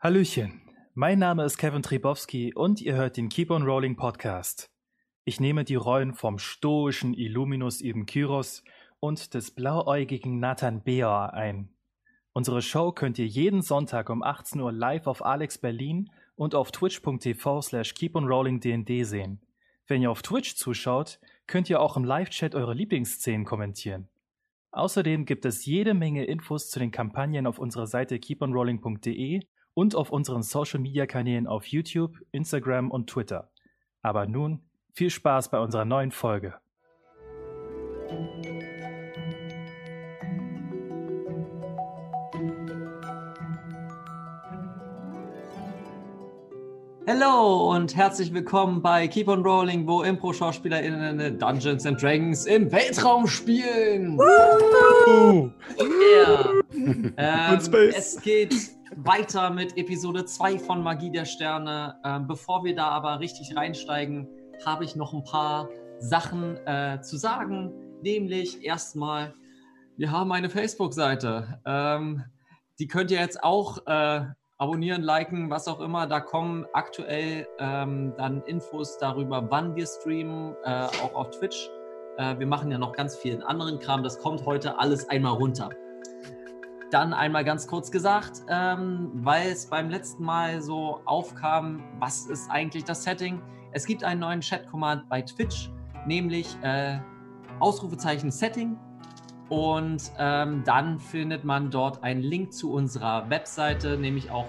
Hallöchen, mein Name ist Kevin Tribowski und ihr hört den Keep on Rolling Podcast. Ich nehme die Rollen vom stoischen Illuminus Ibn Kyros und des blauäugigen Nathan Beor ein. Unsere Show könnt ihr jeden Sonntag um 18 Uhr live auf Alex Berlin und auf twitch.tv/keeponrollingdnd sehen. Wenn ihr auf Twitch zuschaut, könnt ihr auch im Live-Chat eure Lieblingsszenen kommentieren. Außerdem gibt es jede Menge Infos zu den Kampagnen auf unserer Seite keeponrolling.de und auf unseren Social-Media-Kanälen auf YouTube, Instagram und Twitter. Aber nun viel Spaß bei unserer neuen Folge. Hallo und herzlich willkommen bei Keep on Rolling, wo Impro-SchauspielerInnen Dungeons and Dragons im Weltraum spielen. Yeah. Es geht weiter mit Episode 2 von Magie der Sterne. Bevor wir da aber richtig reinsteigen, habe ich noch ein paar Sachen zu sagen. Nämlich erstmal, wir haben eine Facebook-Seite. Die könnt ihr jetzt auch abonnieren, liken, was auch immer. Da kommen aktuell dann Infos darüber, wann wir streamen, auch auf Twitch. Wir machen ja noch ganz vielen anderen Kram. Das kommt heute alles einmal runter. Dann einmal ganz kurz gesagt, weil es beim letzten Mal so aufkam, was ist eigentlich das Setting? Es gibt einen neuen Chat-Command bei Twitch, nämlich Ausrufezeichen Setting. Und dann findet man dort einen Link zu unserer Webseite, nämlich auch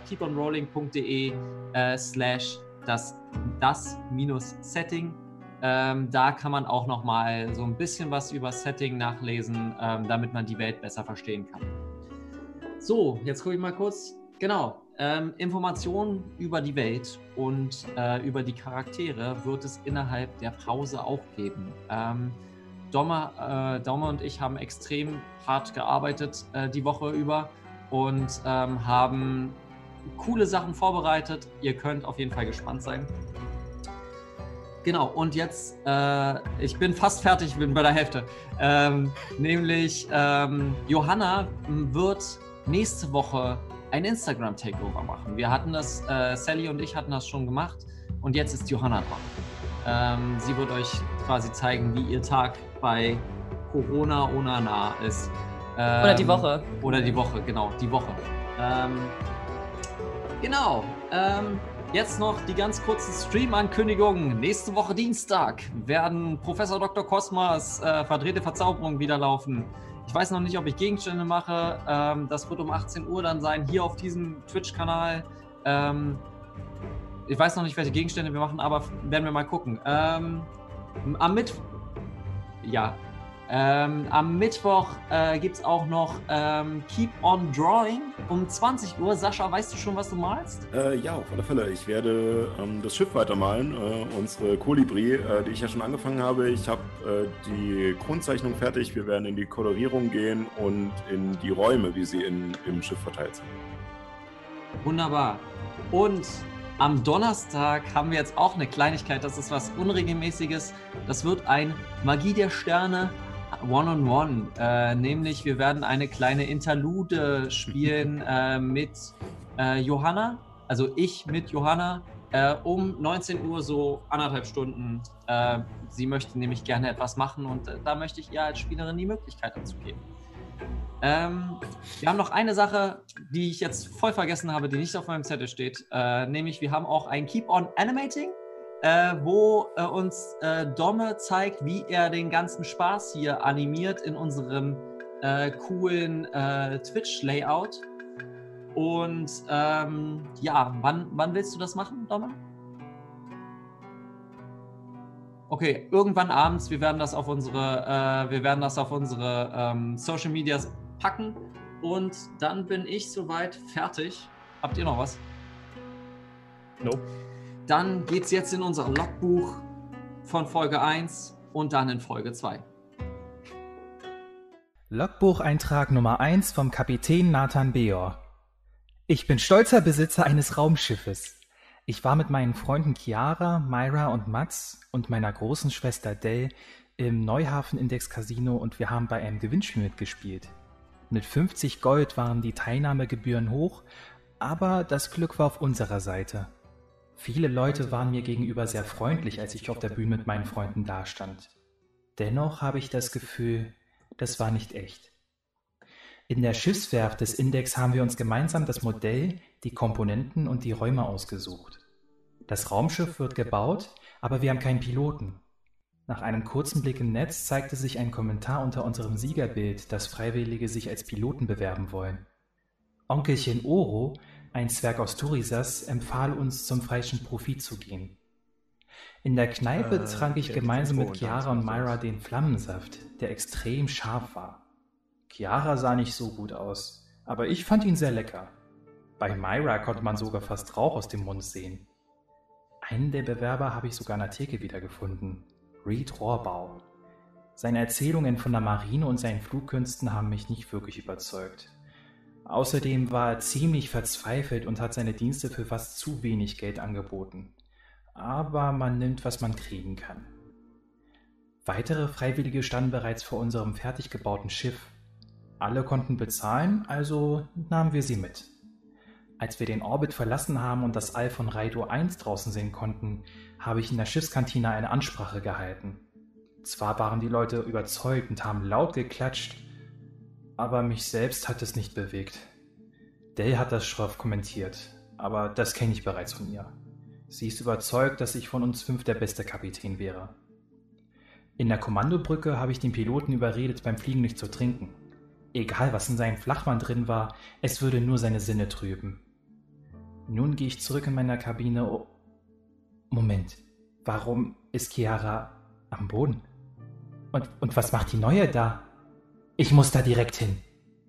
keeponrolling.de/das-setting. Da kann man auch nochmal so ein bisschen was über Setting nachlesen, damit man die Welt besser verstehen kann. So, jetzt gucke ich mal kurz. Genau, Informationen über die Welt und über die Charaktere wird es innerhalb der Pause auch geben. Dommer und ich haben extrem hart gearbeitet die Woche über und haben coole Sachen vorbereitet. Ihr könnt auf jeden Fall gespannt sein. Genau, und jetzt, ich bin fast fertig, ich bin bei der Hälfte. Nämlich Johanna wird nächste Woche ein Instagram-Takeover machen. Wir hatten das, Sally und ich hatten das schon gemacht und jetzt ist Johanna dran. Sie wird euch quasi zeigen, wie ihr Tag bei Corona Onana ist. Oder die Woche. Oder die Woche, genau, die Woche. Jetzt noch die ganz kurzen Stream-Ankündigungen. Nächste Woche Dienstag werden Professor Dr. Kosmas verdrehte Verzauberung wieder laufen. Ich weiß noch nicht, ob ich Gegenstände mache. Das wird um 18 Uhr dann sein, hier auf diesem Twitch-Kanal. Ich weiß noch nicht, welche Gegenstände wir machen, aber werden wir mal gucken. Am Mittwoch gibt es auch noch Keep on Drawing um 20 Uhr. Sascha, weißt du schon, was du malst? Ja, auf alle Fälle. Ich werde das Schiff weitermalen, unsere Kolibri, die ich ja schon angefangen habe. Ich habe die Grundzeichnung fertig. Wir werden in die Kolorierung gehen und in die Räume, wie sie im Schiff verteilt sind. Wunderbar. Und am Donnerstag haben wir jetzt auch eine Kleinigkeit, das ist was Unregelmäßiges. Das wird ein Magie der Sterne One-on-One. Nämlich wir werden eine kleine Interlude spielen mit Johanna, also ich mit Johanna, um 19 Uhr, so 1,5 Stunden. Sie möchte nämlich gerne etwas machen und da möchte ich ihr als Spielerin die Möglichkeit dazu geben. Wir haben noch eine Sache, die ich jetzt voll vergessen habe, die nicht auf meinem Zettel steht, nämlich wir haben auch ein Keep on Animating, wo uns Domme zeigt, wie er den ganzen Spaß hier animiert in unserem coolen Twitch-Layout. Und wann willst du das machen, Domme? Okay, irgendwann abends, wir werden das auf unsere Social Medias packen und dann bin ich soweit fertig. Habt ihr noch was? Nope. Dann geht's jetzt in unser Logbuch von Folge 1 und dann in Folge 2. Logbucheintrag Nummer 1 vom Kapitän Nathan Beor. Ich bin stolzer Besitzer eines Raumschiffes. Ich war mit meinen Freunden Chiara, Myra und Max und meiner großen Schwester Dell im Neuhafen Index Casino und wir haben bei einem Gewinnspiel mitgespielt. Mit 50 Gold waren die Teilnahmegebühren hoch Aber das Glück war auf unserer Seite. Viele Leute waren mir gegenüber sehr freundlich, als ich auf der Bühne mit meinen Freunden dastand. Dennoch habe ich das Gefühl, das war nicht echt. In der Schiffswerft des Index haben wir uns gemeinsam das Modell, die Komponenten und die Räume ausgesucht. Das Raumschiff wird gebaut, aber wir haben keinen Piloten. Nach einem kurzen Blick im Netz zeigte sich ein Kommentar unter unserem Siegerbild, dass Freiwillige sich als Piloten bewerben wollen. Onkelchen Oro, ein Zwerg aus Turisas, empfahl uns, zum falschen Profit zu gehen. In der Kneipe trank ich gemeinsam mit Chiara und Myra den Flammensaft, der extrem scharf war. Chiara sah nicht so gut aus, aber ich fand ihn sehr lecker. Bei Myra konnte man sogar fast Rauch aus dem Mund sehen. Einen der Bewerber habe ich sogar an der Theke wiedergefunden, Reed Rohrbau. Seine Erzählungen von der Marine und seinen Flugkünsten haben mich nicht wirklich überzeugt. Außerdem war er ziemlich verzweifelt und hat seine Dienste für fast zu wenig Geld angeboten. Aber man nimmt, was man kriegen kann. Weitere Freiwillige standen bereits vor unserem fertig gebauten Schiff. Alle konnten bezahlen, also nahmen wir sie mit. Als wir den Orbit verlassen haben und das All von Raido 1 draußen sehen konnten, habe ich in der Schiffskantine eine Ansprache gehalten. Zwar waren die Leute überzeugt und haben laut geklatscht, aber mich selbst hat es nicht bewegt. Dell hat das schroff kommentiert, aber das kenne ich bereits von ihr. Sie ist überzeugt, dass ich von uns 5 der beste Kapitän wäre. In der Kommandobrücke habe ich den Piloten überredet, beim Fliegen nicht zu trinken. Egal, was in seinem Flachmann drin war, es würde nur seine Sinne trüben. Nun gehe ich zurück in meine Kabine. Oh, Moment, warum ist Chiara am Boden? Und was macht die Neue da? Ich muss da direkt hin.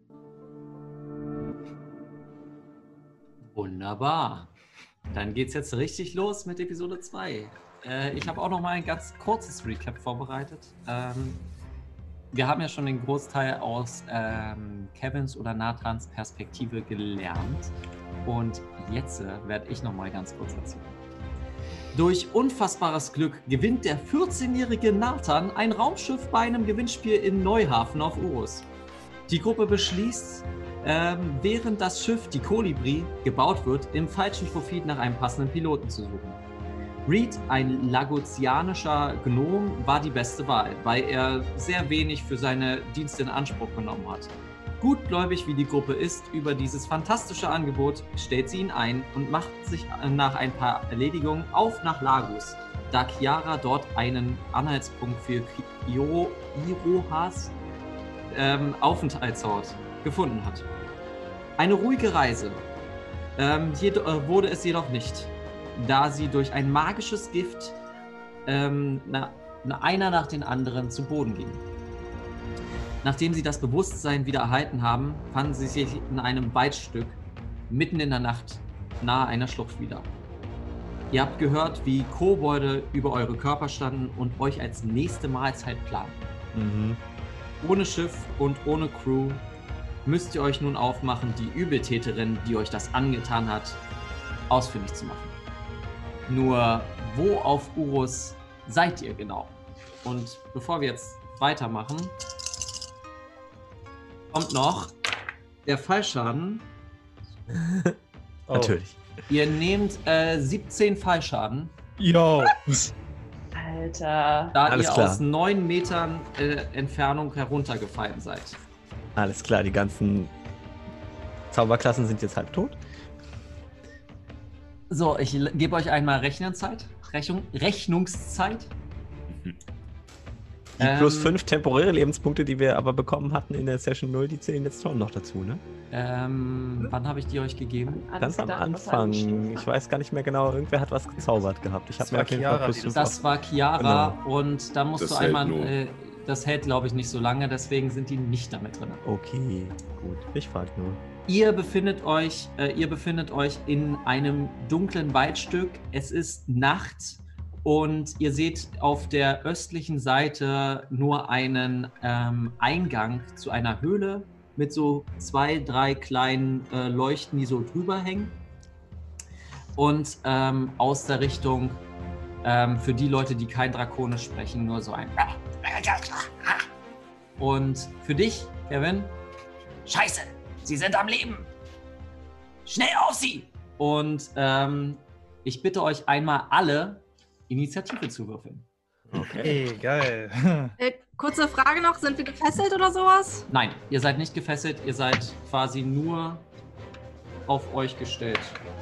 Wunderbar. Dann geht's jetzt richtig los mit Episode 2. Ich habe auch noch mal ein ganz kurzes Recap vorbereitet. Wir haben ja schon den Großteil aus Kevins oder Nathans Perspektive gelernt. Und jetzt werde ich noch mal ganz kurz erzählen. Durch unfassbares Glück gewinnt der 14-jährige Nathan ein Raumschiff bei einem Gewinnspiel in Neuhafen auf Urus. Die Gruppe beschließt, während das Schiff, die Kolibri, gebaut wird, im falschen Profit nach einem passenden Piloten zu suchen. Reed, ein lagotianischer Gnom, war die beste Wahl, weil er sehr wenig für seine Dienste in Anspruch genommen hat. Gutgläubig wie die Gruppe ist über dieses fantastische Angebot, stellt sie ihn ein und macht sich nach ein paar Erledigungen auf nach Lagos, da Chiara dort einen Anhaltspunkt für Irohas Aufenthaltsort gefunden hat. Eine ruhige Reise wurde es jedoch nicht, da sie durch ein magisches Gift einer nach den anderen zu Boden ging. Nachdem sie das Bewusstsein wieder erhalten haben, fanden sie sich in einem Waldstück mitten in der Nacht nahe einer Schlucht wieder. Ihr habt gehört, wie Kobolde über eure Körper standen und euch als nächste Mahlzeit planen. Ohne Schiff und ohne Crew müsst ihr euch nun aufmachen, die Übeltäterin, die euch das angetan hat, ausfindig zu machen. Nur, wo auf Urus seid ihr genau? Und bevor wir jetzt weitermachen, kommt noch der Fallschaden. Oh. Natürlich. Ihr nehmt 17 Fallschaden. Yo. Alter. Da Alles ihr klar. aus 9 Metern Entfernung heruntergefallen seid. Alles klar, die ganzen Zauberklassen sind jetzt halb tot. So, ich gebe euch einmal Rechnungszeit. Die plus 5 temporäre Lebenspunkte, die wir aber bekommen hatten in der Session 0, die zählen jetzt schon noch dazu, ne? Wann habe ich die euch gegeben? Ganz am Anfang. Ich weiß gar nicht mehr genau, irgendwer hat was gezaubert gehabt. Ich habe mir auf jeden Fall plus 5 Das war Chiara, Genau. und da musst Das du hält einmal... nur. Das hält, glaube ich, nicht so lange, deswegen sind die nicht damit drin. Okay, gut. Ich frage nur. Ihr befindet euch in einem dunklen Waldstück. Es ist Nacht und ihr seht auf der östlichen Seite nur einen Eingang zu einer Höhle mit so 2, 3 kleinen Leuchten, die so drüber hängen. Und aus der Richtung, für die Leute, die kein Drakonisch sprechen, nur so ein... Und für dich, Kevin, Scheiße, sie sind am Leben. schnell auf sie! Und ich bitte euch einmal alle Initiative zu würfeln. Okay, geil. Kurze Frage noch, sind wir gefesselt oder sowas? Nein, ihr seid nicht gefesselt, ihr seid quasi nur auf euch gestellt.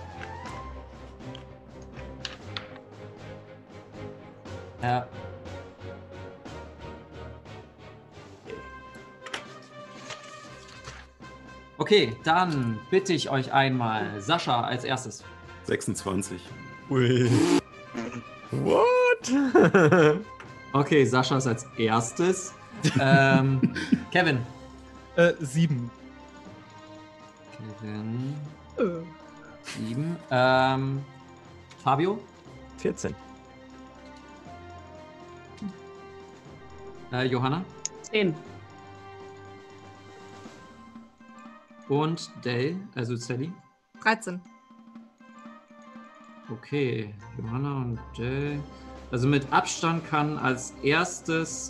Ja. Okay, dann bitte ich euch einmal Sascha als erstes. 26. Ui. What? Okay, Sascha ist als erstes. Kevin. 7. Kevin. 7. Fabio. 14. Johanna. 10. Und Dale, also Sally. 13. Okay, Johanna und Dale. Also mit Abstand kann als erstes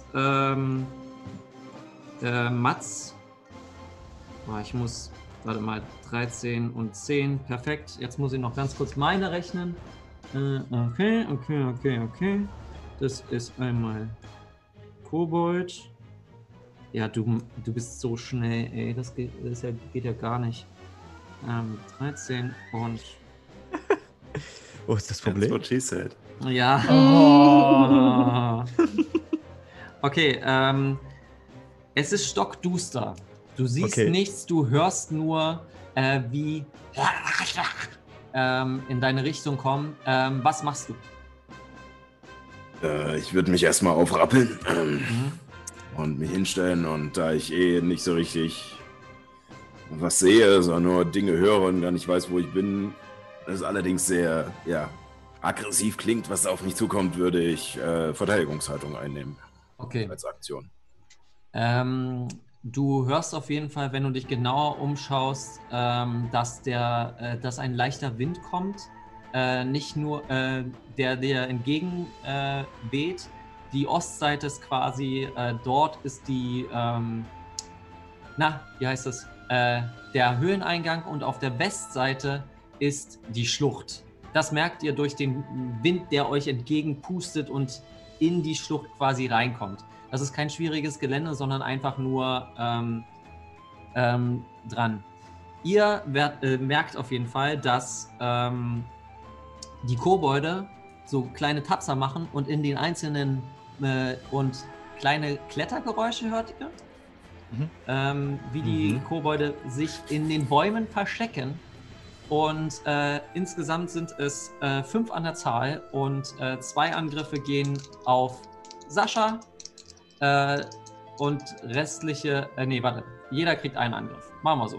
Mats. Oh, ich muss, warte mal, 13 und 10. Perfekt. Jetzt muss ich noch ganz kurz meine rechnen. Okay. Das ist einmal Kobold. Ja, du bist so schnell, ey. Das geht ja gar nicht. 13 und... Wo ist das Problem? That's what she said. Ja. Oh. Okay, es ist stockduster. Du siehst nichts, du hörst nur, wie in deine Richtung kommen. Was machst du? Ich würde mich erstmal aufrappeln und mich hinstellen. Und da ich nicht so richtig was sehe, sondern nur Dinge höre und gar nicht weiß, wo ich bin, es allerdings sehr aggressiv klingt, was auf mich zukommt, würde ich Verteidigungshaltung einnehmen. Okay. Als Aktion. Du hörst auf jeden Fall, wenn du dich genauer umschaust, dass ein leichter Wind kommt. Nicht nur der entgegen weht. Die Ostseite ist quasi, dort ist die, wie heißt das? Der Höhleneingang, und auf der Westseite ist die Schlucht. Das merkt ihr durch den Wind, der euch entgegenpustet und in die Schlucht quasi reinkommt. Das ist kein schwieriges Gelände, sondern einfach nur dran. Ihr merkt auf jeden Fall, dass die Kobolde so kleine Tapser machen und in den einzelnen und kleine Klettergeräusche hört ihr. Wie die Kobolde sich in den Bäumen verstecken. Und insgesamt sind es 5 an der Zahl und 2 Angriffe gehen auf Sascha und restliche, jeder kriegt einen Angriff. Machen wir so.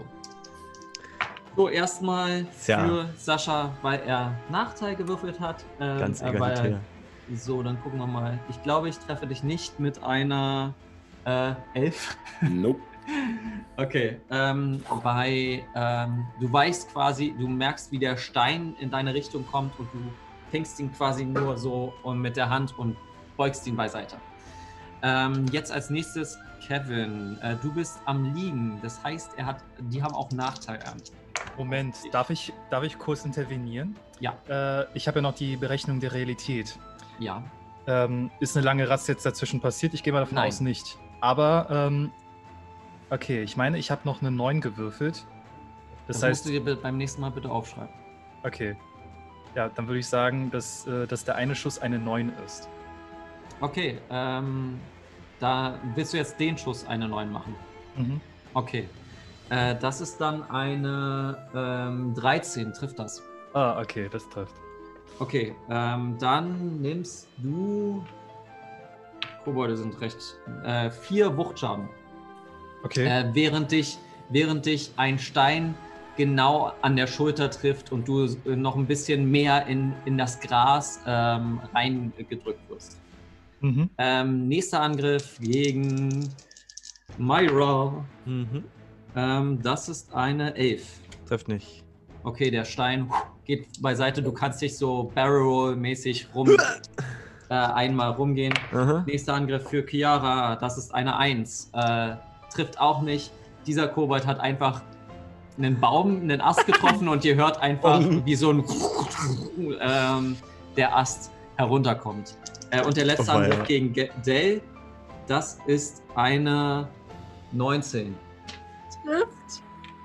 So, erstmal für Sascha, weil er Nachteil gewürfelt hat. Ganz egalitär. So, dann gucken wir mal. Ich glaube, ich treffe dich nicht mit einer 11. Nope. Okay, du weißt quasi, du merkst, wie der Stein in deine Richtung kommt und du fängst ihn quasi nur so mit der Hand und beugst ihn beiseite. Jetzt als nächstes Kevin, du bist am Liegen, das heißt, die haben auch Nachteil an. Moment, darf ich kurz intervenieren? Ja. Ich habe ja noch die Berechnung der Realität. Ja. Ist eine lange Rast jetzt dazwischen passiert? Ich gehe mal davon aus, nicht. Aber, okay, ich meine, ich habe noch eine 9 gewürfelt. Das heißt, musst du dir beim nächsten Mal bitte aufschreiben. Okay. Ja, dann würde ich sagen, dass der eine Schuss eine 9 ist. Okay, da willst du jetzt den Schuss eine 9 machen. Okay. Das ist dann eine 13, trifft das? Ah, okay, das trifft. Okay, dann nimmst du... Kobolde sind recht... 4 Wuchtschaden. Okay. Während dich ein Stein genau an der Schulter trifft und du noch ein bisschen mehr in das Gras reingedrückt wirst. Nächster Angriff gegen Myra. Das ist eine 11. Trifft nicht. Okay, der Stein geht beiseite. Du kannst dich so Barrel-Roll-mäßig einmal rumgehen. Nächster Angriff für Chiara. Das ist eine 1. Trifft auch nicht. Dieser Kobold hat einfach einen Baum, einen Ast getroffen und ihr hört einfach, wie so ein der Ast herunterkommt. Und der letzte Angriff gegen Dell, das ist eine 19. Trifft.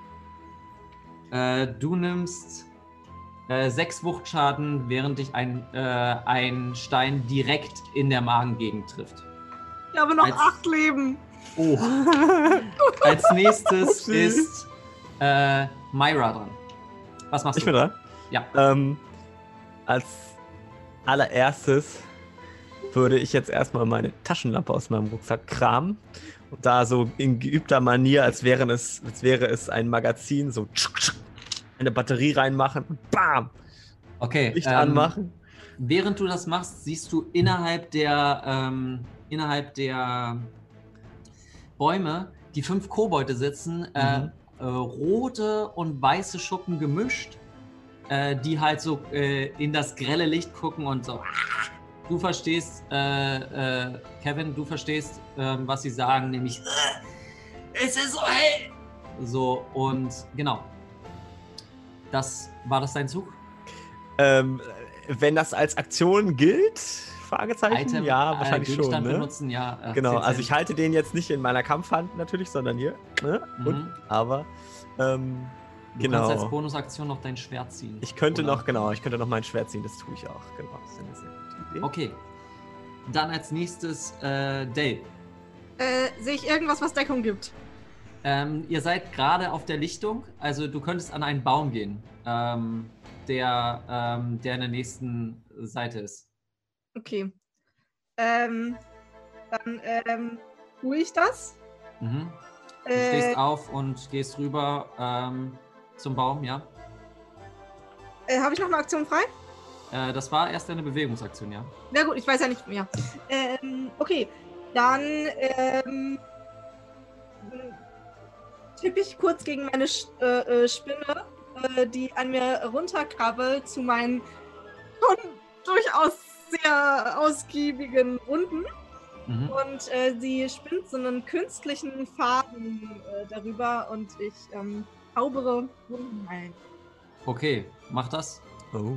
Du nimmst 6 Wuchtschaden, während dich ein Stein direkt in der Magengegend trifft. Ich habe noch 8 Leben. Oh. Als nächstes ist Myra dran. Was machst du? Ich bin dran? Ja. Als allererstes würde ich jetzt erstmal meine Taschenlampe aus meinem Rucksack kramen und da so in geübter Manier, als wäre es ein Magazin, so eine Batterie reinmachen und bam! Okay. Licht anmachen. Während du das machst, siehst du innerhalb der Bäume die 5 Kobolde sitzen, rote und weiße Schuppen gemischt, die halt so in das grelle Licht gucken und so. Du verstehst, Kevin, was sie sagen, nämlich es ist so hell! So, und genau. War das dein Zug? Wenn das als Aktion gilt, Fragezeichen? Item, ja, wahrscheinlich schon. Ne? Benutzen, ja. Genau, also ich halte den jetzt nicht in meiner Kampfhand natürlich, sondern hier. Ne? Aber Du kannst als Bonusaktion noch dein Schwert ziehen. Ich könnte noch mein Schwert ziehen, das tue ich auch. Genau, das ist eine sehr gute Idee. Okay. Dann als nächstes Dale. Sehe ich irgendwas, was Deckung gibt? Ihr seid gerade auf der Lichtung, also du könntest an einen Baum gehen, der in der nächsten Seite ist. Okay. Dann tue ich das. Du stehst auf und gehst rüber zum Baum, ja? Habe ich noch eine Aktion frei? Das war erst eine Bewegungsaktion, ja. Na gut, ich weiß ja nicht mehr. Okay, dann tippe ich kurz gegen meine Spinne, die an mir runterkrabbelt, zu meinen schon durchaus sehr ausgiebigen Wunden. Und sie spinnt so einen künstlichen Faden darüber und ich zaubere Wunden ein. Okay, mach das. Oh.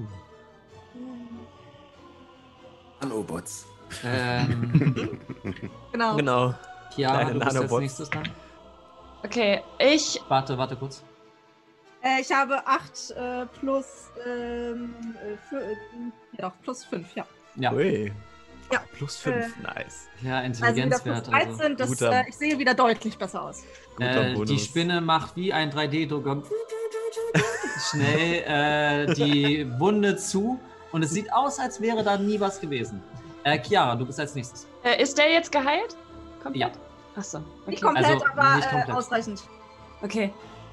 Nanobots. Genau. Chiara, du bist als nächstes dran. Okay, Warte kurz. Ich habe 8 plus 5, ja. Ja. Ui. Ja. Plus 5, nice. Ja, Also Intelligenzwert. wieder plus 13, ich sehe wieder deutlich besser aus. Die Spinne macht wie ein 3D-Drucker schnell die Wunde zu und es sieht aus, als wäre da nie was gewesen. Chiara, du bist als nächstes. Ist der jetzt geheilt? Ja. Achso. Okay. Nicht komplett, Also, aber nicht komplett. Ausreichend. Okay.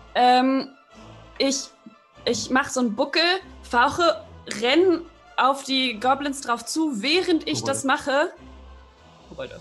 Ich mache so einen Buckel, fauche, renn auf die Goblins drauf zu, während ich das mache. Kobolde.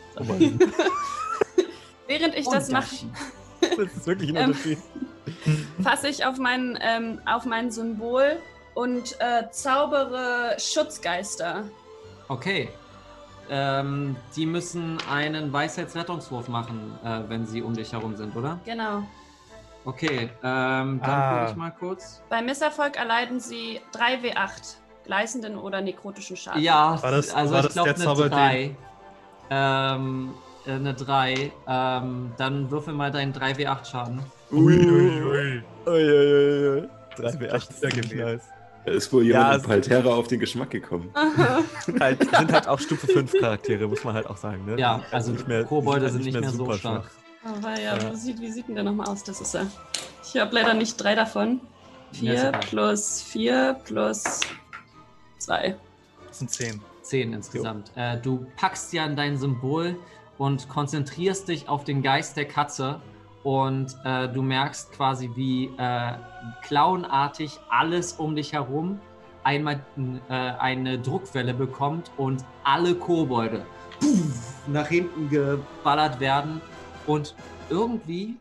Während ich das mache. Das ist wirklich ein Unterschied. Fasse ich auf mein Symbol und zaubere Schutzgeister. Okay. Die müssen einen Weisheitsrettungswurf machen, wenn sie um dich herum sind, oder? Genau. Okay, dann gucke ich mal kurz. Bei Misserfolg erleiden sie 3W8 gleißenden oder nekrotischen Schaden. Ja, ich glaube eine 3. Eine 3. Dann würfel mal deinen 3W8 Schaden. Ui. 3W8 ist ja nice. Da ist wohl jemand mit Paltera auf den Geschmack gekommen. Sind halt auch Stufe 5 Charaktere, muss man halt auch sagen. Ne? Ja, also Kobolde sind nicht mehr so stark. Aber wie sieht denn der nochmal aus? Das ist er. Ich habe leider nicht 3 davon. 4 plus 4 plus 2. Das sind 10. 10 insgesamt. Du packst ja an dein Symbol und konzentrierst dich auf den Geist der Katze und du merkst quasi, wie clownartig alles um dich herum einmal eine Druckwelle bekommt und alle Kobolde nach hinten geballert werden und irgendwie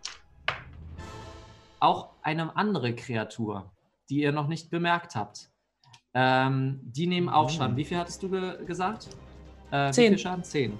auch eine andere Kreatur, die ihr noch nicht bemerkt habt. Die nehmen auch Schaden. Wie viel hattest du gesagt? 10. Wie viel Schaden? 10.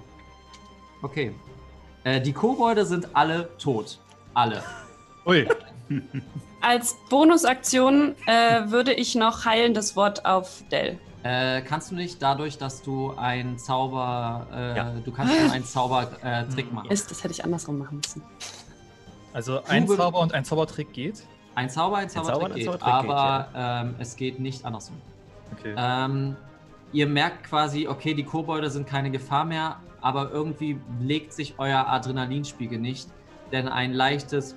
Okay. Die Kobolde sind alle tot. Alle. Ui. Als Bonusaktion würde ich noch heilendes Wort auf Dell. Kannst du nicht dadurch, dass du einen Zauber, du kannst schon einen Zaubertrick machen. Das hätte ich andersrum machen müssen. Also ein Zauber und ein Zaubertrick geht? Ein Zaubertrick geht, aber es geht nicht andersrum. Okay. Ihr merkt quasi, okay, die Kobolde sind keine Gefahr mehr, aber irgendwie legt sich euer Adrenalinspiegel nicht, denn ein leichtes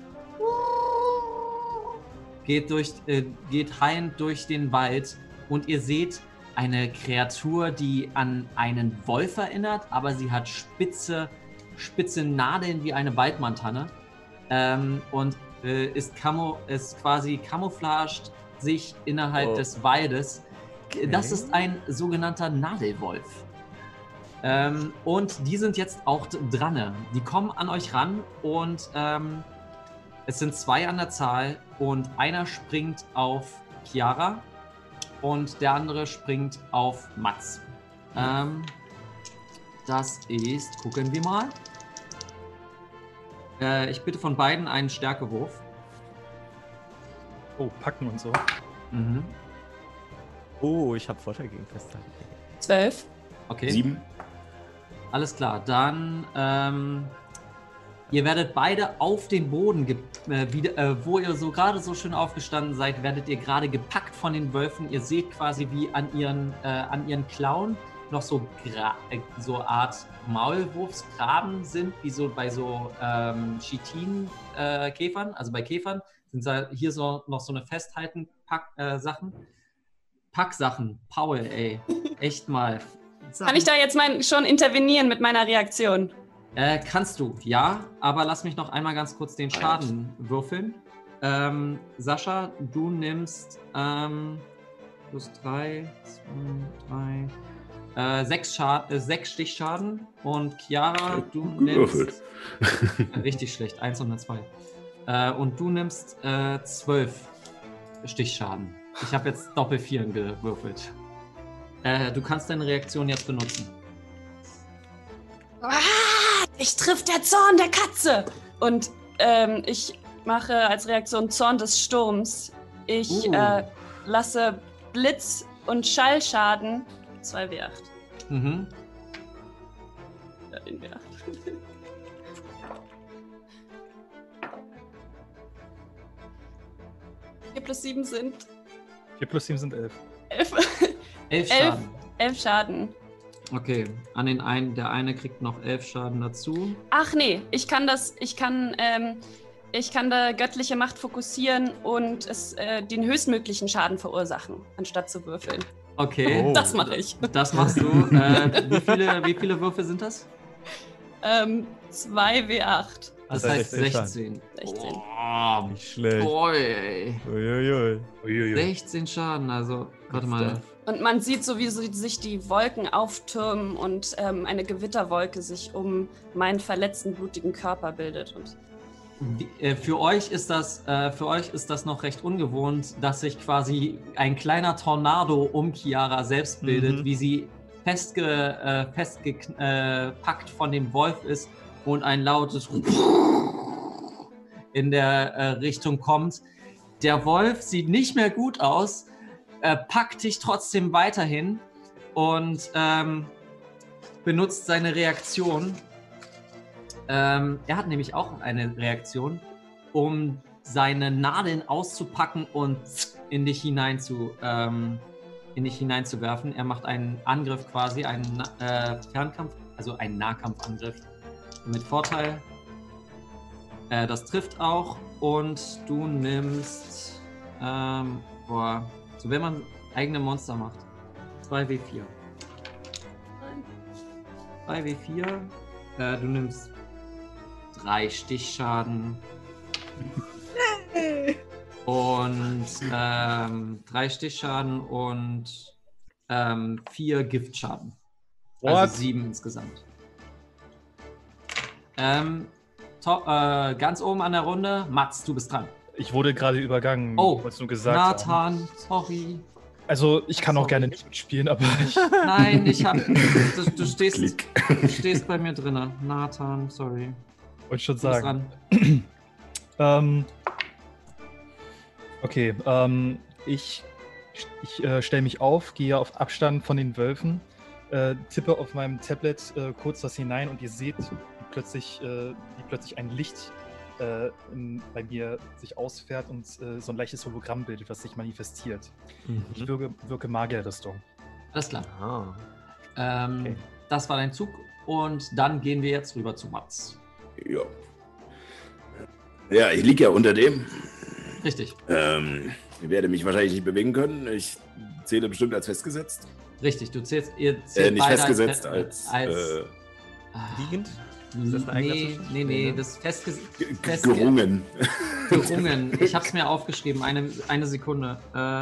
geht heilend durch den Wald und ihr seht eine Kreatur, die an einen Wolf erinnert, aber sie hat spitze Nadeln wie eine Waldmantanne und ist quasi camouflaged sich innerhalb des Waldes. Okay. Das ist ein sogenannter Nadelwolf. Und die sind jetzt auch dran. Die kommen an euch ran und es sind 2 an der Zahl und einer springt auf Chiara und der andere springt auf Mats. Das ist, gucken wir mal. Ich bitte von beiden einen Stärkewurf. Oh, packen und so. Mhm. Oh, ich habe Vorteil gegen Festhalten. 12. Okay. 7. Alles klar, dann ihr werdet beide auf den Boden, wo ihr so gerade so schön aufgestanden seid, werdet ihr gerade gepackt von den Wölfen. Ihr seht quasi, wie an ihren Klauen noch so Art Maulwurfsgraben sind, wie so bei so Chitin-Käfern, also bei Käfern sind da hier so noch so eine Festhalten-Sachen. Packsachen, Paul, ey, echt mal. Kann ich da jetzt schon intervenieren mit meiner Reaktion? Kannst du, ja, aber lass mich noch einmal ganz kurz den Schaden würfeln. Sascha, du nimmst plus 3, 2, 3, 6 Stichschaden und Chiara, du nimmst richtig schlecht, 1 und 2. Und du nimmst 12 Stichschaden. Ich habe jetzt Doppel-4 gewürfelt. Du kannst deine Reaktion jetzt benutzen. Ich trifft der Zorn der Katze! Und ich mache als Reaktion Zorn des Sturms. Ich lasse Blitz- und Schallschaden 2W8. Mhm. In W8. 4 plus 7 sind... 4 plus 7 sind 11. 11 Schaden. 11 Schaden. Okay, der eine kriegt noch 11 Schaden dazu. Ach nee, ich kann da göttliche Macht fokussieren und den höchstmöglichen Schaden verursachen, anstatt zu würfeln. Okay. Oh. Das mache ich. Das machst du. Wie viele Würfe sind das? 2W8. Das heißt 16. 16. Oh, nicht schlecht. Boy. Uiuiui. 16 Schaden, also, warte mal. Und man sieht so, wie sich die Wolken auftürmen und eine Gewitterwolke sich um meinen verletzten, blutigen Körper bildet. Und für euch ist das noch recht ungewohnt, dass sich quasi ein kleiner Tornado um Chiara selbst bildet, wie sie festgepackt von dem Wolf ist und ein lautes in der Richtung kommt. Der Wolf sieht nicht mehr gut aus, packt dich trotzdem weiterhin und benutzt seine Reaktion. Er hat nämlich auch eine Reaktion, um seine Nadeln auszupacken und in dich hineinzuwerfen. Er macht einen Angriff quasi, einen Fernkampf, also einen Nahkampfangriff mit Vorteil. Das trifft auch und du nimmst, so wenn man eigene Monster macht, 2W4. 2W4, du nimmst 3 Stichschaden und 3 Stichschaden und 4 Giftschaden. What? Also 7 insgesamt. Ganz oben an der Runde, Mats, du bist dran. Ich wurde gerade übergangen, was du gesagt hast. Nathan, sorry. Also, ich kann auch gerne nicht mitspielen, aber Nein, du stehst bei mir drin. Nathan, sorry. Wollte schon sagen. Okay, ich stelle mich auf, gehe auf Abstand von den Wölfen, tippe auf meinem Tablet kurz was hinein und ihr seht, wie plötzlich ein Licht bei mir sich ausfährt und so ein leichtes Hologramm bildet, was sich manifestiert. Ich wirke Magierrüstung. Alles klar. Okay. Das war dein Zug und dann gehen wir jetzt rüber zu Mats. Ja. Ja, ich liege ja unter dem. Richtig. Ich werde mich wahrscheinlich nicht bewegen können. Ich zähle bestimmt als festgesetzt. Richtig, ihr zählt nicht beide festgesetzt, Liegend? Ist das ein eigener Zustand? Nee, das festgesetzt. Gerungen. Gerungen. Ich hab's mir aufgeschrieben. Eine Sekunde.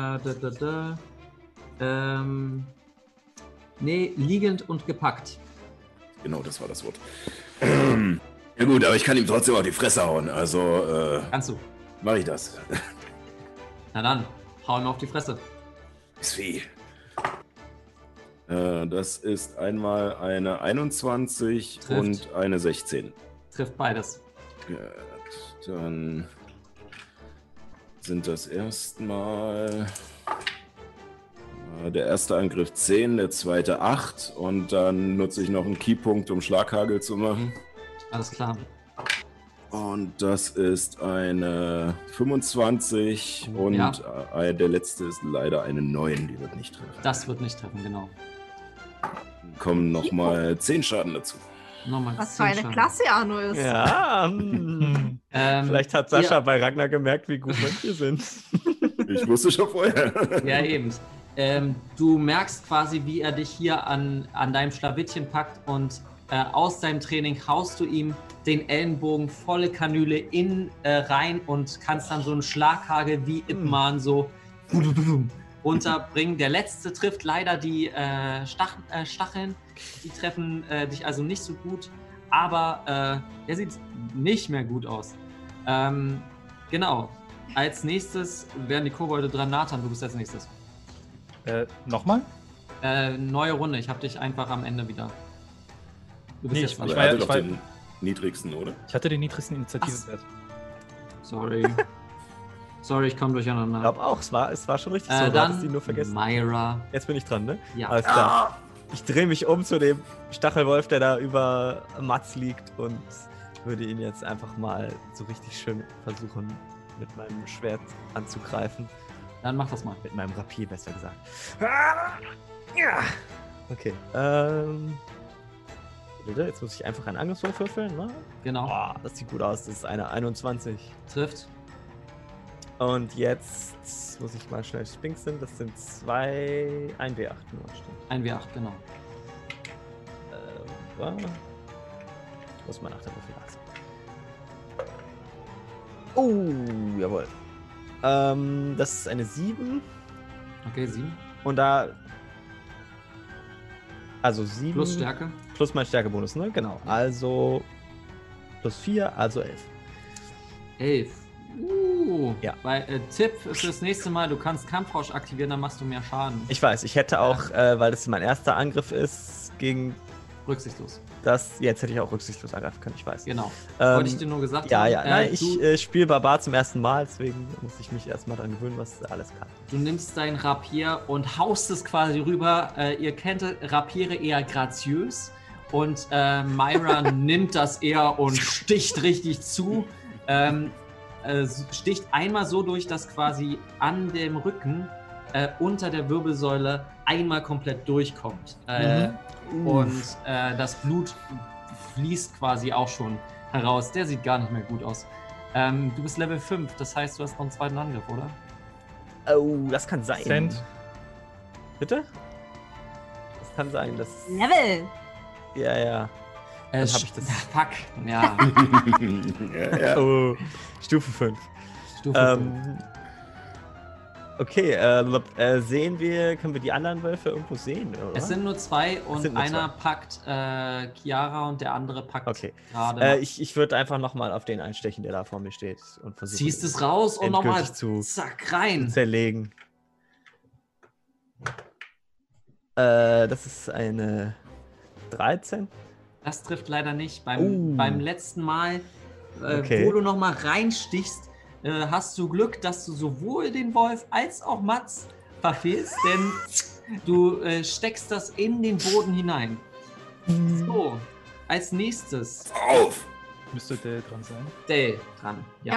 Liegend und gepackt. Genau, das war das Wort. Ja gut, aber ich kann ihm trotzdem auf die Fresse hauen. Also, Kannst du. mache ich das. Na dann, hau ihm auf die Fresse. Das Vieh. Das ist einmal eine 21 Trifft. und eine 16. Trifft beides. Gut, dann sind das erstmal der erste Angriff 10, der zweite 8 und dann nutze ich noch einen Keypunkt, um Schlaghagel zu machen. Alles klar. Und das ist eine 25 und Ja. Der letzte ist leider eine 9, die wird nicht treffen. Das wird nicht treffen, genau. Kommen nochmal 10 Schaden dazu. Nochmal Was 10 für eine Schaden. Klasse Arno ist. Ja, vielleicht hat Sascha ja. bei Ragnar gemerkt, wie gut Mönche sind. Ich wusste schon vorher. Ja, eben. Du merkst quasi, wie er dich hier an deinem Schlawittchen packt und aus deinem Training haust du ihm den Ellenbogen volle Kanüle rein und kannst dann so einen Schlaghagel wie Ip Man so runterbringen. Der letzte trifft leider die Stacheln. Die treffen dich also nicht so gut, aber der sieht nicht mehr gut aus. Genau. Als nächstes werden die Kobolde dran. Nathan, du bist als nächstes. Nochmal? Neue Runde. Ich habe dich einfach am Ende wieder. Du bist Nee, jetzt dran. Aber war er ja- hatte ich doch war- den niedrigsten, oder? Ich hatte den niedrigsten Initiativewert. Sorry. Sorry, ich komme durcheinander. Ich glaube auch, es war schon richtig so, du Dann hattest die nur vergessen. Myra. Jetzt bin ich dran, ne? Ja. Alles klar. Ich drehe mich um zu dem Stachelwolf, der da über Mats liegt und würde ihn jetzt einfach mal so richtig schön versuchen, mit meinem Schwert anzugreifen. Dann mach das mal. Mit meinem Rapier, besser gesagt. Okay. Jetzt muss ich einfach einen Angriffswurf würfeln, ne? Genau. Oh, das sieht gut aus. Das ist eine 21. Trifft. Und jetzt muss ich mal schnell spinksen. Das sind ein W8 nur. Stimmt. Ein W8, genau. Wo ist mein achter Würfelachse? Oh, jawohl. Das ist eine 7. Okay, 7. Und da. Also 7. Plus Stärke. Plus mein Stärkebonus, ne? Genau. Also. Plus 4, also 11. 11. Ja. Tipp für das nächste Mal, du kannst Kampfrausch aktivieren, dann machst du mehr Schaden. Ich weiß, ich hätte auch, weil das mein erster Angriff ist, gegen Rücksichtslos. das. Jetzt hätte ich auch rücksichtslos angreifen können, ich weiß. Genau. Wollte ich dir nur gesagt Ja, haben. ja. Nein, Du ich spiele Barbar zum ersten Mal, deswegen muss ich mich erstmal dran gewöhnen, was alles kann. nimmst dein Rapier und haust es quasi rüber. Ihr kennt Rapiere eher graziös und Myra nimmt das eher und sticht richtig zu. Sticht einmal so durch, dass quasi an dem Rücken unter der Wirbelsäule einmal komplett durchkommt. Und das Blut fließt quasi auch schon heraus. Der sieht gar nicht mehr gut aus. Du bist Level 5, das heißt, du hast noch einen zweiten Angriff, oder? Oh, das kann sein. Cent. Bitte? Das kann sein, das. Level! Ja, ja. Dann hab ich das. Fuck, ja. Ja, ja. Oh, Stufe 5. Stufe 5. Okay, können wir die anderen Wölfe irgendwo sehen, oder? Es sind nur zwei Es und sind nur einer packt Chiara und der andere packt Okay. gerade. Ich würde einfach nochmal auf den einstechen, der da vor mir steht. Und versuchen, Ziehst es raus und nochmal endgültig zu zack rein. zerlegen. Das ist eine 13. Das trifft leider nicht. Beim letzten Mal, Okay. wo du nochmal reinstichst, hast du Glück, dass du sowohl den Wolf als auch Mats verfehlst, denn du steckst das in den Boden hinein. So, als nächstes. Auf! Müsste Dale dran sein. Dale dran, ja.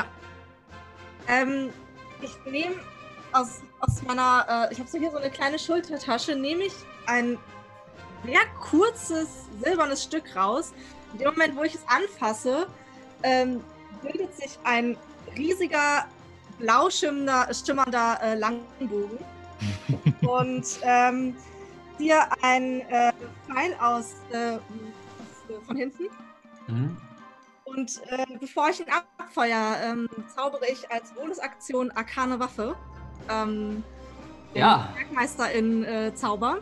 Ich nehme aus meiner, ich habe so hier so eine kleine Schultertasche, nehme ich ein sehr kurzes silbernes Stück raus. In dem Moment, wo ich es anfasse, bildet sich ein riesiger, blau schimmernder Langbogen. Und hier ein Pfeil von hinten. Mhm. Und bevor ich ihn abfeuere, zaubere ich als Bonusaktion Arkane Waffe. Ja. Bergmeister in Zauber.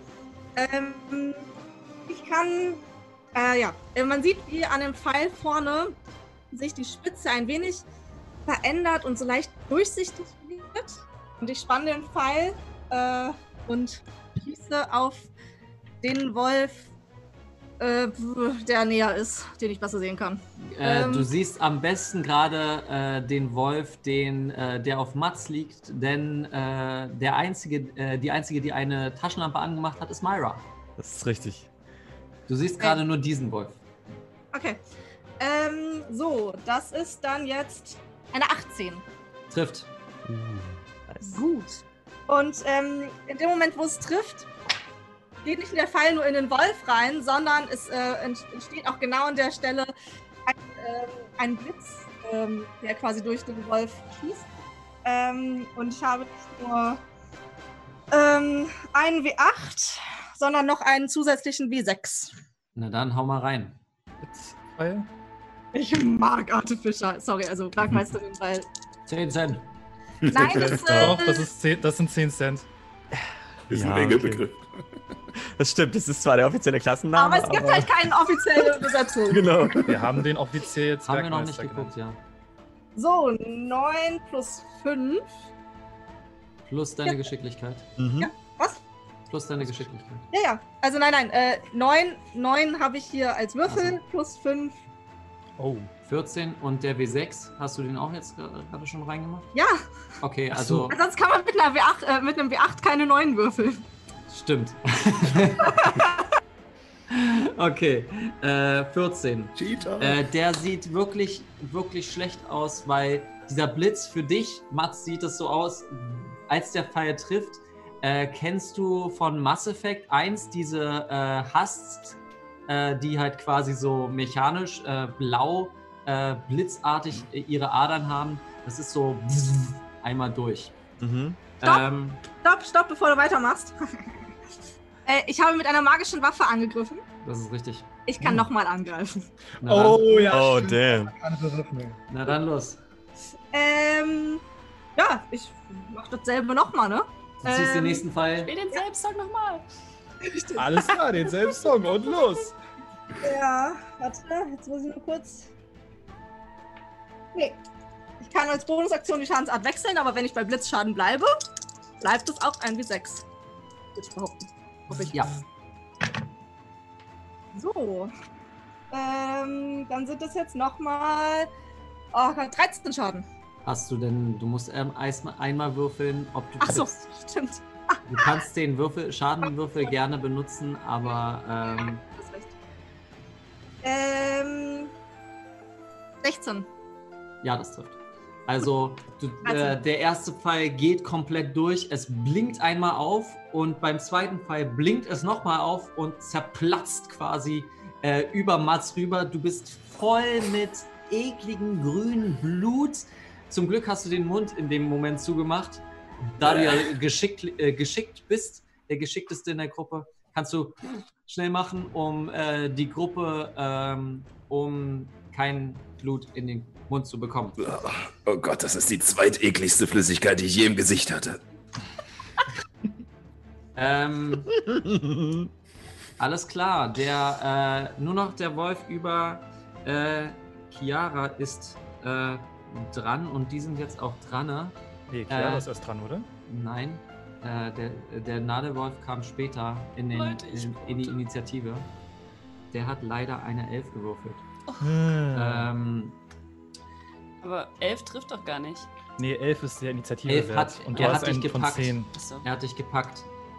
Ich kann, man sieht, wie an dem Pfeil vorne sich die Spitze ein wenig verändert und so leicht durchsichtig wird. Und ich spanne den Pfeil und schieße auf den Wolf, der näher ist, den ich besser sehen kann. Du siehst am besten gerade den Wolf, der auf Mats liegt, denn die Einzige, die eine Taschenlampe angemacht hat, ist Myra. Das ist richtig. Du siehst gerade nur diesen Wolf. Okay. So, das ist dann jetzt eine 18. Trifft. Nice. Gut. Und in dem Moment, wo es trifft, geht nicht der Pfeil nur in den Wolf rein, sondern es entsteht auch genau an der Stelle ein Blitz, der quasi durch den Wolf schießt. Und ich habe nicht nur einen W8, sondern noch einen zusätzlichen W6. Na dann, hau mal rein. Pfeil? Ich mag Artificer. Sorry, also Bergmeisterin, weil... 10 Cent. Nein, das Doch, das sind 10 Cent. Ist ein Ja, Regelbegriff. Das stimmt, das ist zwar der offizielle Klassenname, aber es gibt halt keine offizielle Besetzung. Genau. Wir haben den offiziell jetzt Haben wir noch nicht Bergmeister geguckt, ja. So, 9 plus 5. Plus deine Geschicklichkeit. Mhm. Ja. Was? Plus deine Geschicklichkeit. Ja. Also nein. 9 habe ich hier als Würfel, plus 5. Oh. 14 und der W6, hast du den auch jetzt gerade schon reingemacht? Ja, Okay, Ach also so. sonst kann man mit einem W8 keine 9 würfeln. stimmt. Okay, 14. Cheater. Der sieht wirklich, wirklich schlecht aus, weil dieser Blitz für dich, Mats, sieht es so aus, als der Pfeil trifft. Kennst du von Mass Effect 1 diese Husts, die halt quasi so mechanisch blau, blitzartig ihre Adern haben? Das ist so einmal durch. Mhm. Stopp, bevor du weitermachst. Ich habe mit einer magischen Waffe angegriffen. Das ist richtig. Ich kann nochmal angreifen. Na dann, ja. Oh, stimmt. damn. Keine Bewaffnung. na dann los. Ja, ich mach dasselbe nochmal, ne? Du ziehst den nächsten Pfeil. Spiel den Selbstsong nochmal. Alles klar, denselben Song und los. Ja, warte, jetzt muss ich nur kurz. Nee. Ich kann als Bonusaktion die Schadensart wechseln, aber wenn ich bei Blitzschaden bleibe, bleibt es auch ein W6. Würde ich behaupten. Hoffe ich. Ja. So. Dann sind das jetzt nochmal 13 Schaden. Hast du denn, du musst einmal würfeln, ob du Ach so, triffst. stimmt. Du kannst den Schadenwürfel gerne benutzen, aber Das ist recht. 16. ja, das trifft. Also, der erste Pfeil geht komplett durch, es blinkt einmal auf und beim zweiten Pfeil blinkt es nochmal auf und zerplatzt quasi über Mats rüber. Du bist voll mit ekligem grünem Blut. Zum Glück hast du den Mund in dem Moment zugemacht. Da du ja geschickt bist, der Geschickteste in der Gruppe, kannst du schnell machen, um die Gruppe, um kein Blut in den Mund zu bekommen. Oh Gott, das ist die zweitekligste Flüssigkeit, die ich je im Gesicht hatte. Alles klar, nur noch der Wolf über Chiara ist dran und die sind jetzt auch dran. Ne? Nee, Chiara ist erst dran, oder? Nein, der Nadelwolf kam später in die Initiative. Der hat leider eine 11 gewürfelt. Aber 11 trifft doch gar nicht. Nee, 11 ist der Initiative 11 wert. hat, Und du er hast hat dich einen von gepackt. 10. Achso. Er hat dich gepackt.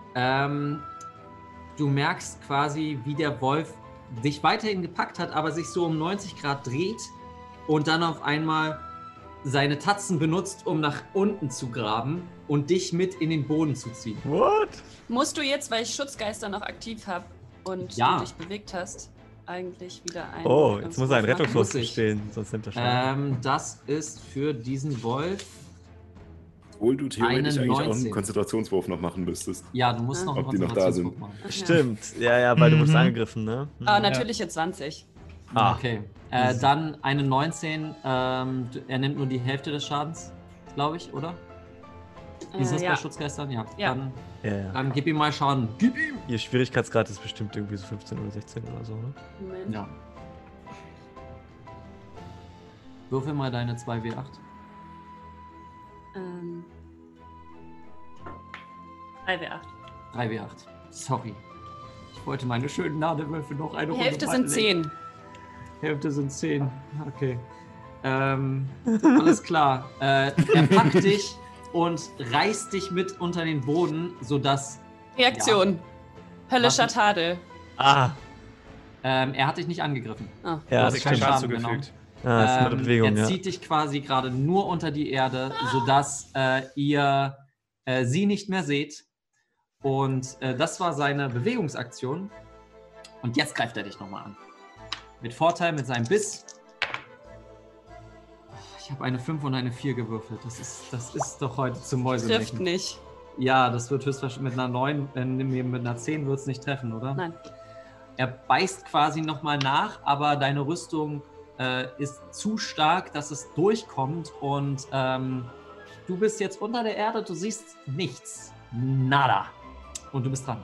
Du merkst quasi, wie der Wolf dich weiterhin gepackt hat, aber sich so um 90 Grad dreht und dann auf einmal seine Tatzen benutzt, um nach unten zu graben und dich mit in den Boden zu ziehen. What? Musst du jetzt, weil ich Schutzgeister noch aktiv habe und Ja. du dich bewegt hast, eigentlich wieder ein... Oh, jetzt muss er einen Muss Rettungswurf ich. bestehen, sonst nimmt er Schaden. Das ist für diesen Wolf... Obwohl du theoretisch Eine eigentlich auch 19. einen Konzentrationswurf noch machen müsstest. Ja, du musst noch einen Ob die noch da sind. Konzentrationswurf machen. Ach, ja. Stimmt, ja, weil du wurdest angegriffen, ne? Ah, natürliche 20. Ah. Okay. Dann eine 19. Er nimmt nur die Hälfte des Schadens, glaube ich, oder? Wie ist das bei Ja. Schutzgeistern? Ja. Ja. Ja. Dann gib ihm mal Schaden. Gib ihm! Ihr Schwierigkeitsgrad ist bestimmt irgendwie so 15 oder 16 oder so, ne? Moment. Ja. Würfel mal deine 2W8. 3W8. 3W8. Sorry. Ich wollte meine schönen Nadelwürfel noch eine Die Runde Hälfte sind weiterlegen. 10. Hälfte sind 10. Okay. Alles klar. Er packt dich und reißt dich mit unter den Boden, sodass Reaktion. Höllischer Was? Tadel. Ah, er hat dich nicht angegriffen. Ah. Du ja, hast das keinen stimmt. Schaden zugefügt. Ah, das ist eine Bewegung, er ja. zieht dich quasi gerade nur unter die Erde, sodass ihr sie nicht mehr seht. Und das war seine Bewegungsaktion. Und jetzt greift er dich nochmal an. Mit Vorteil, mit seinem Biss. Ich habe eine 5 und eine 4 gewürfelt. Das ist doch heute zum Trifft Mäusemelken. nicht. Ja, das wird höchstwahrscheinlich mit einer 9, mit einer 10 wird es nicht treffen, oder? Nein. Er beißt quasi nochmal nach, aber deine Rüstung ist zu stark, dass es durchkommt und du bist jetzt unter der Erde, du siehst nichts. Nada. Und du bist dran.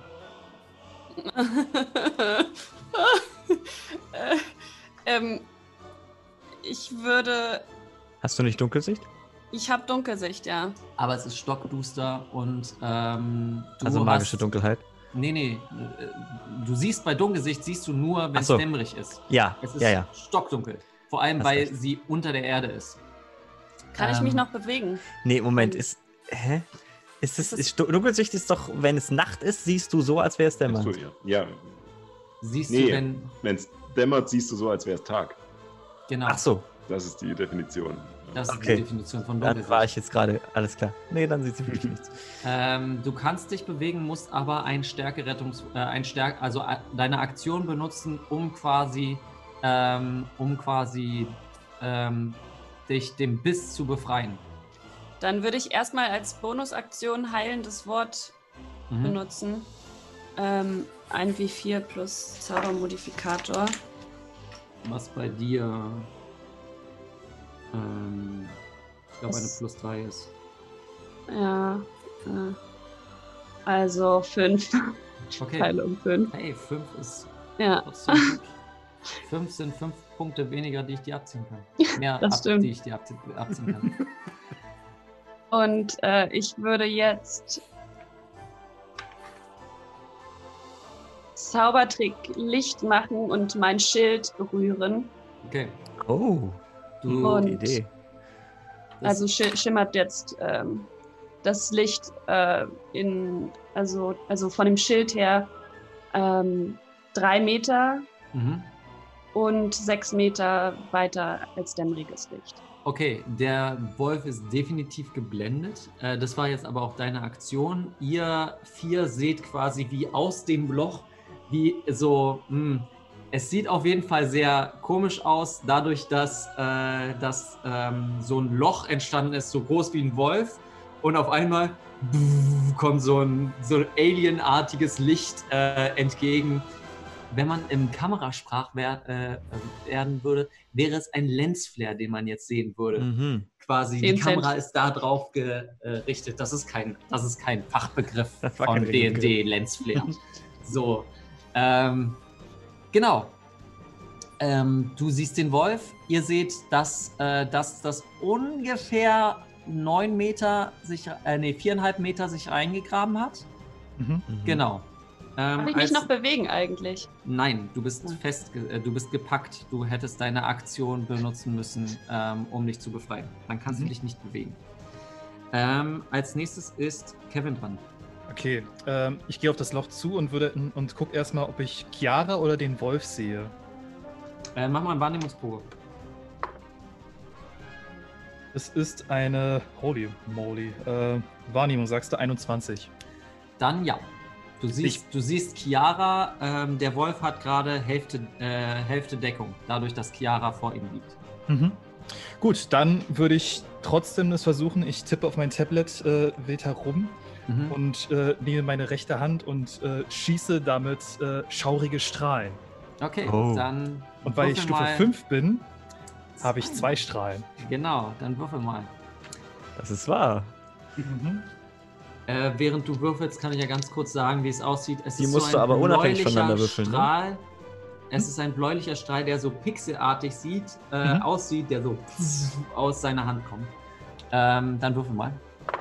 Ich würde... Hast du nicht Dunkelsicht? Ich habe Dunkelsicht, ja. Aber es ist stockduster und du Also magische hast, Dunkelheit? Nee, du siehst bei Dunkelsicht, siehst du nur, wenn Ach es so. dämmerig ist. Ja, Es ist ja. stockdunkel. Vor allem, Hast weil recht. sie unter der Erde ist. Kann ich mich noch bewegen? Nee, Moment, hä? Dunkelsicht ist doch, wenn es Nacht ist, siehst du so, als wäre es Ach dämmernd. so, ja. Siehst Nee. du, wenn... Wenn es dämmert, siehst du so, als wäre es Tag. Genau, Ach so, Das ist die Definition. das ist okay. die Definition von dann Dunkelsicht. war ich jetzt gerade, alles klar. Nee, dann sieht sie wirklich nichts. Du kannst dich bewegen, musst aber ein deine Aktion benutzen, um quasi dich dem Biss zu befreien. Dann würde ich erstmal als Bonusaktion heilendes Wort benutzen. 1W4 plus Zaubermodifikator. Was bei dir ich glaube eine plus 3 ist. Ja. Also 5. Okay. Heilung 5. Hey, 5 ist Ja. trotzdem gut. 5 sind 5 Punkte weniger, die ich dir abziehen kann. Mehr, Das stimmt. die ich dir abziehen kann. Und ich würde jetzt Zaubertrick Licht machen und mein Schild berühren. Okay. Oh, Du, Und- gute Idee. Also schimmert jetzt das Licht also von dem Schild her 3 Meter Mhm. und 6 Meter weiter als dämmeriges Licht. Okay, der Wolf ist definitiv geblendet. Das war jetzt aber auch deine Aktion. Ihr 4 seht quasi wie aus dem Loch, wie so, es sieht auf jeden Fall sehr komisch aus, dadurch, dass so ein Loch entstanden ist, so groß wie ein Wolf. Und auf einmal kommt so ein alienartiges Licht entgegen. Wenn man im Kamerasprach werden würde, wäre es ein Lensflare, den man jetzt sehen würde. Mhm. Quasi, 10 die Kamera ist da drauf gerichtet. Das ist kein Fachbegriff Das war von kein richtiger D&D, Lensflare. So, genau. Du siehst den Wolf. Ihr seht, dass das ungefähr 9 Meter 4,5 Meter sich reingegraben hat. Mhm. Genau. Kann ich mich noch bewegen eigentlich? Nein, du bist Ja. du bist gepackt. Du hättest deine Aktion benutzen müssen, um dich zu befreien. Dann kannst du dich nicht bewegen. Als nächstes ist Kevin dran. Okay, ich gehe auf das Loch zu und gucke erstmal, ob ich Chiara oder den Wolf sehe. Mach mal eine Wahrnehmungsprobe. Es ist eine, holy moly, Wahrnehmung, sagst du, 21. Dann ja. Du siehst Chiara, der Wolf hat gerade Hälfte Deckung, dadurch, dass Chiara vor ihm liegt. Mhm. Gut, dann würde ich trotzdem es versuchen. Ich tippe auf mein Tablet wild herum und nehme meine rechte Hand und schieße damit schaurige Strahlen. Okay, dann. Und weil ich Stufe 5 bin, habe ich 2 Strahlen. Genau, dann würfel mal. Das ist wahr. Mhm. Während du würfelst, kann ich ja ganz kurz sagen, wie es aussieht. Die musst du aber unabhängig voneinander würfeln. Strahl. Ne? Es ist ein bläulicher Strahl, der so pixelartig aussieht, der so aus seiner Hand kommt. Dann würfel mal.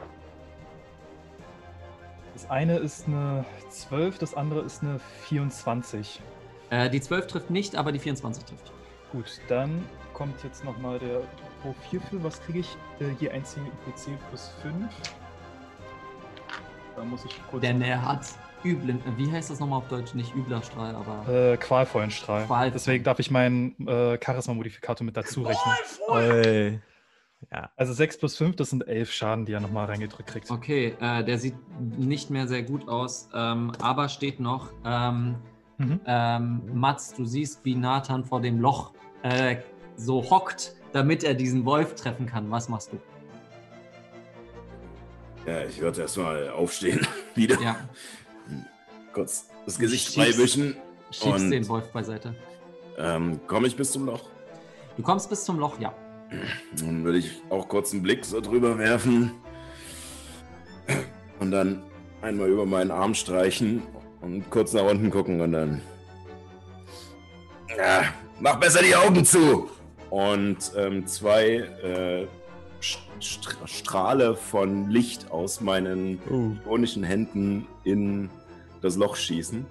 Das eine ist eine 12, das andere ist eine 24. Die 12 trifft nicht, aber die 24 trifft. Gut, dann kommt jetzt nochmal der Pro 4 für. Was kriege ich? Je einzigen PC plus 5. Da muss ich kurz... Denn er hat üblen... Wie heißt das nochmal auf Deutsch? Nicht übler Strahl, aber... qualvollen Strahl. Deswegen darf ich meinen Charisma-Modifikator mit dazu rechnen. Ja. Also 6 plus 5, das sind 11 Schaden, die er nochmal reingedrückt kriegt. Okay, der sieht nicht mehr sehr gut aus, aber steht noch. Mats, du siehst, wie Nathan vor dem Loch so hockt, damit er diesen Wolf treffen kann. Was machst du? Ja, ich würde erstmal aufstehen. Wieder. Ja. Kurz das Gesicht freiwischen. Schiebst den Wolf beiseite. Komme ich bis zum Loch? Du kommst bis zum Loch, ja. Dann würde ich auch kurz einen Blick so drüber werfen. Und dann einmal über meinen Arm streichen und kurz nach unten gucken und dann... Ja, mach besser die Augen zu! Und 2 Strahle von Licht aus meinen ionischen Händen in das Loch schießen.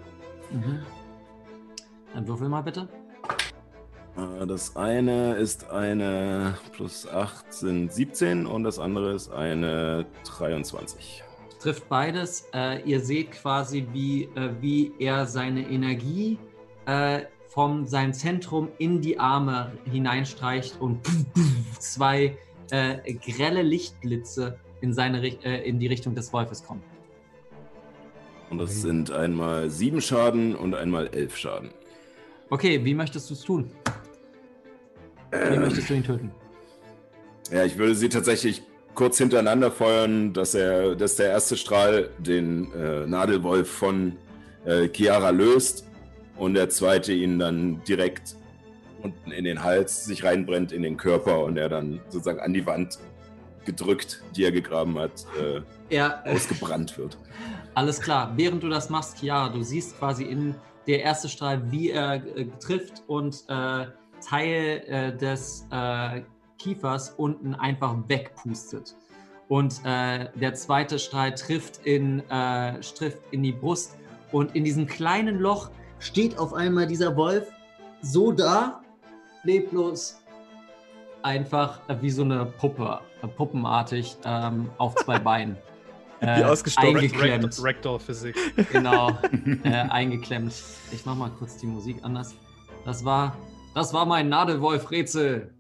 Dann würfel mal bitte. Das eine ist eine plus 8 sind 17 und das andere ist eine 23. Trifft beides. Ihr seht quasi, wie er seine Energie von seinem Zentrum in die Arme hineinstreicht und 2 grelle Lichtblitze in die Richtung des Wolfes kommen. Und das sind einmal 7 Schaden und einmal 11 Schaden. Okay, wie möchtest du es tun? Wie möchtest du ihn töten? Ja, ich würde sie tatsächlich kurz hintereinander feuern, dass der erste Strahl den Nadelwolf von Chiara löst und der zweite ihn dann direkt unten in den Hals sich reinbrennt, in den Körper und er dann sozusagen an die Wand gedrückt, die er gegraben hat, ausgebrannt wird. Alles klar. Während du das machst, Chiara, du siehst quasi in der erste Strahl, wie er trifft und Teil des Kiefers unten einfach wegpustet. Und der zweite Strahl trifft in die Brust und in diesem kleinen Loch steht auf einmal dieser Wolf so da, leblos, einfach wie so eine Puppe, puppenartig auf 2 Beinen. Wie ausgestopft. Eingeklemmt. Ragdoll-Physik. Genau, eingeklemmt. Ich mach mal kurz die Musik anders. Das war mein Nadelwolf-Rätsel.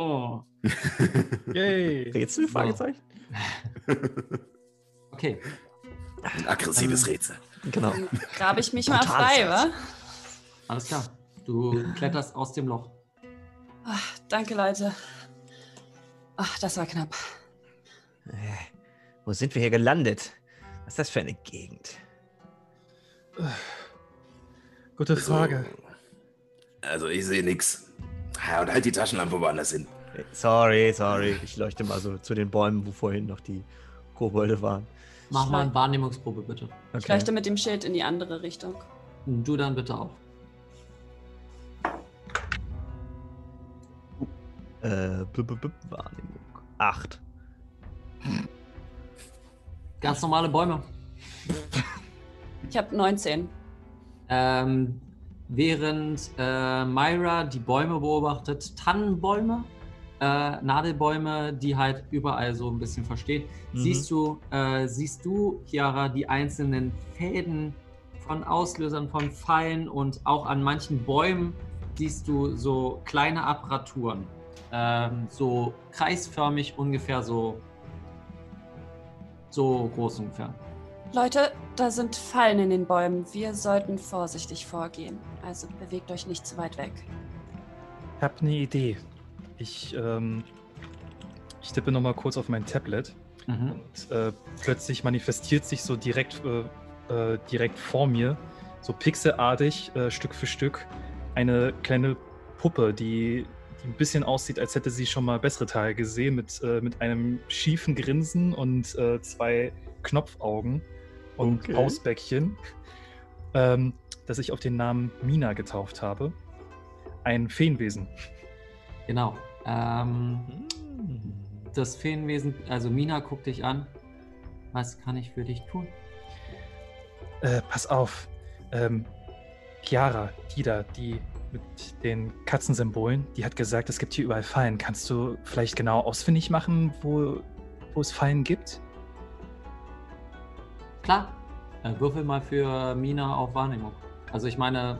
Yay. Rätsel? Fragezeichen? Okay. Ein aggressives Rätsel. Genau. Grabe ich mich mal frei, wa? Alles klar. Du kletterst aus dem Loch. Ach, danke, Leute. Ach, das war knapp. Wo sind wir hier gelandet? Was ist das für eine Gegend? Gute Frage. Also ich sehe nichts. Ja, und halt die Taschenlampe woanders hin. Sorry. Ich leuchte mal so zu den Bäumen, wo vorhin noch die Kobolde waren. Mach mal eine Wahrnehmungsprobe, bitte. Okay. Ich leuchte mit dem Schild in die andere Richtung. Du dann bitte auch. Wahrnehmung. 8. Ganz normale Bäume. Ich habe 19. Während Myra die Bäume beobachtet, Tannenbäume, Nadelbäume, die halt überall so ein bisschen verstehen. Siehst du, Chiara, die einzelnen Fäden von Auslösern, von Pfeilen und auch an manchen Bäumen siehst du so kleine Apparaturen. So kreisförmig ungefähr, so groß ungefähr. Leute, da sind Fallen in den Bäumen. Wir sollten vorsichtig vorgehen. Also bewegt euch nicht zu weit weg. Ich habe eine Idee. Ich tippe nochmal kurz auf mein Tablet und plötzlich manifestiert sich so direkt vor mir, so pixelartig, Stück für Stück, eine kleine Puppe, die ein bisschen aussieht, als hätte sie schon mal bessere Tage gesehen, mit einem schiefen Grinsen und 2 Knopfaugen und Pausbäckchen, das ich auf den Namen Mina getauft habe. Ein Feenwesen. Genau. Das Feenwesen, also Mina guckt dich an. Was kann ich für dich tun? Pass auf. Chiara, die mit den Katzensymbolen, die hat gesagt, es gibt hier überall Fallen. Kannst du vielleicht genau ausfindig machen, wo es Fallen gibt? Klar. Würfel mal für Mina auf Wahrnehmung. Also ich meine...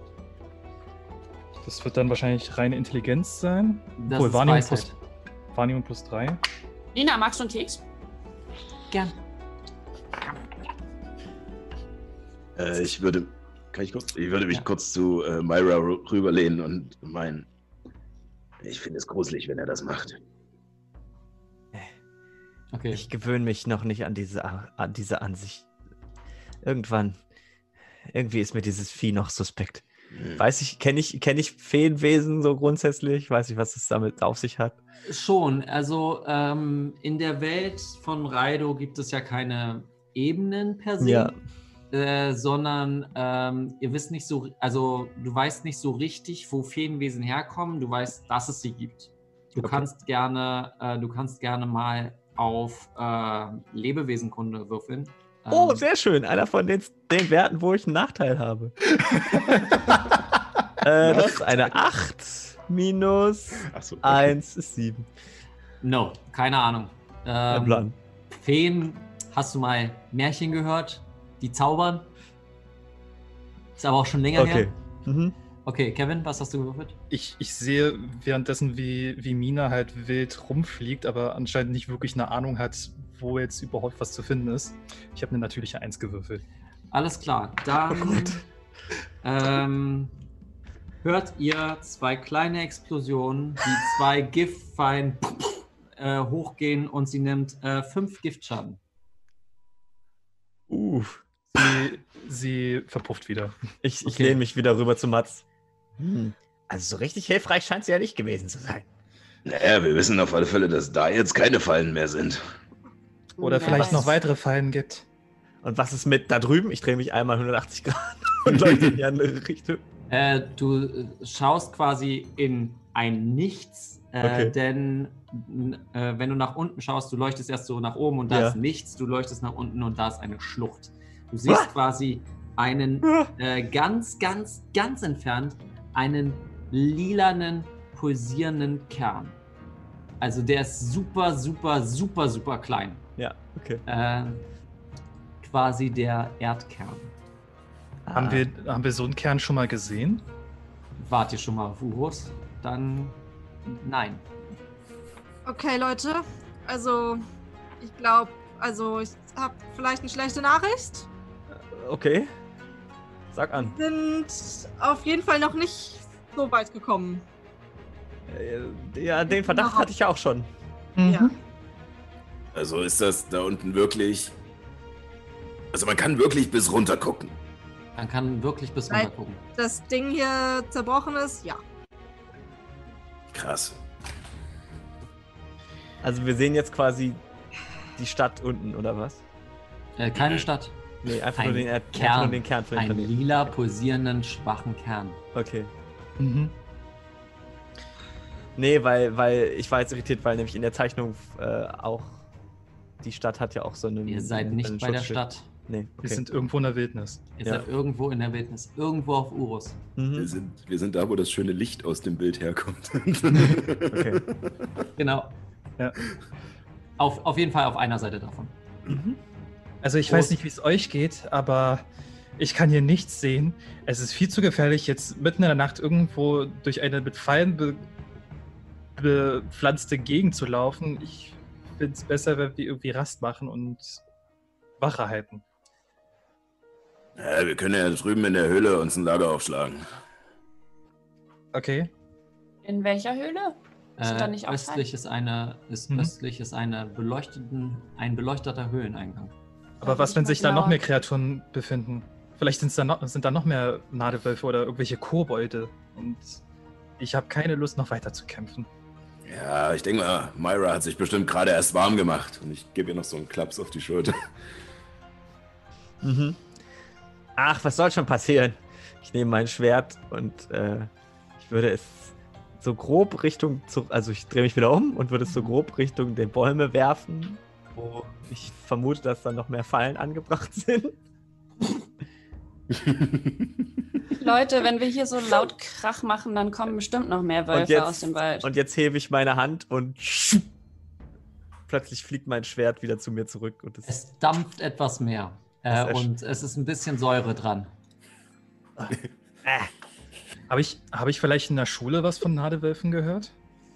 Das wird dann wahrscheinlich reine Intelligenz sein. Das ist Weisheit. Wahrnehmung plus 3. Nina, magst du einen Keks? Gern. Ich würde mich kurz zu Myra rüberlehnen und meinen, ich finde es gruselig, wenn er das macht. Okay. Ich gewöhne mich noch nicht an diese Ansicht. Irgendwie ist mir dieses Vieh noch suspekt. Kenne ich Feenwesen so grundsätzlich? Weiß ich, was es damit auf sich hat? Schon, also in der Welt von Raido gibt es ja keine Ebenen per se, sondern ihr wisst nicht so, also du weißt nicht so richtig, wo Feenwesen herkommen, du weißt, dass es sie gibt. Du kannst gerne mal auf Lebewesenkunde würfeln. Oh, sehr schön. Einer von den Werten, wo ich einen Nachteil habe. Das ist eine 8 minus 1 ist 7. No, keine Ahnung. Plan. Feen, hast du mal Märchen gehört? Die zaubern? Ist aber auch schon länger her. Okay, Kevin, was hast du gewürfelt? Ich sehe währenddessen, wie Mina halt wild rumfliegt, aber anscheinend nicht wirklich eine Ahnung hat, wo jetzt überhaupt was zu finden ist. Ich habe eine natürliche 1 gewürfelt. Alles klar, dann hört ihr 2 kleine Explosionen, die 2 Giftpfeilen hochgehen und sie nimmt 5 Giftschaden. Sie verpufft wieder. Ich lehne mich wieder rüber zu Mats. Also so richtig hilfreich scheint sie ja nicht gewesen zu sein. Naja, wir wissen auf alle Fälle, dass da jetzt keine Fallen mehr sind. Oder vielleicht noch weitere Fallen gibt. Und was ist mit da drüben? Ich drehe mich einmal 180 Grad und leuchte in die andere Richtung. Du schaust quasi in ein Nichts, denn wenn du nach unten schaust, du leuchtest erst so nach oben und da ist nichts, du leuchtest nach unten und da ist eine Schlucht. Du siehst quasi einen ganz, ganz, ganz entfernt einen lilanen, pulsierenden Kern. Also der ist super, super, super, super klein. Ja, okay. Quasi der Erdkern. Haben wir so einen Kern schon mal gesehen? Wart ihr schon mal auf Urus? Dann nein. Okay, Leute. Also, ich glaube, ich habe vielleicht eine schlechte Nachricht. Okay. Sag an. Wir sind auf jeden Fall noch nicht so weit gekommen. Ja, den Verdacht hatte ich ja auch schon. Ja. Also ist das da unten wirklich... Also man kann wirklich bis runter gucken. Man kann wirklich bis runter gucken. Das Ding hier zerbrochen ist, ja. Krass. Also wir sehen jetzt quasi die Stadt unten, oder was? Keine Stadt. Nee, einfach nur den Kern. Einen lila, pulsierenden, schwachen Kern. Okay. Nee, weil ich war jetzt irritiert, weil nämlich in der Zeichnung auch die Stadt hat ja auch so eine... Ihr seid nicht bei der Stadt. Nee, Wir sind irgendwo in der Wildnis. Ihr seid irgendwo in der Wildnis. Irgendwo auf Urus. Wir sind da, wo das schöne Licht aus dem Bild herkommt. Okay. Genau. Ja. Auf jeden Fall auf einer Seite davon. Also ich weiß nicht, wie es euch geht, aber ich kann hier nichts sehen. Es ist viel zu gefährlich, jetzt mitten in der Nacht irgendwo durch eine mit Pfeilen bepflanzte Gegend zu laufen. Ich finde es besser, wenn wir irgendwie Rast machen und Wache halten. Ja, wir können ja drüben in der Höhle uns ein Lager aufschlagen. Okay. In welcher Höhle? Ist da nicht Östlich ist ein beleuchteter Höhleneingang. Aber was, wenn sich da noch mehr Kreaturen befinden? Vielleicht sind da noch mehr Nadelwölfe oder irgendwelche Kobolde. Und ich habe keine Lust, noch weiter zu kämpfen. Ja, ich denke mal, Myra hat sich bestimmt gerade erst warm gemacht. Und ich gebe ihr noch so einen Klaps auf die Schulter. Ach, was soll schon passieren? Ich nehme mein Schwert und ich würde es so grob Richtung, also ich drehe mich wieder um und würde es so grob Richtung der Bäume werfen, wo ich vermute, dass da noch mehr Fallen angebracht sind. Leute, wenn wir hier so laut Krach machen, dann kommen bestimmt noch mehr Wölfe aus dem Wald. Und jetzt hebe ich meine Hand und plötzlich fliegt mein Schwert wieder zu mir zurück. Und es dampft etwas mehr. Und es ist ein bisschen Säure dran. Habe ich vielleicht in der Schule was von Nadelwölfen gehört?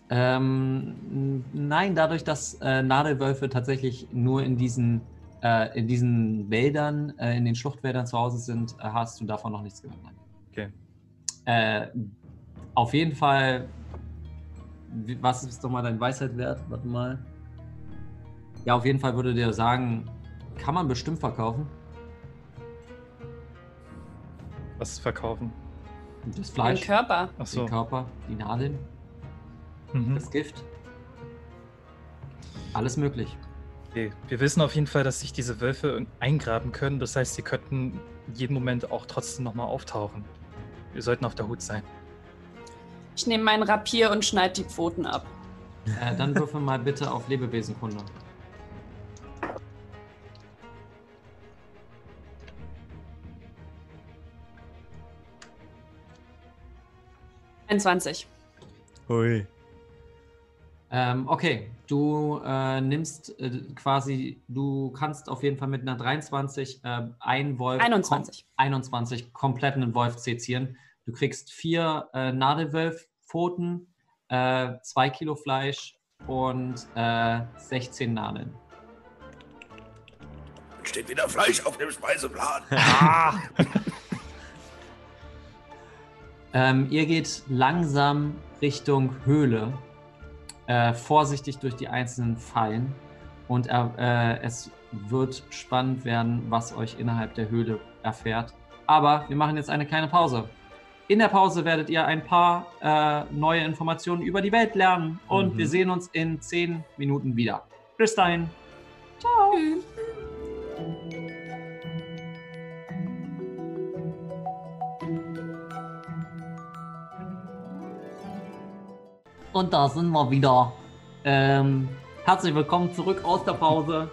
Nein, dadurch, dass Nadelwölfe tatsächlich nur in diesen Wäldern, in den Schluchtwäldern zu Hause sind, hast du davon noch nichts gehört. Okay. Auf jeden Fall, was ist doch mal dein Weisheit wert? Warte mal. Ja, auf jeden Fall würde dir sagen, kann man bestimmt verkaufen. Was verkaufen? Das Fleisch. Den Körper. Ach so. Den Körper, die Nadeln, das Gift. Alles möglich. Okay. Wir wissen auf jeden Fall, dass sich diese Wölfe eingraben können. Das heißt, sie könnten jeden Moment auch trotzdem nochmal auftauchen. Wir sollten auf der Hut sein. Ich nehme meinen Rapier und schneide die Pfoten ab. Dann würfel mal bitte auf Lebewesenkunde. Hui. Okay, du nimmst du kannst auf jeden Fall mit einer 23 einen Wolf... 21 komplett einen Wolf sezieren. Du kriegst 4 Nadelwölfpfoten, 2 Kilo Fleisch und 16 Nadeln. Steht wieder Fleisch auf dem Speiseplan. Ihr geht langsam Richtung Höhle, vorsichtig durch die einzelnen Fallen und es wird spannend werden, was euch innerhalb der Höhle erfährt. Aber wir machen jetzt eine kleine Pause. In der Pause werdet ihr ein paar neue Informationen über die Welt lernen und wir sehen uns in 10 Minuten wieder. Bis dahin. Ciao. Und da sind wir wieder. Herzlich willkommen zurück aus der Pause.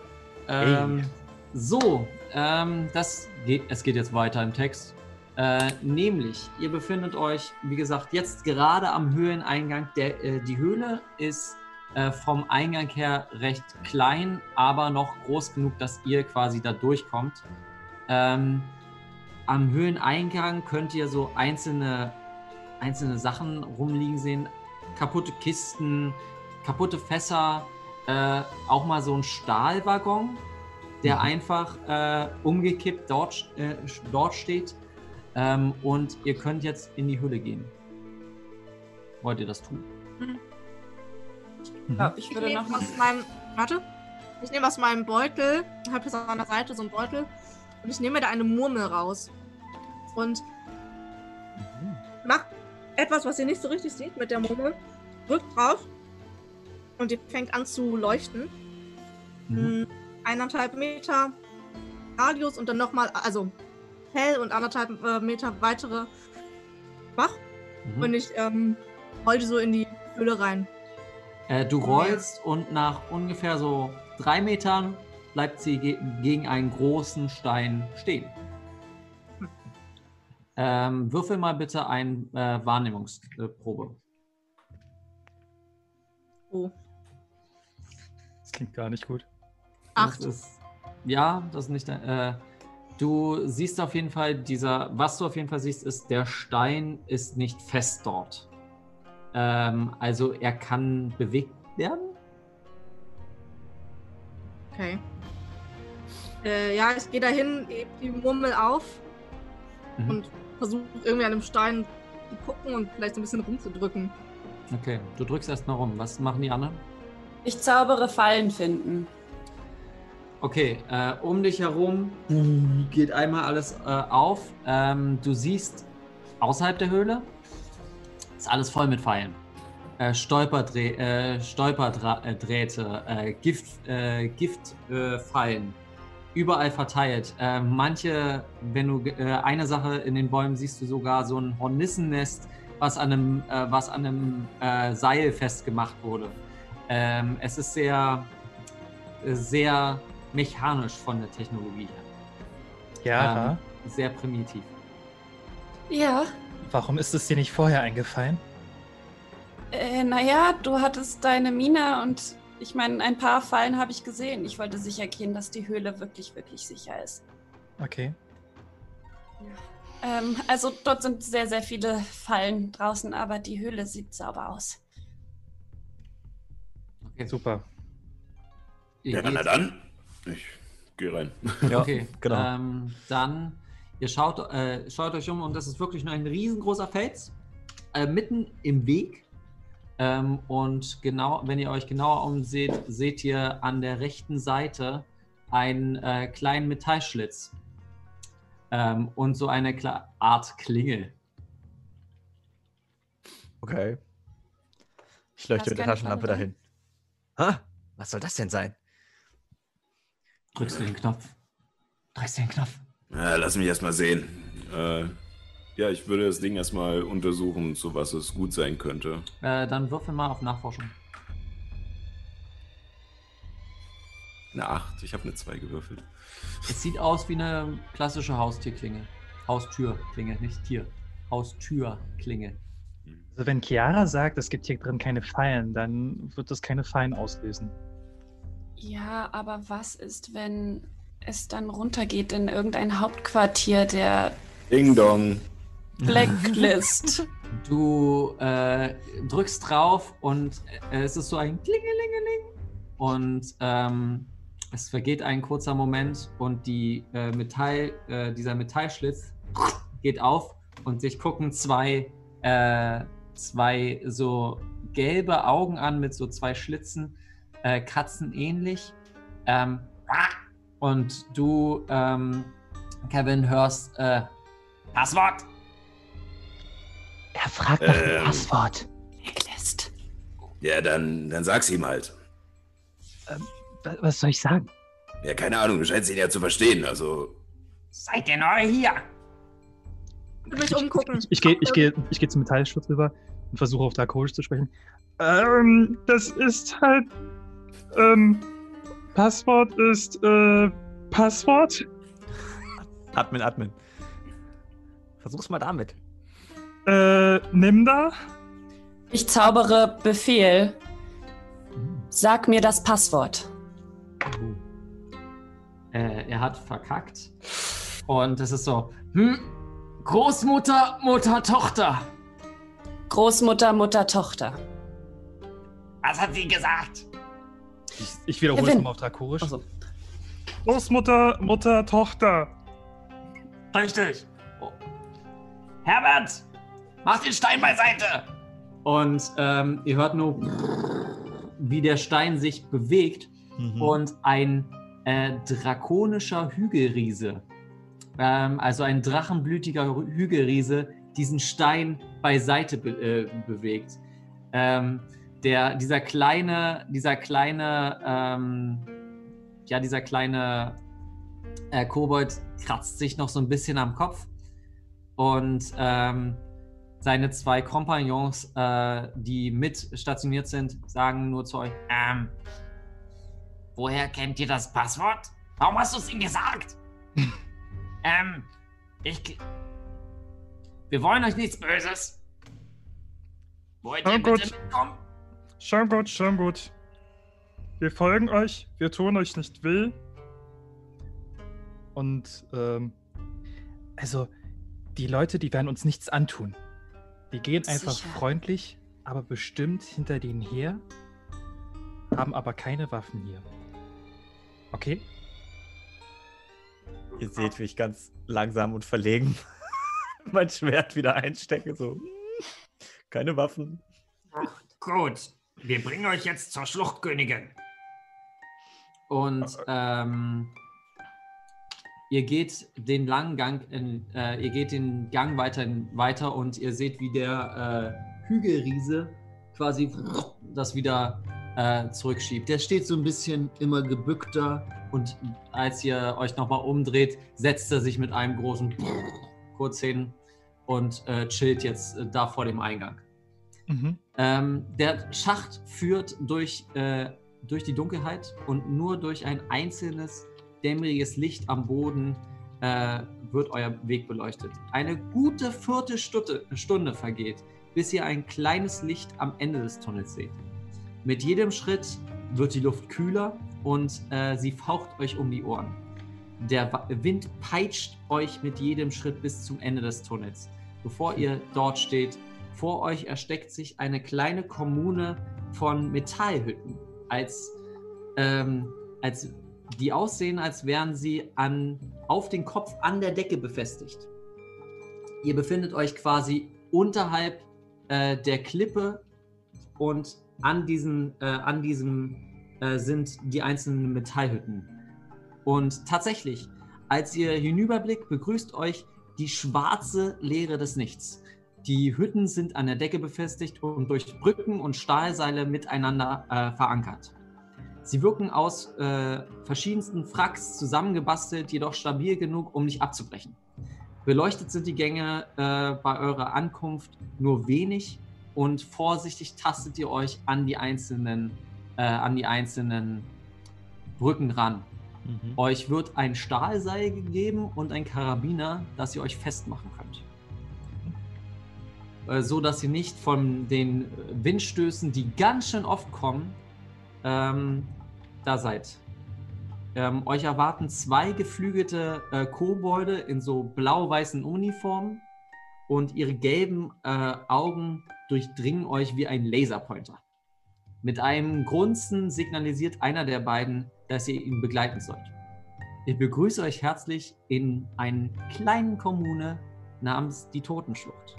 Es geht jetzt weiter im Text. Nämlich, ihr befindet euch, wie gesagt, jetzt gerade am Höhleneingang. Die Höhle ist vom Eingang her recht klein, aber noch groß genug, dass ihr quasi da durchkommt. Am Höhleneingang könnt ihr so einzelne Sachen rumliegen sehen. Kaputte Kisten, kaputte Fässer, auch mal so ein Stahlwaggon, der einfach umgekippt dort steht. Und ihr könnt jetzt in die Höhle gehen. Wollt ihr das tun? Ja, ich nehme aus meinem Beutel, ich habe jetzt an der Seite so einen Beutel, und ich nehme da eine Murmel raus. Und mach etwas, was ihr nicht so richtig seht mit der Murmel, drückt drauf und die fängt an zu leuchten. 1,5 Meter Radius und dann nochmal, also hell und 1,5 Meter weitere wach. Und ich heule so in die Höhle rein. Du rollst und nach ungefähr so 3 Metern bleibt sie gegen einen großen Stein stehen. Würfel mal bitte eine Wahrnehmungsprobe. Oh. Das klingt gar nicht gut. 8. Das ist nicht. Du siehst auf jeden Fall, was du auf jeden Fall siehst, ist, der Stein ist nicht fest dort. Also er kann bewegt werden. Okay. Ja, ich gehe dahin, heb die Murmel auf und versuche irgendwie an dem Stein zu gucken und vielleicht so ein bisschen rumzudrücken. Okay, du drückst erst mal rum. Was machen die anderen? Ich zaubere Fallen finden. Okay, um dich herum geht einmal alles auf. Du siehst außerhalb der Höhle ist alles voll mit Pfeilen. Stolperdrähte, Giftpfeilen. Überall verteilt. Manche, wenn du eine Sache in den Bäumen siehst, du sogar so ein Hornissennest, was an einem Seil festgemacht wurde. Es ist sehr, sehr mechanisch von der Technologie her. Ja. Sehr primitiv. Ja. Warum ist es dir nicht vorher eingefallen? Naja, du hattest deine Mine und ich meine, ein paar Fallen habe ich gesehen. Ich wollte sicher gehen, dass die Höhle wirklich, wirklich sicher ist. Okay. Also dort sind sehr, sehr viele Fallen draußen, aber die Höhle sieht sauber aus. Okay, Super. Ja, na dann. Ich gehe rein. Ja, okay, genau. Dann, ihr schaut euch um und das ist wirklich nur ein riesengroßer Fels, mitten im Weg. Und genau, wenn ihr euch genauer umseht, seht ihr an der rechten Seite einen kleinen Metallschlitz und so eine Art Klingel. Okay. Ich leuchte mit der Taschenlampe dahin. Ha? Was soll das denn sein? Drückst du den Knopf? Drückst du den Knopf? Ja, lass mich erst mal sehen. Ja, ich würde das Ding erstmal untersuchen, zu was es gut sein könnte. Dann würfel mal auf Nachforschung. Eine 8. Ich habe eine 2 gewürfelt. Es sieht aus wie eine klassische Haustierklinge. Haustürklinge, nicht Tier. Haustürklinge. Also wenn Chiara sagt, es gibt hier drin keine Fallen, dann wird das keine Fallen auslösen. Ja, aber was ist, wenn es dann runtergeht in irgendein Hauptquartier der Ding Dong. Blacklist? Du drückst drauf und es ist so ein Klingelingeling. Und es vergeht ein kurzer Moment und dieser Metallschlitz geht auf und sich gucken zwei so gelbe Augen an mit so 2 Schlitzen, katzenähnlich. Und du, Kevin, hörst Passwort. Er fragt nach dem Passwort. Blacklist. Ja, dann sag's ihm halt. Was soll ich sagen? Ja, keine Ahnung, du scheinst ihn ja zu verstehen, also... Seid ihr neu hier? Ich will mich umgucken. Ich gehe zum Metallschutz rüber und versuche auf Drakonisch zu sprechen. Das ist halt... Passwort ist... Passwort? Admin. Versuch's mal damit. Nimm da. Ich zaubere Befehl. Sag mir das Passwort. Er hat verkackt. Und es ist so, Großmutter, Mutter, Tochter. Großmutter, Mutter, Tochter. Was hat sie gesagt? Ich wiederhole es nochmal auf Drakonisch. Achso. Großmutter, Mutter, Tochter. Richtig. Oh. Herbert, mach den Stein beiseite. Und ihr hört nur, wie der Stein sich bewegt und ein drakonischer Hügelriese, also ein drachenblütiger Hügelriese, diesen Stein beiseite bewegt. Dieser kleine Kobold kratzt sich noch so ein bisschen am Kopf und seine 2 Kompagnons, die mit stationiert sind, sagen nur zu euch, woher kennt ihr das Passwort? Warum hast du es ihm gesagt? Wir wollen euch nichts Böses. Wollt ihr bitte mitkommen? Schon gut. Wir folgen euch, wir tun euch nicht weh. Und, Also, die Leute, die werden uns nichts antun. Die gehen einfach Sicher. freundlich, aber bestimmt hinter denen her, haben aber keine Waffen hier. Okay? Ihr seht, wie ich ganz langsam und verlegen mein Schwert wieder einstecke. So, keine Waffen. Gut, wir bringen euch jetzt zur Schluchtkönigin. Und ihr geht den langen Gang, ihr geht den Gang weiter und ihr seht, wie der Hügelriese quasi das wieder zurückschiebt. Der steht so ein bisschen immer gebückter und als ihr euch nochmal umdreht, setzt er sich mit einem großen kurz hin und chillt jetzt da vor dem Eingang. Mhm. Der Schacht führt durch die Dunkelheit und nur durch ein einzelnes dämmeriges Licht am Boden wird euer Weg beleuchtet. Eine gute Viertelstunde vergeht, bis ihr ein kleines Licht am Ende des Tunnels seht. Mit jedem Schritt wird die Luft kühler und sie faucht euch um die Ohren. Der Wind peitscht euch mit jedem Schritt bis zum Ende des Tunnels. Bevor ihr dort steht, vor euch erstreckt sich eine kleine Kommune von Metallhütten, die aussehen, als wären sie auf den Kopf an der Decke befestigt. Ihr befindet euch quasi unterhalb der Klippe und an diesem sind die einzelnen Metallhütten. Und tatsächlich, als ihr hinüberblickt, begrüßt euch die schwarze Leere des Nichts. Die Hütten sind an der Decke befestigt und durch Brücken und Stahlseile miteinander verankert. Sie wirken aus verschiedensten Fracks zusammengebastelt, jedoch stabil genug, um nicht abzubrechen. Beleuchtet sind die Gänge bei eurer Ankunft nur wenig und vorsichtig tastet ihr euch an die einzelnen Brücken ran. Mhm. Euch wird ein Stahlseil gegeben und ein Karabiner, das ihr euch festmachen könnt. So dass ihr nicht von den Windstößen, die ganz schön oft kommen, da seid. Euch erwarten 2 geflügelte Kobolde in so blau-weißen Uniformen und ihre gelben Augen durchdringen euch wie ein Laserpointer. Mit einem Grunzen signalisiert einer der beiden, dass ihr ihn begleiten sollt. Ich begrüße euch herzlich in einer kleinen Kommune namens die Totenschlucht.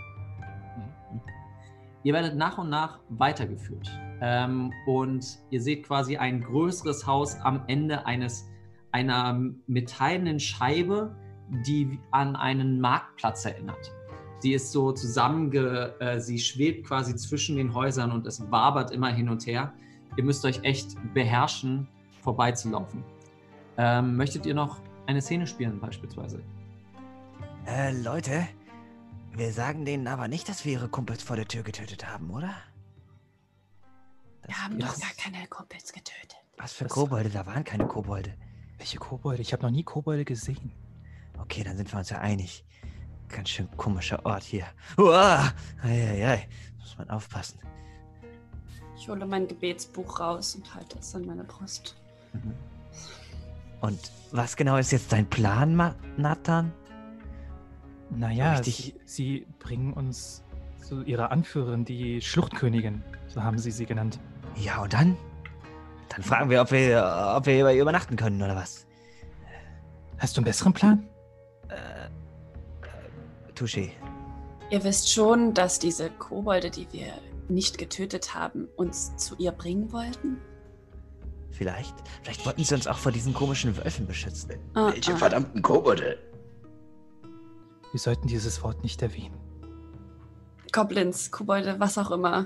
Ihr werdet nach und nach weitergeführt und ihr seht quasi ein größeres Haus am Ende einer metallenen Scheibe, die an einen Marktplatz erinnert. Sie ist so sie schwebt quasi zwischen den Häusern und es wabert immer hin und her. Ihr müsst euch echt beherrschen, vorbeizulaufen. Möchtet ihr noch eine Szene spielen beispielsweise? Leute, wir sagen denen aber nicht, dass wir ihre Kumpels vor der Tür getötet haben, oder? Wir haben doch gar keine Kumpels getötet. Was für Kobolde? Da waren keine Kobolde. Welche Kobolde? Ich habe noch nie Kobolde gesehen. Okay, dann sind wir uns ja einig. Ganz schön komischer Ort hier. Uah! Eieiei, muss man aufpassen. Ich hole mein Gebetsbuch raus und halte es an meine Brust. Mhm. Und was genau ist jetzt dein Plan, Nathan? Naja, sie bringen uns zu ihrer Anführerin, die Schluchtkönigin, so haben sie genannt. Ja, und dann? Dann fragen wir, ob wir bei ihr übernachten können, oder was? Hast du einen besseren Plan? Touché. Ihr wisst schon, dass diese Kobolde, die wir nicht getötet haben, uns zu ihr bringen wollten? Vielleicht wollten sie uns auch vor diesen komischen Wölfen beschützen. Welche verdammten Kobolde? Wir sollten dieses Wort nicht erwähnen. Goblins, Kobolde, was auch immer.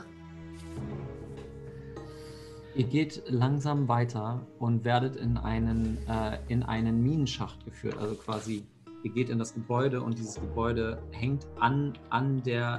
Ihr geht langsam weiter und werdet in einen Minenschacht geführt. Also quasi, ihr geht in das Gebäude und dieses Gebäude hängt an der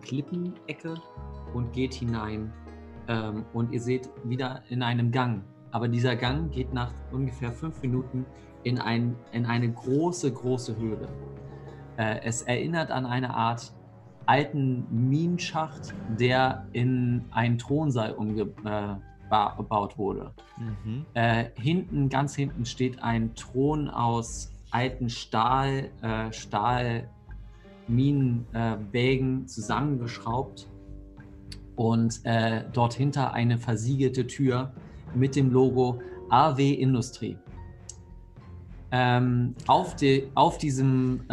Klippenecke und geht hinein. Und ihr seht wieder in einem Gang Aber dieser Gang geht nach ungefähr 5 Minuten in eine große, große Höhle. Es erinnert an eine Art alten Minenschacht, der in einen Thronsaal umgebaut wurde. Mhm. Ganz hinten steht ein Thron aus alten Stahlminenwägen zusammengeschraubt und dort hinter eine versiegelte Tür mit dem Logo AW Industrie. Auf diesem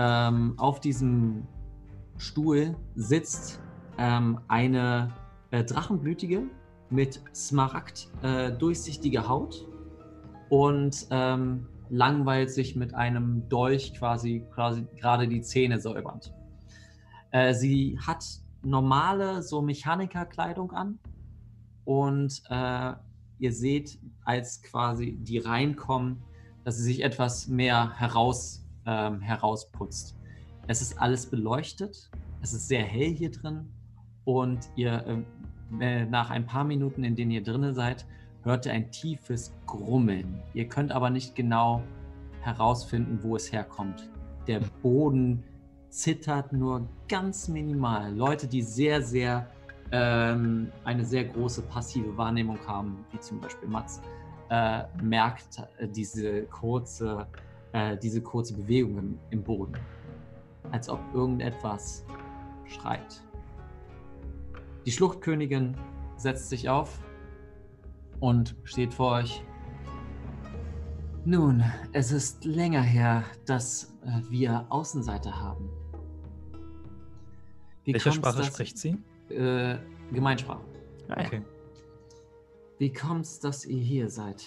Stuhl sitzt eine Drachenblütige mit Smaragd durchsichtige Haut und langweilt sich mit einem Dolch quasi gerade die Zähne säubernd. Sie hat normale so Mechanikerkleidung an und ihr seht, als quasi die reinkommen, dass sie sich etwas mehr herausputzt. Es ist alles beleuchtet, es ist sehr hell hier drin und ihr nach ein paar Minuten, in denen ihr drin seid, hört ihr ein tiefes Grummeln. Ihr könnt aber nicht genau herausfinden, wo es herkommt. Der Boden zittert nur ganz minimal. Leute, die sehr, sehr eine sehr große passive Wahrnehmung haben, wie zum Beispiel Mats, merkt diese kurze Bewegung im Boden. Als ob irgendetwas schreit. Die Schluchtkönigin setzt sich auf und steht vor euch. Nun, es ist länger her, dass wir Außenseiter haben. Welche Sprache spricht sie? Gemeinsprache. Okay. Wie kommt's, dass ihr hier seid?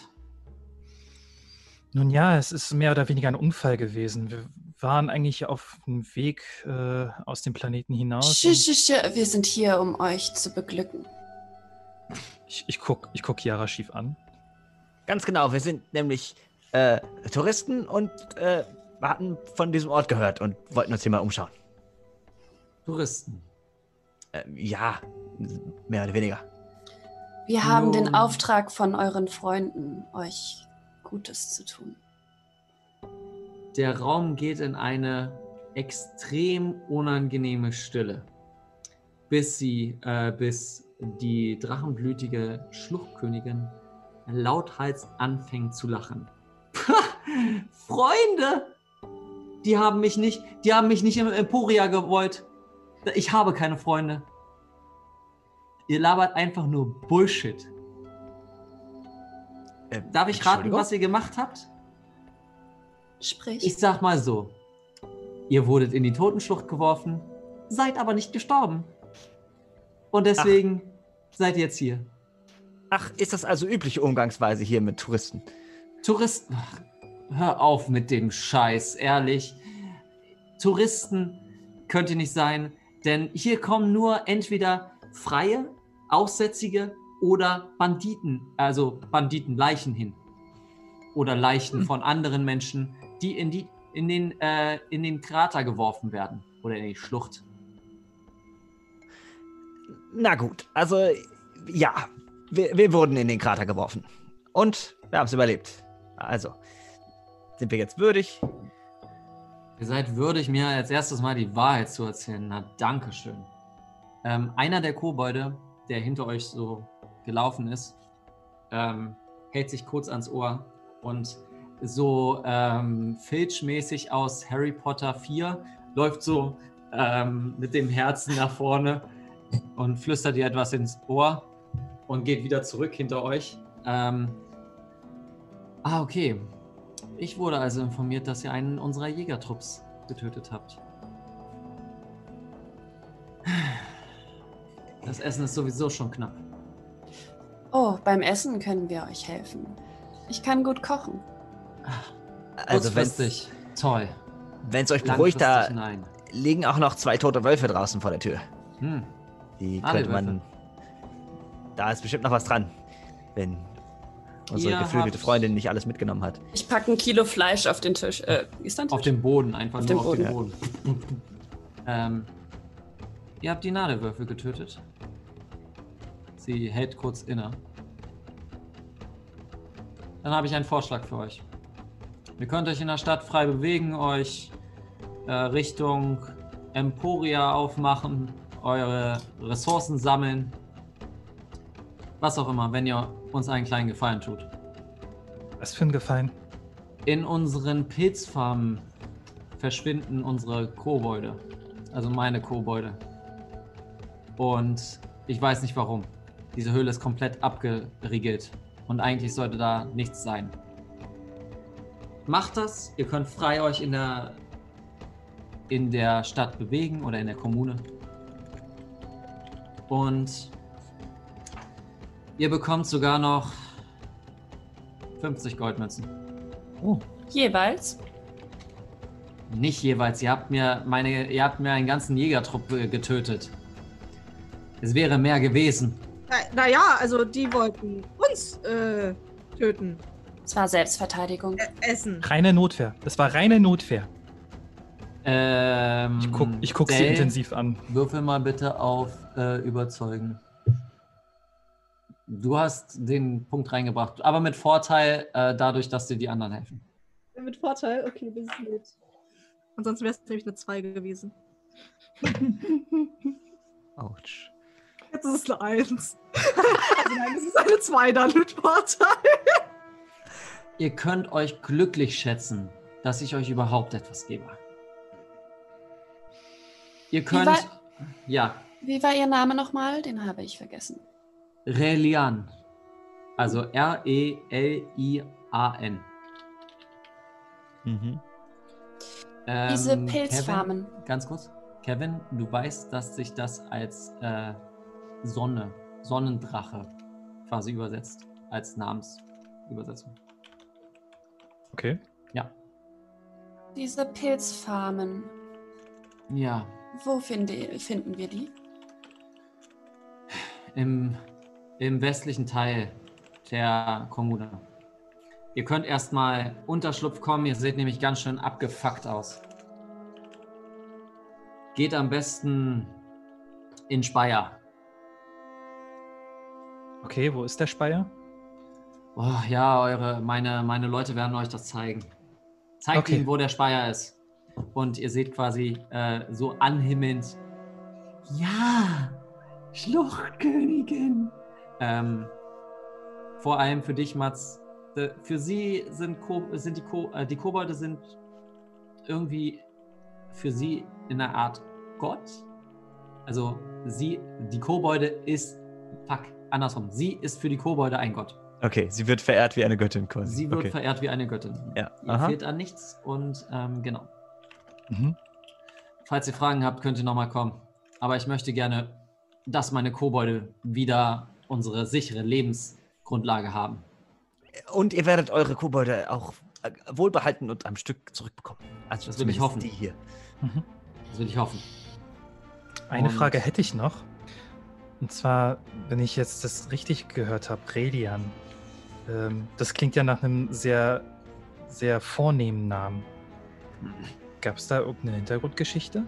Nun ja, es ist mehr oder weniger ein Unfall gewesen. Wir waren eigentlich auf dem Weg aus dem Planeten hinaus. Wir sind hier, um euch zu beglücken. Ich guck Chiara schief an. Ganz genau, wir sind nämlich Touristen und hatten von diesem Ort gehört und wollten uns hier mal umschauen. Touristen? Ja, mehr oder weniger. Wir haben den Auftrag von euren Freunden, euch Gutes zu tun. Der Raum geht in eine extrem unangenehme Stille, bis die drachenblütige Schluchtkönigin lauthals anfängt zu lachen. Freunde! Die haben mich nicht im Emporia gewollt. Ich habe keine Freunde. Ihr labert einfach nur Bullshit. Darf ich raten, was ihr gemacht habt? Sprich. Ich sag mal so. Ihr wurdet in die Totenschlucht geworfen, seid aber nicht gestorben. Und deswegen seid ihr jetzt hier. Ach, ist das also übliche Umgangsweise hier mit Touristen? Touristen? Ach, hör auf mit dem Scheiß, ehrlich. Touristen könnt ihr nicht sein, denn hier kommen nur entweder Freie, Aussätzige oder Banditen, also Banditenleichen hin. Oder Leichen von anderen Menschen, die in den Krater geworfen werden. Oder in die Schlucht. Na gut, also ja, wir wurden in den Krater geworfen. Und wir haben es überlebt. Also, sind wir jetzt würdig? Ihr seid würdig, mir als erstes mal die Wahrheit zu erzählen. Na, danke schön. Einer der Kobolde, der hinter euch so gelaufen ist, hält sich kurz ans Ohr und so Filch-mäßig aus Harry Potter 4 läuft so mit dem Herzen nach vorne und flüstert dir etwas ins Ohr und geht wieder zurück hinter euch. Okay. Ich wurde also informiert, dass ihr einen unserer Jägertrupps getötet habt. Das Essen ist sowieso schon knapp. Oh, beim Essen können wir euch helfen. Ich kann gut kochen. Also kurzfristig, toll. Wenn es euch beruhigt, da liegen auch noch 2 tote Wölfe draußen vor der Tür. Die könnte man... Da ist bestimmt noch was dran, wenn unsere geflügelte Freundin nicht alles mitgenommen hat. Ich packe 1 Kilo Fleisch auf den Tisch. Ist da ein Tisch? Auf dem Boden, einfach auf nur auf dem Boden. Ihr habt die Nadelwürfel getötet. Sie hält kurz inne. Dann habe ich einen Vorschlag für euch. Ihr könnt euch in der Stadt frei bewegen, euch Richtung Emporia aufmachen, eure Ressourcen sammeln. Was auch immer, wenn ihr uns einen kleinen Gefallen tut. Was für ein Gefallen? In unseren Pilzfarmen verschwinden unsere Kobolde. Also meine Kobolde. Und ich weiß nicht warum. Diese Höhle ist komplett abgeriegelt. Und eigentlich sollte da nichts sein. Macht das. Ihr könnt frei euch in der Stadt bewegen oder in der Kommune. Und ihr bekommt sogar noch 50 Goldmünzen. Oh. Jeweils? Nicht jeweils. Ihr habt mir einen ganzen Jägertrupp getötet. Es wäre mehr gewesen. Naja, also die wollten uns töten. Es war Selbstverteidigung. Essen. Reine Notwehr. Das war reine Notwehr. Ich guck sie intensiv an. Würfel mal bitte auf Überzeugen. Du hast den Punkt reingebracht, aber mit Vorteil dadurch, dass dir die anderen helfen. Mit Vorteil? Okay, das ist gut. Ansonsten wäre es nämlich eine 2 gewesen. Autsch. Jetzt ist es eine 1. Also nein, es ist eine 2 dann mit Vorteil. Ihr könnt euch glücklich schätzen, dass ich euch überhaupt etwas gebe. Ihr könnt... Wie war Ihr Name nochmal? Den habe ich vergessen. Relian. Also R-E-L-I-A-N. Mhm. Diese Pilzfarmen. Kevin, ganz kurz. Kevin, du weißt, dass sich das als Sonnendrache quasi übersetzt. Als Namensübersetzung. Okay. Ja. Diese Pilzfarmen. Ja. Wo finden wir die? Im westlichen Teil der Kommune. Ihr könnt erstmal Unterschlupf kommen, ihr seht nämlich ganz schön abgefuckt aus. Geht am besten in Speyer. Okay, wo ist der Speyer? Oh, ja, meine Leute werden euch das zeigen. Zeigt ihnen, wo der Speyer ist. Und ihr seht quasi so anhimmelnd, ja, Schluchtkönigin. Vor allem für dich, Mats. Für sie sind die Kobolde sind irgendwie für sie in einer Art Gott. Also die Kobolde ist, andersrum. Sie ist für die Kobolde ein Gott. Okay, sie wird verehrt wie eine Göttin quasi. Sie wird verehrt wie eine Göttin. Ja. Ihr fehlt an nichts und genau. Mhm. Falls ihr Fragen habt, könnt ihr nochmal kommen. Aber ich möchte gerne, dass meine Kobolde wieder unsere sichere Lebensgrundlage haben. Und ihr werdet eure Kobolde auch wohlbehalten und am Stück zurückbekommen. Also das will ich hoffen. Die hier. Mhm. Das will ich hoffen. Eine Frage hätte ich noch. Und zwar, wenn ich jetzt das richtig gehört habe, Relian. Das klingt ja nach einem sehr, sehr vornehmen Namen. Gab es da irgendeine Hintergrundgeschichte?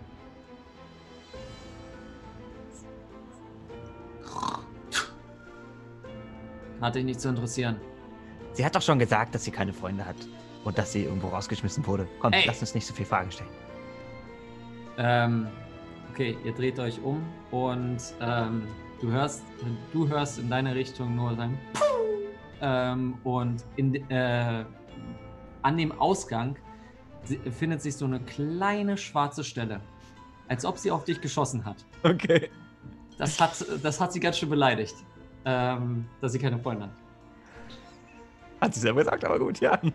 Hat dich nicht zu interessieren. Sie hat doch schon gesagt, dass sie keine Freunde hat und dass sie irgendwo rausgeschmissen wurde. Komm, lasst uns nicht so viel Fragen stellen. Okay, ihr dreht euch um und du hörst in deine Richtung nur sein und an dem Ausgang findet sich so eine kleine schwarze Stelle, als ob sie auf dich geschossen hat. Okay. Das hat sie ganz schön beleidigt, dass sie keine Freunde hat. Hat sie selber gesagt, aber gut, ja.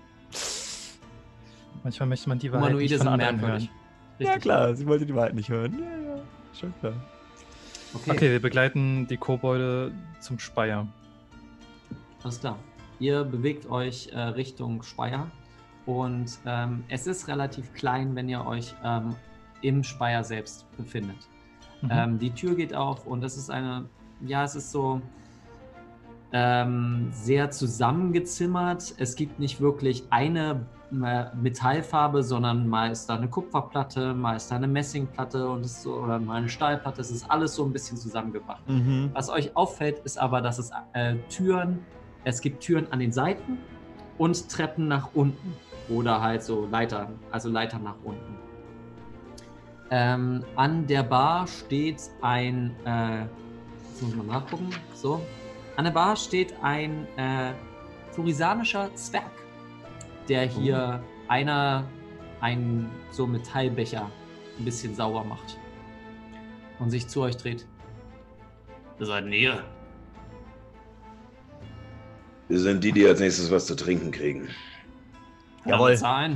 Manchmal möchte man die Wahrheit nicht von anderen hören. Ja klar, sie wollte die Wahrheit nicht hören. Ja, schon klar. Okay, wir begleiten die Kobolde zum Speyer. Alles klar. Ihr bewegt euch Richtung Speyer und es ist relativ klein, wenn ihr euch im Speyer selbst befindet. Mhm. Die Tür geht auf und es ist es ist so sehr zusammengezimmert. Es gibt nicht wirklich eine Metallfarbe, sondern mal ist da eine Kupferplatte, mal ist da eine Messingplatte oder mal eine Stahlplatte. Es ist alles so ein bisschen zusammengebracht. Mhm. Was euch auffällt, ist aber, dass es Türen Es gibt Türen an den Seiten und Treppen nach unten. Oder halt so Leitern, also Leitern nach unten. An der Bar steht ein, jetzt muss ich mal nachgucken, so. An der Bar steht ein florisanischer Zwerg, der hier einen so Metallbecher ein bisschen sauber macht und sich zu euch dreht. Wer seid denn ihr? Wir sind die als nächstes was zu trinken kriegen. Jawohl. Zahlen.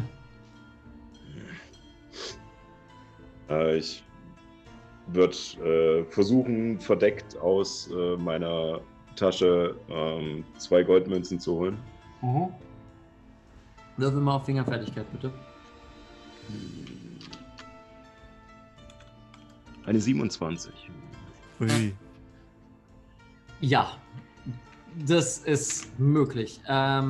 Ich würde versuchen, verdeckt aus meiner Tasche 2 Goldmünzen zu holen. Würfel mal auf Fingerfertigkeit, bitte. Eine 27. Ui. Ja, das ist möglich.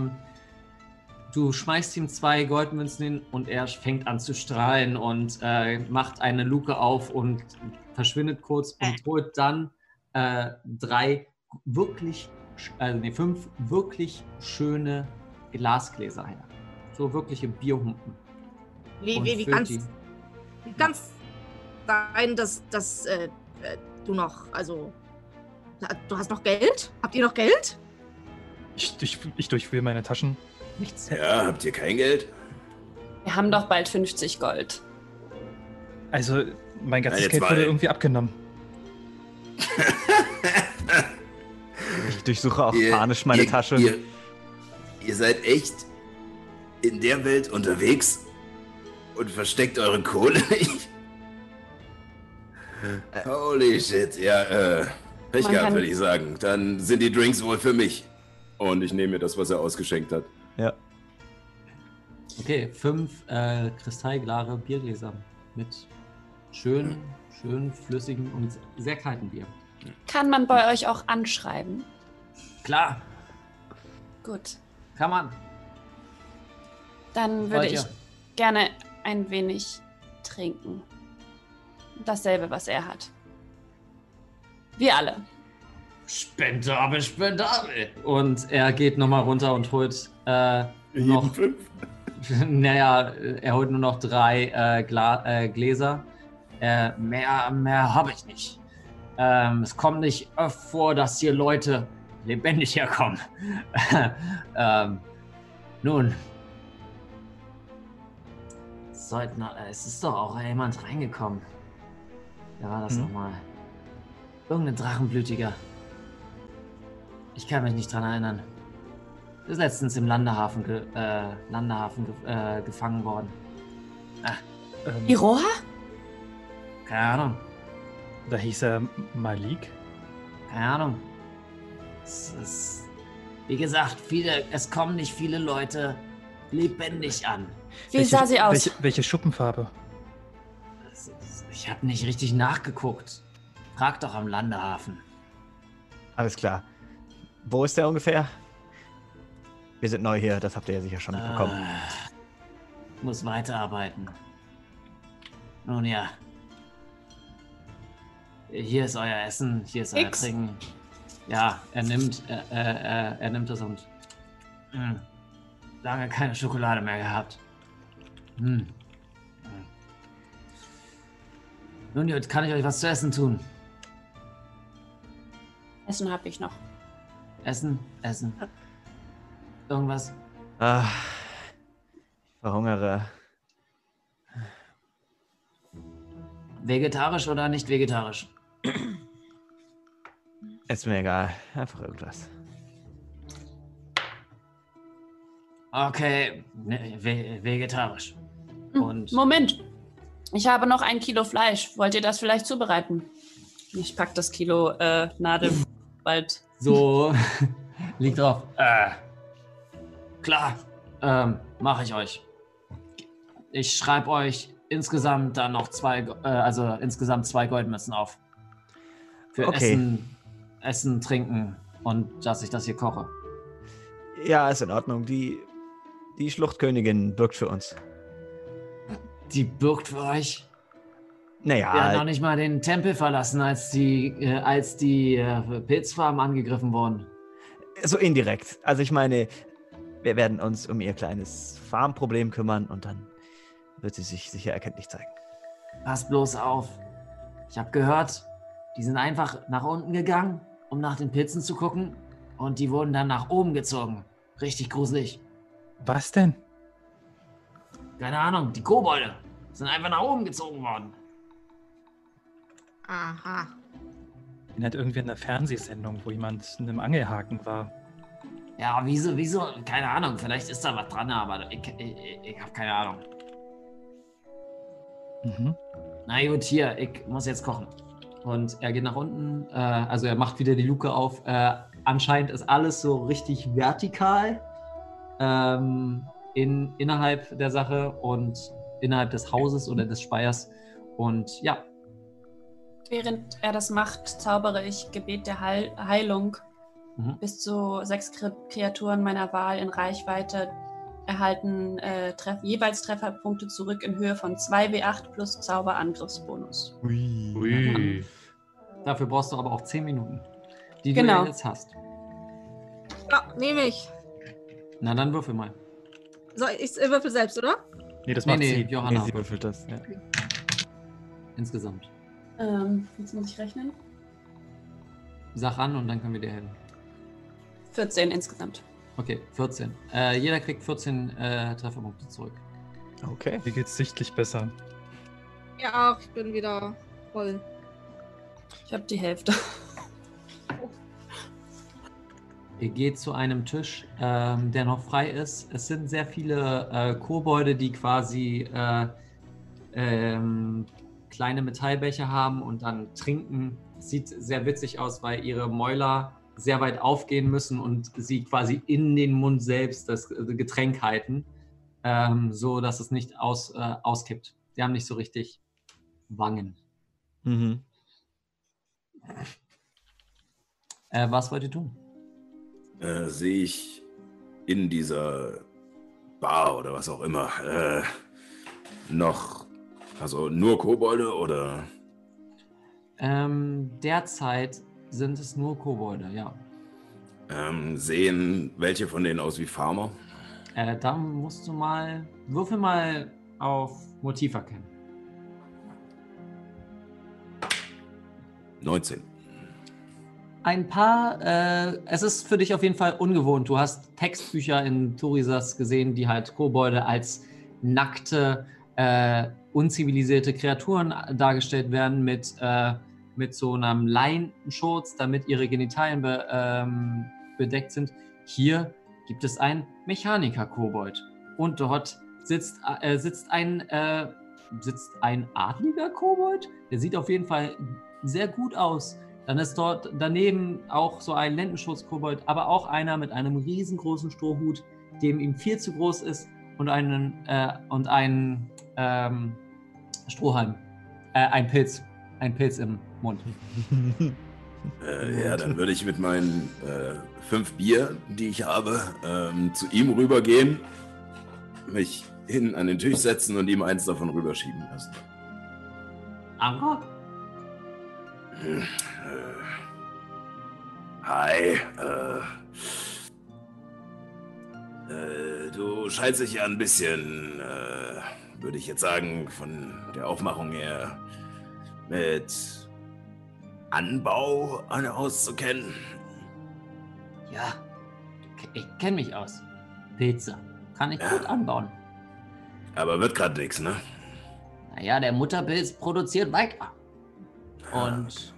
Du schmeißt ihm 2 Goldmünzen hin und er fängt an zu strahlen und macht eine Luke auf und verschwindet kurz und holt dann 5 wirklich schöne Glasgläser her. So wirkliche Bierhumpen. Wie kann's sein, dass du noch, also, du hast noch Geld? Habt ihr noch Geld? Ich durchwühle meine Taschen. Nichts. Ja, habt ihr kein Geld? Wir haben doch bald 50 Gold. Also, mein ganzes Geld wurde irgendwie abgenommen. Ich durchsuche auch panisch meine Tasche. Ihr seid echt in der Welt unterwegs und versteckt eure Kohle nicht? Holy shit, ja, Pech gehabt, würde ich sagen. Dann sind die Drinks wohl für mich. Und ich nehme mir das, was er ausgeschenkt hat. Ja. Okay, 5 kristallklare Biergläser mit schön flüssigem und sehr kaltem Bier. Kann man bei euch auch anschreiben? Klar. Gut. Kann man. Dann würde ich gerne ein wenig trinken. Dasselbe, was er hat. Wir alle. Spendabel. Und er geht nochmal runter und holt noch 5. Naja, er holt nur noch 3 Gläser. Mehr habe ich nicht. Es kommt nicht oft vor, dass hier Leute lebendig herkommen. Nun. Es ist doch auch jemand reingekommen. Wer war das nochmal? Irgendein Drachenblütiger. Ich kann mich nicht dran erinnern. Ist letztens im Landehafen gefangen worden. Iroha? Keine Ahnung. Da hieß er Malik? Keine Ahnung. Es ist, wie gesagt, es kommen nicht viele Leute lebendig an. Wie sah sie aus? Welche Schuppenfarbe? Ich habe nicht richtig nachgeguckt. Frag doch am Landehafen. Alles klar. Wo ist der ungefähr? Wir sind neu hier, das habt ihr ja sicher schon mitbekommen. Muss weiterarbeiten. Nun ja. Hier ist euer Essen, hier ist euer Trinken. Ja, er nimmt das und lange keine Schokolade mehr gehabt. Nun gut, kann ich euch was zu essen tun? Essen habe ich noch. Essen. Irgendwas? Ich verhungere. Vegetarisch oder nicht vegetarisch? Ist mir egal. Einfach irgendwas. Okay, vegetarisch. Und Moment. Ich habe noch 1 Kilo Fleisch. Wollt ihr das vielleicht zubereiten? Ich pack das Kilo Nadel bald. So, liegt drauf. Klar, mache ich euch. Ich schreibe euch insgesamt dann noch 2 Goldmünzen auf. Für Essen, Trinken und dass ich das hier koche. Ja, ist in Ordnung. Die Schluchtkönigin bürgt für uns. Die bürgt für euch? Naja. Wir haben noch nicht mal den Tempel verlassen, als die Pilzfarmen angegriffen wurden. So indirekt. Also ich meine, wir werden uns um ihr kleines Farmproblem kümmern und dann wird sie sich sicher erkenntlich zeigen. Pass bloß auf. Ich habe gehört, die sind einfach nach unten gegangen, um nach den Pilzen zu gucken und die wurden dann nach oben gezogen. Richtig gruselig. Was denn? Keine Ahnung, die Kobolde sind einfach nach oben gezogen worden. Aha. In halt irgendwie in einer Fernsehsendung, wo jemand in einem Angelhaken war. Ja, wieso? Keine Ahnung, vielleicht ist da was dran, aber ich habe keine Ahnung. Mhm. Na gut, hier, ich muss jetzt kochen. Und er geht nach unten, also er macht wieder die Luke auf. Anscheinend ist alles so richtig vertikal innerhalb der Sache und innerhalb des Hauses oder des Speiers. Und ja. Während er das macht, zaubere ich Gebet der Heilung. Bis zu 6 Kreaturen meiner Wahl in Reichweite erhalten jeweils Trefferpunkte zurück in Höhe von 2W8 plus Zauberangriffsbonus. Ui. Dafür brauchst du aber auch 10 Minuten, die genau. du jetzt hast. Ja, nehme ich. Na, dann würfel mal. So, ich würfel selbst, oder? Nee, das macht sie. Johanna. Sie würfelt das. Ja. Okay. Insgesamt. Jetzt muss ich rechnen. Sag an und dann können wir dir helfen. 14 insgesamt. Okay, 14. Jeder kriegt 14 Trefferpunkte zurück. Okay. Mir geht's sichtlich besser. Ja, auch, ich bin wieder voll. Ich habe die Hälfte. Ihr geht zu einem Tisch, der noch frei ist. Es sind sehr viele Kobolde, die quasi kleine Metallbecher haben und dann trinken. Sieht sehr witzig aus, weil ihre Mäuler sehr weit aufgehen müssen und sie quasi in den Mund selbst das Getränk halten, so dass es nicht auskippt. Die haben nicht so richtig Wangen. Mhm. Was wollt ihr tun? Sehe ich in dieser Bar oder was auch immer noch, also nur Kobolde oder? Derzeit sind es nur Kobolde, ja. Sehen welche von denen aus wie Farmer? Da musst du würfel mal auf Motiv erkennen. 19. Ein paar, es ist für dich auf jeden Fall ungewohnt. Du hast Textbücher in Thorisas gesehen, die halt Kobolde als nackte, unzivilisierte Kreaturen dargestellt werden mit so einem Leinenschurz, damit ihre Genitalien bedeckt sind. Hier gibt es einen Mechaniker-Kobold. Und dort sitzt ein adliger Kobold. Der sieht auf jeden Fall sehr gut aus. Dann ist dort daneben auch so ein Lendenschurz-Kobold, aber auch einer mit einem riesengroßen Strohhut, dem ihm viel zu groß ist, und einen Strohhalm. Ein Pilz im Mund. Ja, dann würde ich mit meinen 5 Bier, die ich habe, zu ihm rübergehen, mich hin an den Tisch setzen und ihm eins davon rüberschieben lassen. Anker? Hi, du scheinst dich ja ein bisschen, würde ich jetzt sagen, von der Aufmachung her mit Anbau auszukennen. Ja, ich kenne mich aus. Pilze kann ich gut anbauen. Aber wird gerade nichts, ne? Naja, der Mutterpilz produziert weiter. Und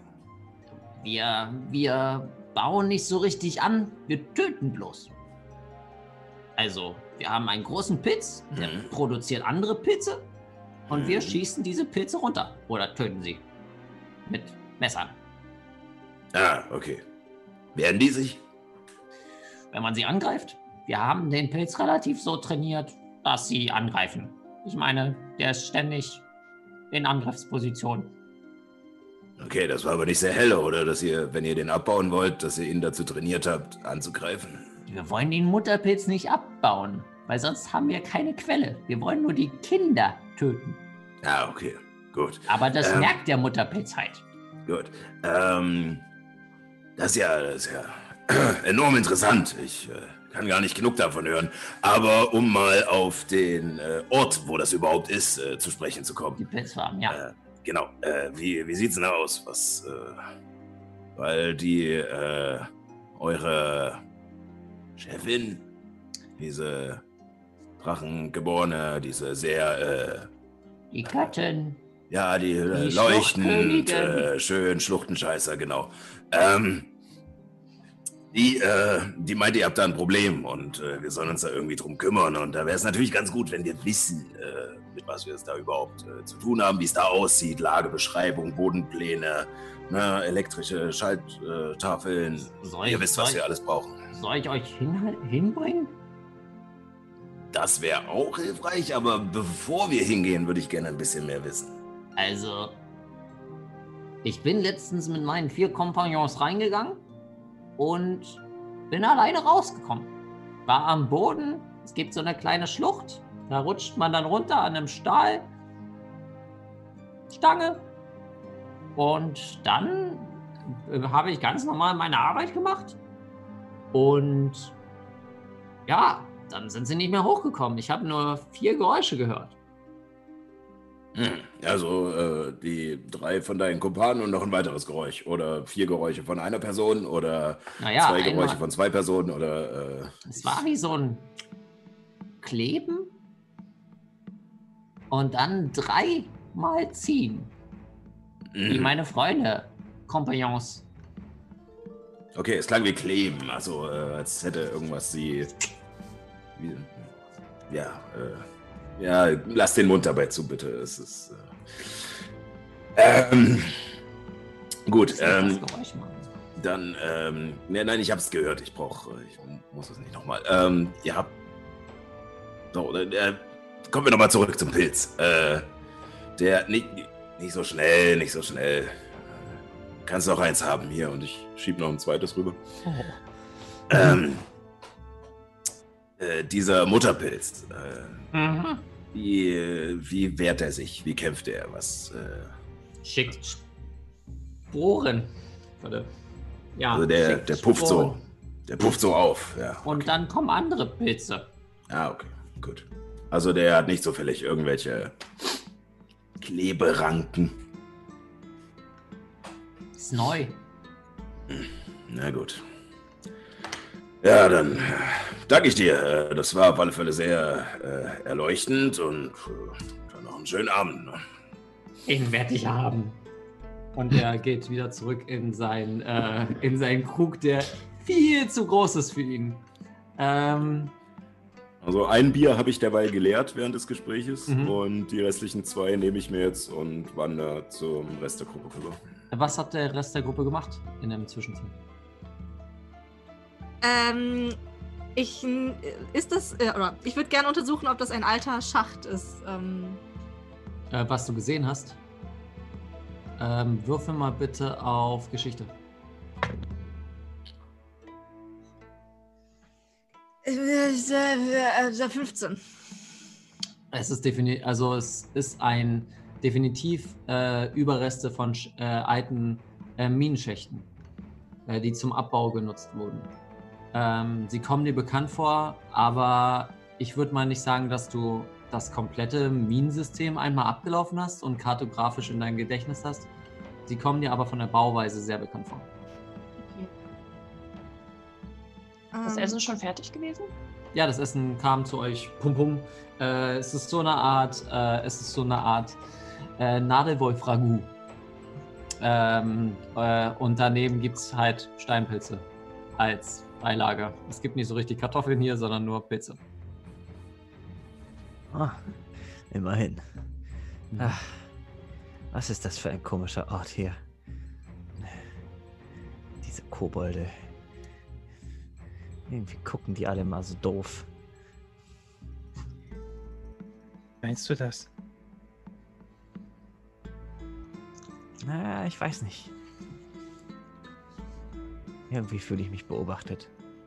wir bauen nicht so richtig an, wir töten bloß. Also, wir haben einen großen Pilz, der produziert andere Pilze und wir schießen diese Pilze runter oder töten sie mit Messern. Ah, okay. Wehren die sich? Wenn man sie angreift, wir haben den Pilz relativ so trainiert, dass sie angreifen. Ich meine, der ist ständig in Angriffsposition. Okay, das war aber nicht sehr helle, oder? Dass ihr, wenn ihr den abbauen wollt, dass ihr ihn dazu trainiert habt, anzugreifen. Wir wollen den Mutterpilz nicht abbauen, weil sonst haben wir keine Quelle. Wir wollen nur die Kinder töten. Ah, okay, gut. Aber das merkt der Mutterpilz halt. Gut. Das ist ja enorm interessant. Ich kann gar nicht genug davon hören. Aber um mal auf den Ort, wo das überhaupt ist, zu sprechen zu kommen. Die Pilzfarm, ja. Genau. Wie sieht's denn da aus? Weil die, eure Chefin, diese Drachengeborene, diese sehr, die Göttin. Ja, die leuchtend, schön Schluchtenscheißer, genau. Die meint, ihr habt da ein Problem und wir sollen uns da irgendwie drum kümmern. Und da wäre es natürlich ganz gut, wenn wir wissen, mit was wir es da überhaupt zu tun haben, wie es da aussieht, Lagebeschreibung, Bodenpläne, ne, elektrische Schalttafeln. Ihr wisst, was wir alles brauchen. Soll ich euch hinbringen? Das wäre auch hilfreich, aber bevor wir hingehen, würde ich gerne ein bisschen mehr wissen. Also, ich bin letztens mit meinen 4 Kompagnons reingegangen und bin alleine rausgekommen. War am Boden, es gibt so eine kleine Schlucht, da rutscht man dann runter an einem Stahlstange und dann habe ich ganz normal meine Arbeit gemacht und ja, dann sind sie nicht mehr hochgekommen. Ich habe nur 4 Geräusche gehört. Also die 3 von deinen Kumpanen und noch ein weiteres Geräusch. Oder 4 Geräusche von einer Person oder 2 Geräusche von 2 Personen oder... Es war wie so ein Kleben und dann 3 Mal ziehen. Wie meine Freunde, Kompagnons. Okay, es klang wie Kleben, also als hätte irgendwas sie... Ja, lass den Mund dabei zu, bitte. Es ist... gut, dann... nein, ich hab's gehört. Ich muss es nicht nochmal. Ihr habt... So, kommen wir nochmal zurück zum Pilz. Der... Nicht so schnell. Kannst noch eins haben hier und ich schieb noch ein zweites rüber. Dieser Mutterpilz, wie wehrt er sich? Wie kämpft er? Was? Schickt Sporen. Warte. Ja, also der pufft so. Der pufft so auf. Ja, okay. Und dann kommen andere Pilze. Ah, okay, gut. Also der hat nicht zufällig irgendwelche Kleberanken. Ist neu. Na gut. Ja, dann danke ich dir. Das war auf alle Fälle sehr erleuchtend und dann noch einen schönen Abend. Ne? Den werde ich haben. Und er geht wieder zurück in seinen Krug, der viel zu groß ist für ihn. Also ein Bier habe ich derweil geleert während des Gespräches und die restlichen 2 nehme ich mir jetzt und wandere zum Rest der Gruppe rüber. Was hat der Rest der Gruppe gemacht in der Zwischenzeit? Ich würde gerne untersuchen, ob das ein alter Schacht ist. Was du gesehen hast. Würfel mal bitte auf Geschichte. 15. Es ist definitiv Überreste von alten Minenschächten, die zum Abbau genutzt wurden. Sie kommen dir bekannt vor, aber ich würde mal nicht sagen, dass du das komplette Minensystem einmal abgelaufen hast und kartografisch in deinem Gedächtnis hast. Sie kommen dir aber von der Bauweise sehr bekannt vor. Okay. Ist das Essen schon fertig gewesen? Ja, das Essen kam zu euch. Pum pum. Es ist so eine Art Nadelwolf-Ragout. Und daneben gibt es halt Steinpilze als Beilage. Es gibt nicht so richtig Kartoffeln hier, sondern nur Pilze. Ah, immerhin. Ach, was ist das für ein komischer Ort hier? Diese Kobolde. Irgendwie gucken die alle mal so doof. Meinst du das? Na, ich weiß nicht. Irgendwie fühle ich mich beobachtet.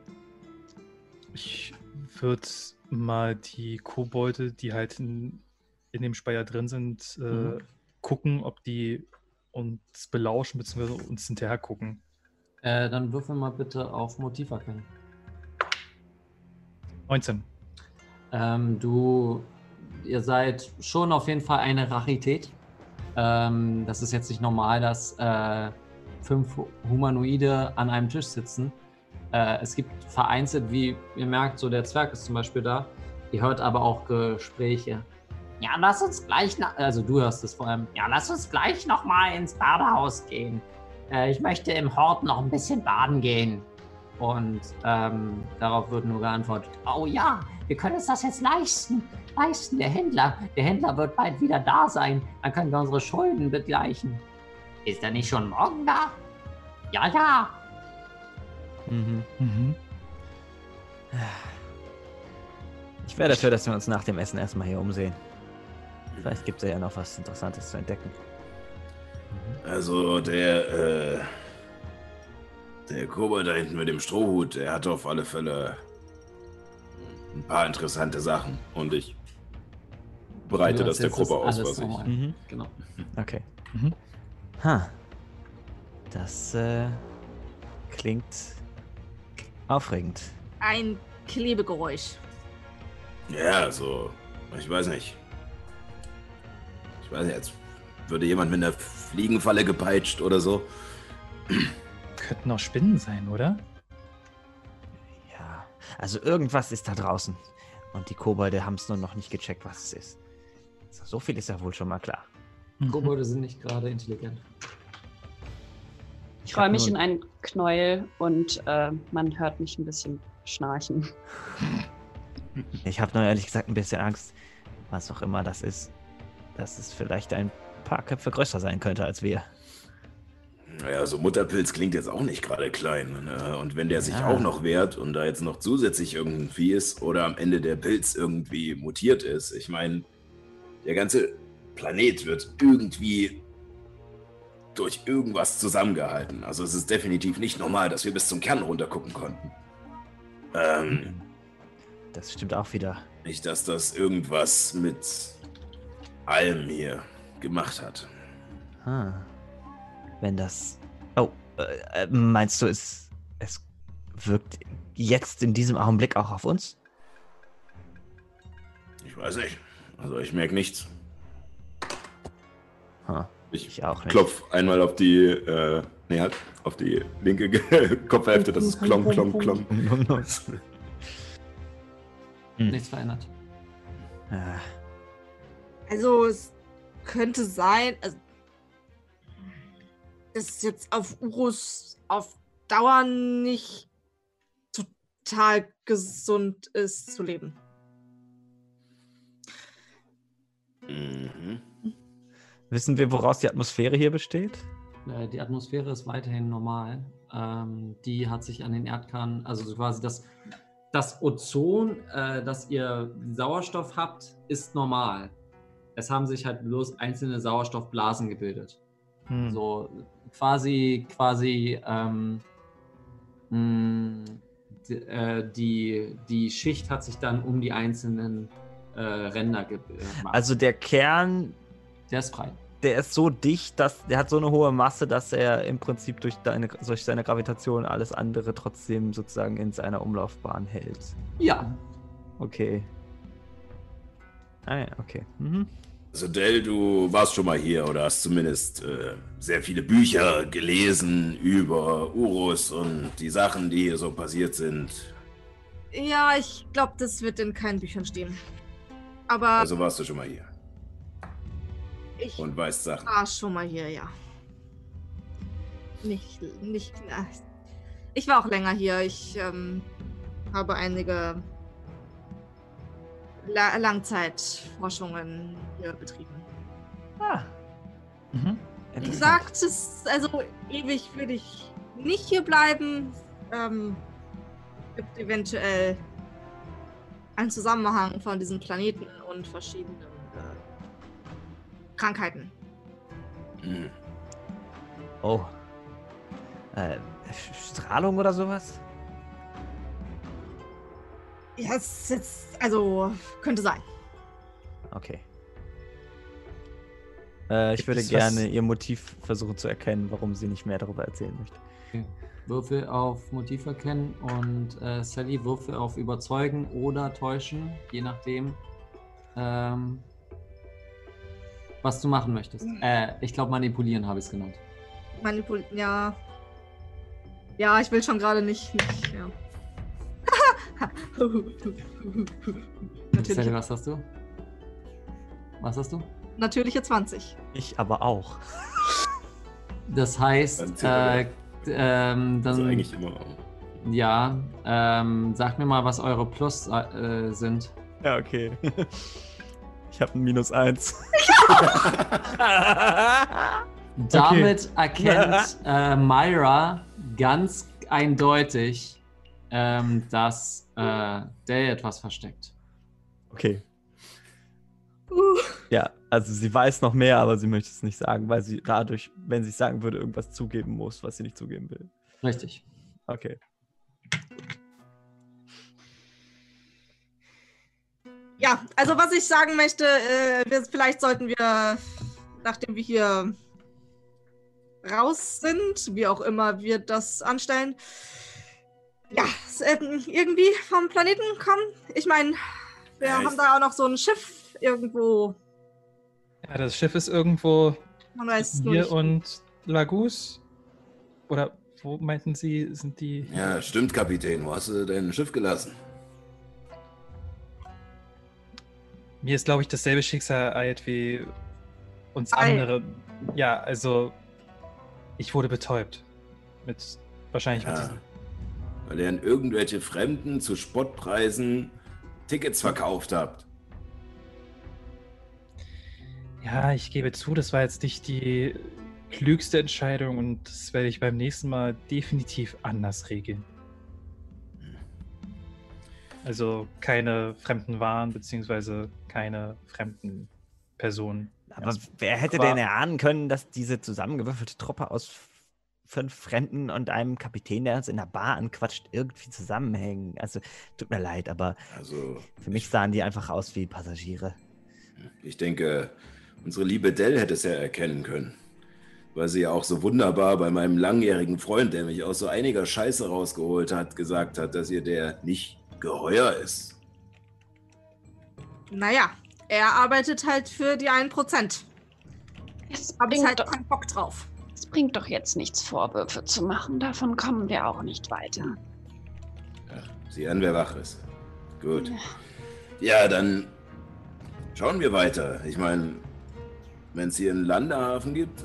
Ich würde mal die Kobolde, die halt in dem Speier drin sind, gucken, ob die uns belauschen bzw. uns hinterher gucken. Dann würfel mal bitte auf Motiv erkennen. 19. Ihr seid schon auf jeden Fall eine Rarität. Das ist jetzt nicht normal, dass 5 Humanoide an einem Tisch sitzen. Es gibt vereinzelt, wie ihr merkt, so der Zwerg ist zum Beispiel da. Ihr hört aber auch Gespräche. Ja, lass uns gleich, also du hörst es vor allem. Ja, lass uns gleich noch mal ins Badehaus gehen. Ich möchte im Hort noch ein bisschen baden gehen. Und darauf wird nur geantwortet, oh ja, wir können uns das jetzt leisten. Der Händler wird bald wieder da sein. Dann können wir unsere Schulden begleichen. Ist er nicht schon morgen da? Ja. Ich wäre dafür, dass wir uns nach dem Essen erstmal hier umsehen. Vielleicht gibt es ja noch was Interessantes zu entdecken. Also der Kobold da hinten mit dem Strohhut, der hatte auf alle Fälle ein paar interessante Sachen. Und ich breite das der Gruppe aus, was ich... Genau. Okay. Das klingt aufregend. Ein Klebegeräusch. Ja, also, ich weiß nicht, als würde jemand mit einer Fliegenfalle gepeitscht oder so. Könnten auch Spinnen sein, oder? Ja, also irgendwas ist da draußen. Und die Kobolde haben es nur noch nicht gecheckt, was es ist. So viel ist ja wohl schon mal klar. Kobolde sind nicht gerade intelligent. Ich räume mich in einen Knäuel und man hört mich ein bisschen schnarchen. Ich habe nur ehrlich gesagt ein bisschen Angst, was auch immer das ist, dass es vielleicht ein paar Köpfe größer sein könnte als wir. Naja, so Mutterpilz klingt jetzt auch nicht gerade klein. Und wenn der sich auch noch wehrt und da jetzt noch zusätzlich irgendein Vieh ist oder am Ende der Pilz irgendwie mutiert ist, ich meine, der ganze Planet wird irgendwie durch irgendwas zusammengehalten. Also es ist definitiv nicht normal, dass wir bis zum Kern runtergucken konnten. Das stimmt auch wieder. Nicht, dass das irgendwas mit allem hier gemacht hat. Wenn das... Oh, meinst du, es wirkt jetzt in diesem Augenblick auch auf uns? Ich weiß nicht. Also ich merke nichts. Ich auch nicht. Klopf einmal auf die, auf die linke Kopfhälfte, das ist klong, klong, klong. Nichts verändert. Also es könnte sein, also, dass es jetzt auf Urus auf Dauer nicht total gesund ist zu leben. Wissen wir, woraus die Atmosphäre hier besteht? Die Atmosphäre ist weiterhin normal. Die hat sich an den Erdkern, also quasi das Ozon, das ihr Sauerstoff habt, ist normal. Es haben sich halt bloß einzelne Sauerstoffblasen gebildet. So quasi die Schicht hat sich dann um die einzelnen Ränder gemacht. Also der Kern, der ist frei. Der ist so dicht, dass der hat so eine hohe Masse, dass er im Prinzip durch seine Gravitation alles andere trotzdem sozusagen in seiner Umlaufbahn hält. Ja. Okay. Ja, okay. Also Del, du warst schon mal hier oder hast zumindest sehr viele Bücher gelesen über Urus und die Sachen, die hier so passiert sind. Ja, ich glaube, das wird in keinen Büchern stehen. Aber... Also warst du schon mal hier? Und weißt Sachen? Ich war schon mal hier, ja. Ich war auch länger hier. Ich habe einige Langzeitforschungen hier betrieben. Wie gesagt, also ewig würde ich nicht hier bleiben. Gibt eventuell einen Zusammenhang von diesen Planeten und verschiedenen Krankheiten. Oh. Strahlung oder sowas? Ja, es ist, also könnte sein. Okay. Ich würde gerne ihr Motiv versuchen zu erkennen, warum sie nicht mehr darüber erzählen möchte. Würfel auf Motiv erkennen und Sally, Würfel auf Überzeugen oder Täuschen, je nachdem, was du machen möchtest. Ich glaube, manipulieren habe ich es genannt. Manipulieren, ja. Ja, ich will schon gerade nicht ja. Sally, was hast du? Was hast du? Natürliche 20. Ich aber auch. Das heißt, dann also eigentlich immer. Ja, sagt mir mal, was eure Plus sind. Ja, okay. Ich habe ein -1. Damit erkennt Myra ganz eindeutig, dass Dale etwas versteckt. Okay. Ja, also sie weiß noch mehr, aber sie möchte es nicht sagen, weil sie dadurch, wenn sie es sagen würde, irgendwas zugeben muss, was sie nicht zugeben will. Richtig. Okay. Ja, also was ich sagen möchte, vielleicht sollten wir, nachdem wir hier raus sind, wie auch immer wir das anstellen, ja, irgendwie vom Planeten kommen. Ich meine, wir haben da auch noch so ein Schiff irgendwo. Ja, das Schiff ist irgendwo Man weiß hier nicht. und Lagus. Oder wo meinten Sie, sind die... Ja, stimmt, Kapitän. Wo hast du dein Schiff gelassen? Mir ist, glaube ich, dasselbe Schicksal ereilt wie uns andere. Ja, also ich wurde betäubt. Wahrscheinlich mit diesem... Weil ihr an irgendwelche Fremden zu Spottpreisen Tickets verkauft habt. Ja, ich gebe zu, das war jetzt nicht die klügste Entscheidung und das werde ich beim nächsten Mal definitiv anders regeln. Also keine fremden Waren beziehungsweise keine fremden Personen. Aber wer hätte denn erahnen können, dass diese zusammengewürfelte Truppe aus 5 Fremden und einem Kapitän, der uns in der Bar anquatscht, irgendwie zusammenhängen? Also, tut mir leid, aber für mich sahen die einfach aus wie Passagiere. Ich denke, unsere liebe Dell hätte es ja erkennen können. Weil sie ja auch so wunderbar bei meinem langjährigen Freund, der mich aus so einiger Scheiße rausgeholt hat, gesagt hat, dass ihr der nicht geheuer ist. Naja, er arbeitet halt für die 1%. Hab ich halt keinen Bock drauf. Es bringt doch jetzt nichts, Vorwürfe zu machen. Davon kommen wir auch nicht weiter. Ja, sieh an, wer wach ist. Gut. Ja, dann schauen wir weiter. Ich meine, wenn es hier einen Landehafen gibt...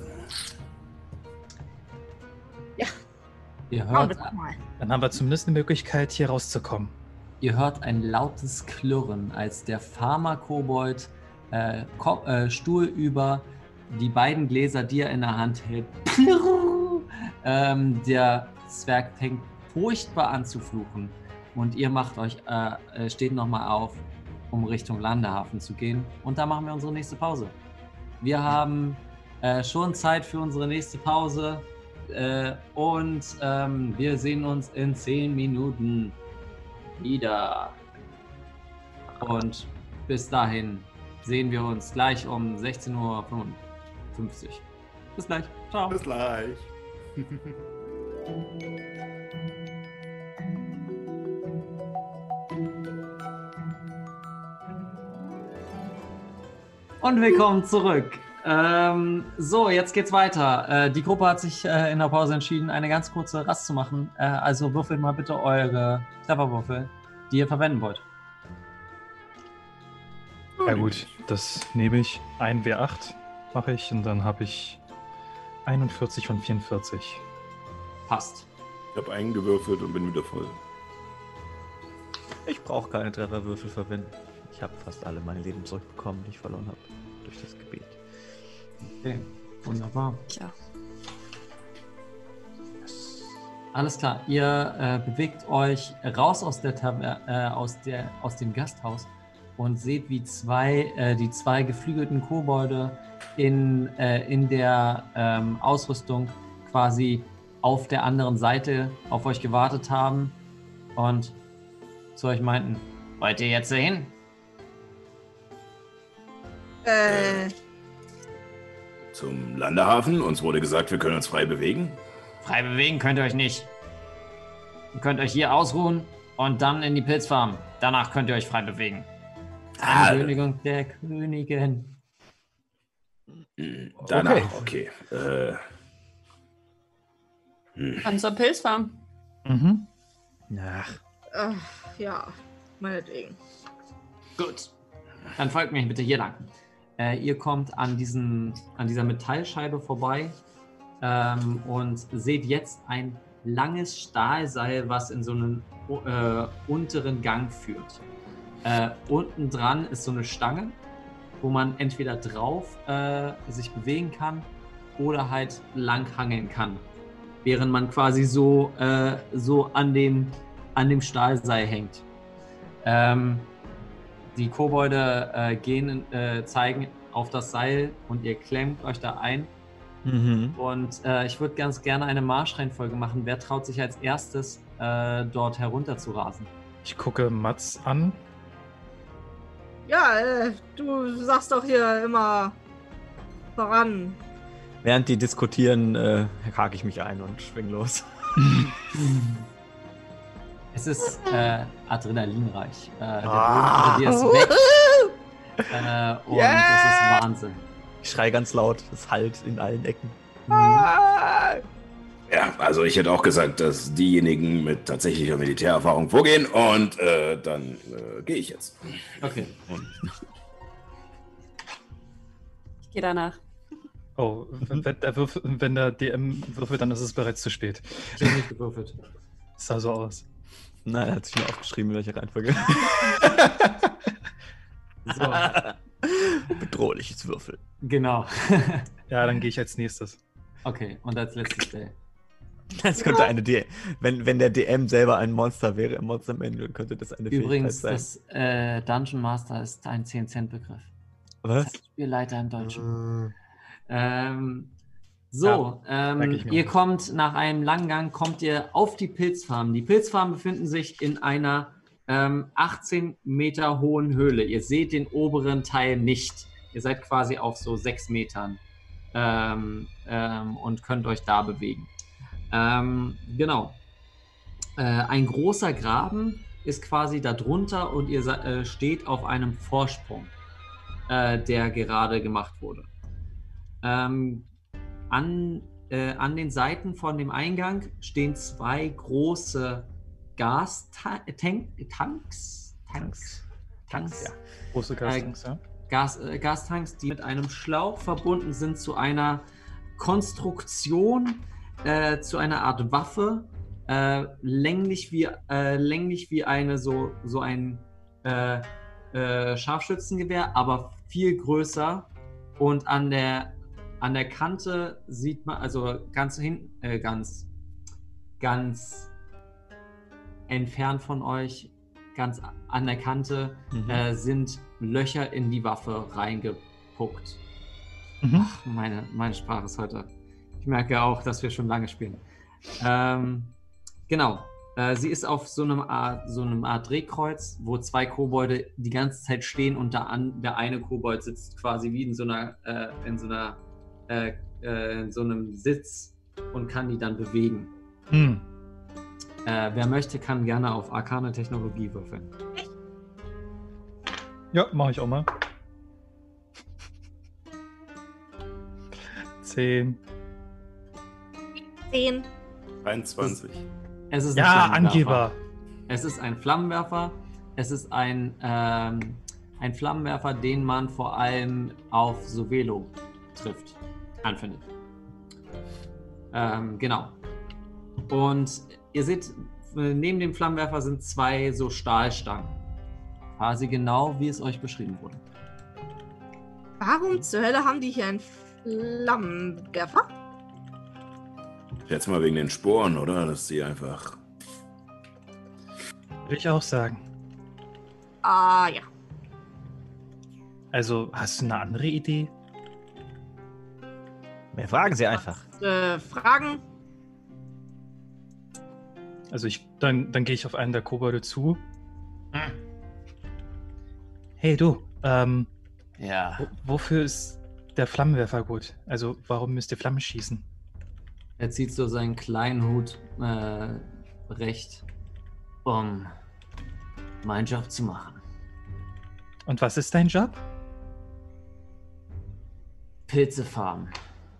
Ja. Ihr hört, dann haben wir zumindest eine Möglichkeit, hier rauszukommen. Ihr hört ein lautes Klirren, als der Pharma-Kobold Stuhl über die beiden Gläser, die er in der Hand hält. Der Zwerg fängt furchtbar an zu fluchen. Und ihr macht euch, steht nochmal auf, um Richtung Landehafen zu gehen. Und da machen wir unsere nächste Pause. Wir haben schon Zeit für unsere nächste Pause. Und wir sehen uns in 10 Minuten wieder. Und bis dahin sehen wir uns gleich um 16:55 Uhr. Bis gleich. Ciao. Bis gleich. Und willkommen zurück. So, jetzt geht's weiter. Die Gruppe hat sich in der Pause entschieden, eine ganz kurze Rast zu machen. Also würfelt mal bitte eure Cleverwürfel, die ihr verwenden wollt. Ja gut, das nehme ich. Ein W8 mache ich und dann habe ich 41 von 44. Passt. Ich habe einen gewürfelt und bin wieder voll. Ich brauche keine Trefferwürfel verwenden. Ich habe fast alle meine Leben zurückbekommen, die ich verloren habe. Durch das Gebet. Okay, wunderbar. Ja. Alles klar, ihr bewegt euch raus aus aus dem Gasthaus und seht, wie die zwei geflügelten Kobolde in der Ausrüstung quasi auf der anderen Seite auf euch gewartet haben und zu euch meinten, wollt ihr jetzt hin? Zum Landehafen? Uns wurde gesagt, wir können uns frei bewegen. Frei bewegen könnt ihr euch nicht. könnt euch hier ausruhen und dann in die Pilzfarm. Danach könnt ihr euch frei bewegen. Ankündigung der Königin. Danach, okay. Dann zur Pilzfarm. Mhm. Ja, meinetwegen. Gut. Dann folgt mir bitte hier lang. Ihr kommt an dieser Metallscheibe vorbei und seht jetzt ein langes Stahlseil, was in so einen unteren Gang führt. Unten dran ist so eine Stange, wo man entweder drauf sich bewegen kann oder halt lang hangeln kann, während man quasi so an dem Stahlseil hängt. Die Kobolde zeigen auf das Seil und ihr klemmt euch da ein. Mhm. Und ich würde ganz gerne eine Marschreihenfolge machen. Wer traut sich als erstes dort herunter zu rasen? Ich gucke Mats an. Ja, du sagst doch hier immer voran. Während die diskutieren, hake ich mich ein und schwing los. Es ist adrenalinreich. Der Boden unter dir ist weg. Und es ist Wahnsinn. Ich schreie ganz laut, es hallt in allen Ecken. Ja, also ich hätte auch gesagt, dass diejenigen mit tatsächlicher Militärerfahrung vorgehen und dann gehe ich jetzt. Okay. Ich gehe danach. Oh, wenn der DM würfelt, dann ist es bereits zu spät. Ich habe nicht gewürfelt. Es sah so aus. Nein, er hat sich nur aufgeschrieben, in welcher Reihenfolge. So. Bedrohliches Würfel. Genau. Ja, dann gehe ich als nächstes. Okay, und als letztes Day. Das könnte eine wenn der DM selber ein Monster wäre im Monster-Manual, könnte das eine Übrigens, Fähigkeit sein. Das Dungeon Master ist ein 10-Cent-Begriff. Was? Spielleiter im Deutschen. Ihr kommt nach einem langen Gang, kommt ihr auf die Pilzfarmen. Die Pilzfarmen befinden sich in einer 18 Meter hohen Höhle. Ihr seht den oberen Teil nicht. Ihr seid quasi auf so 6 Metern und könnt euch da bewegen. Genau. Ein großer Graben ist quasi da drunter und ihr steht auf einem Vorsprung, der gerade gemacht wurde. An den Seiten von dem Eingang stehen 2 große Gastanks. Ja. Große Gastanks, ja. Gastanks, die mit einem Schlauch verbunden sind zu einer Konstruktion, zu einer Art Waffe, länglich wie eine so ein Scharfschützengewehr, aber viel größer. Und an der Kante sieht man, also ganz hinten, ganz entfernt von euch, ganz an der Kante, sind Löcher in die Waffe reingepuckt. Mhm. Ach, meine Sprache ist heute. Ich merke auch, dass wir schon lange spielen. Genau. Sie ist auf so einem Art Drehkreuz, wo 2 Kobolde die ganze Zeit stehen und der eine Kobold sitzt quasi wie in so einem Sitz und kann die dann bewegen. Hm. Wer möchte, kann gerne auf Arkane Technologie würfeln. Ja, mache ich auch mal. 10. 21. Es ist ja, Angeber. Es ist ein Flammenwerfer. Es ist ein Flammenwerfer, den man vor allem auf Sovelo anfindet. Genau. Und ihr seht, neben dem Flammenwerfer sind 2 so Stahlstangen. Quasi genau, wie es euch beschrieben wurde. Warum zur Hölle haben die hier einen Flammenwerfer? Jetzt mal wegen den Sporen, oder? Dass sie einfach... Würde ich auch sagen. Ah, ja. Also, hast du eine andere Idee? Wir fragen sie einfach. Fragen? Also dann gehe ich auf einen der Kobolde zu. Hey du, ja. Wofür ist der Flammenwerfer gut? Also warum müsst ihr Flammen schießen? Er zieht so seinen kleinen Hut Recht, um meinen Job zu machen. Und was ist dein Job? Pilze farmen.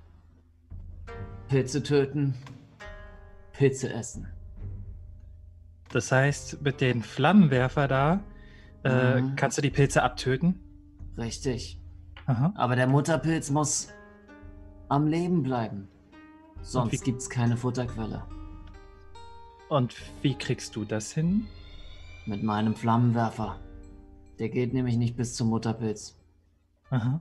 Pilze töten. Pilze essen. Das heißt, mit dem Flammenwerfer da kannst du die Pilze abtöten? Richtig. Aha. Aber der Mutterpilz muss am Leben bleiben. Sonst gibt's keine Futterquelle. Und wie kriegst du das hin? Mit meinem Flammenwerfer. Der geht nämlich nicht bis zum Mutterpilz. Aha.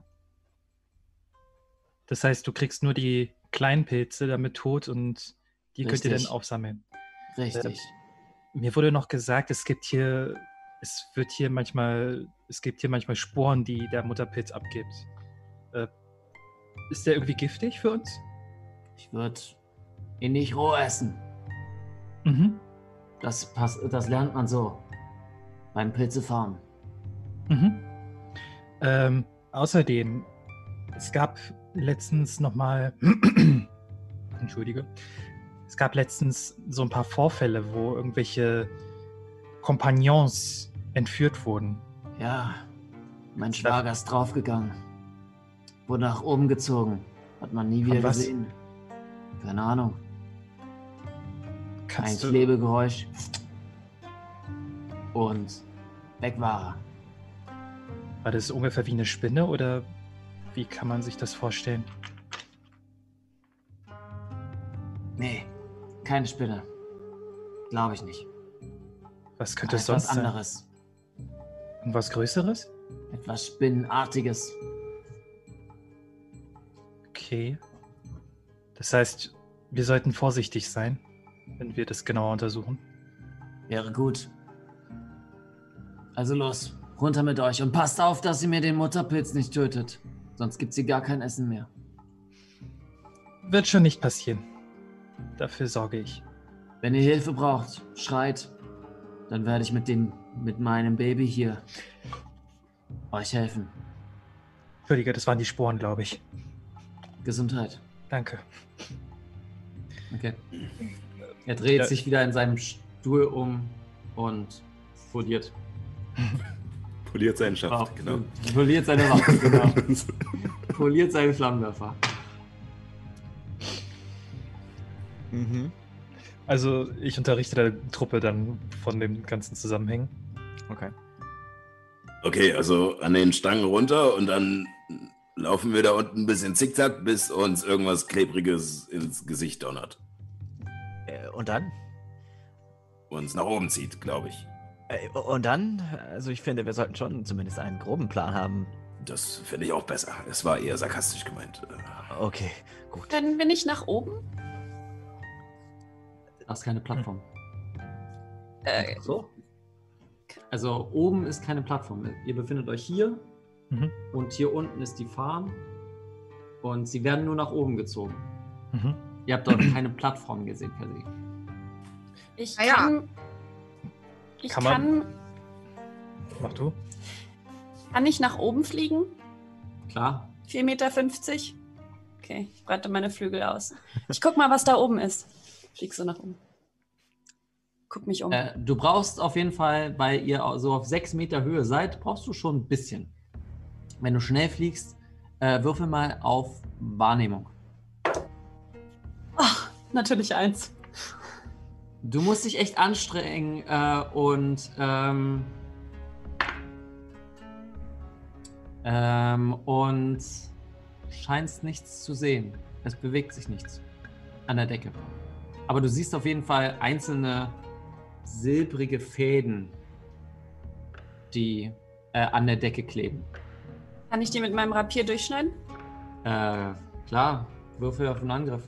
Das heißt, du kriegst nur die kleinen Pilze damit tot und die könnt ihr dann aufsammeln. Richtig. Mir wurde noch gesagt, es gibt hier manchmal Sporen, die der Mutterpilz abgibt. Ist der irgendwie giftig für uns? Ich würde ihn nicht roh essen. Mhm. Das lernt man so. Beim Pilzefarmen. Mhm. Außerdem, es gab letztens nochmal, entschuldige, es gab letztens so ein paar Vorfälle, wo irgendwelche Kompagnons entführt wurden. Ja, mein Schwager ist draufgegangen. Wurde nach oben gezogen. Hat man nie wieder gesehen. Keine Ahnung. Ein Klebegeräusch. Und weg war er. War das ungefähr wie eine Spinne oder wie kann man sich das vorstellen? Nee, keine Spinne. Glaube ich nicht. Was könnte es sonst sein? Etwas anderes. Irgendwas Größeres? Etwas Spinnenartiges. Okay. Das heißt, wir sollten vorsichtig sein, wenn wir das genauer untersuchen. Wäre gut. Also los, runter mit euch und passt auf, dass ihr mir den Mutterpilz nicht tötet. Sonst gibt's hier gar kein Essen mehr. Wird schon nicht passieren. Dafür sorge ich. Wenn ihr Hilfe braucht, schreit. Dann werde ich mit meinem Baby hier euch helfen. Entschuldige, das waren die Sporen, glaube ich. Gesundheit. Danke. Okay. Er dreht sich wieder in seinem Stuhl um und poliert. Poliert seinen Schaft, genau. Poliert seine Waffe, genau. Poliert seinen Flammenwerfer. Mhm. Also ich unterrichte der Truppe dann von dem ganzen Zusammenhängen. Okay. Okay, also an den Stangen runter und dann laufen wir da unten ein bisschen zickzack, bis uns irgendwas Klebriges ins Gesicht donnert. Und dann? Uns nach oben zieht, glaube ich. Und dann? Also ich finde, wir sollten schon zumindest einen groben Plan haben. Das finde ich auch besser. Es war eher sarkastisch gemeint. Okay, gut. Können wir nicht nach oben? Das ist keine Plattform. So? Also oben ist keine Plattform. Ihr befindet euch hier und hier unten ist die Farm und sie werden nur nach oben gezogen. Mhm. Ihr habt dort keine Plattform gesehen per se. Ich Kann kann... Mach du. Kann ich nach oben fliegen? Klar. 4,50 Meter? Okay, ich breite meine Flügel aus. Ich guck mal, was da oben ist. Fliegst du nach oben? Guck mich um. Du brauchst auf jeden Fall, weil ihr so auf 6 Meter Höhe seid, brauchst du schon ein bisschen. Wenn du schnell fliegst, würfel mal auf Wahrnehmung. Ach, natürlich 1. Du musst dich echt anstrengen und scheinst nichts zu sehen. Es bewegt sich nichts an der Decke. Aber du siehst auf jeden Fall einzelne silbrige Fäden, die an der Decke kleben. Kann ich die mit meinem Rapier durchschneiden? Klar. Würfel auf einen Angriff.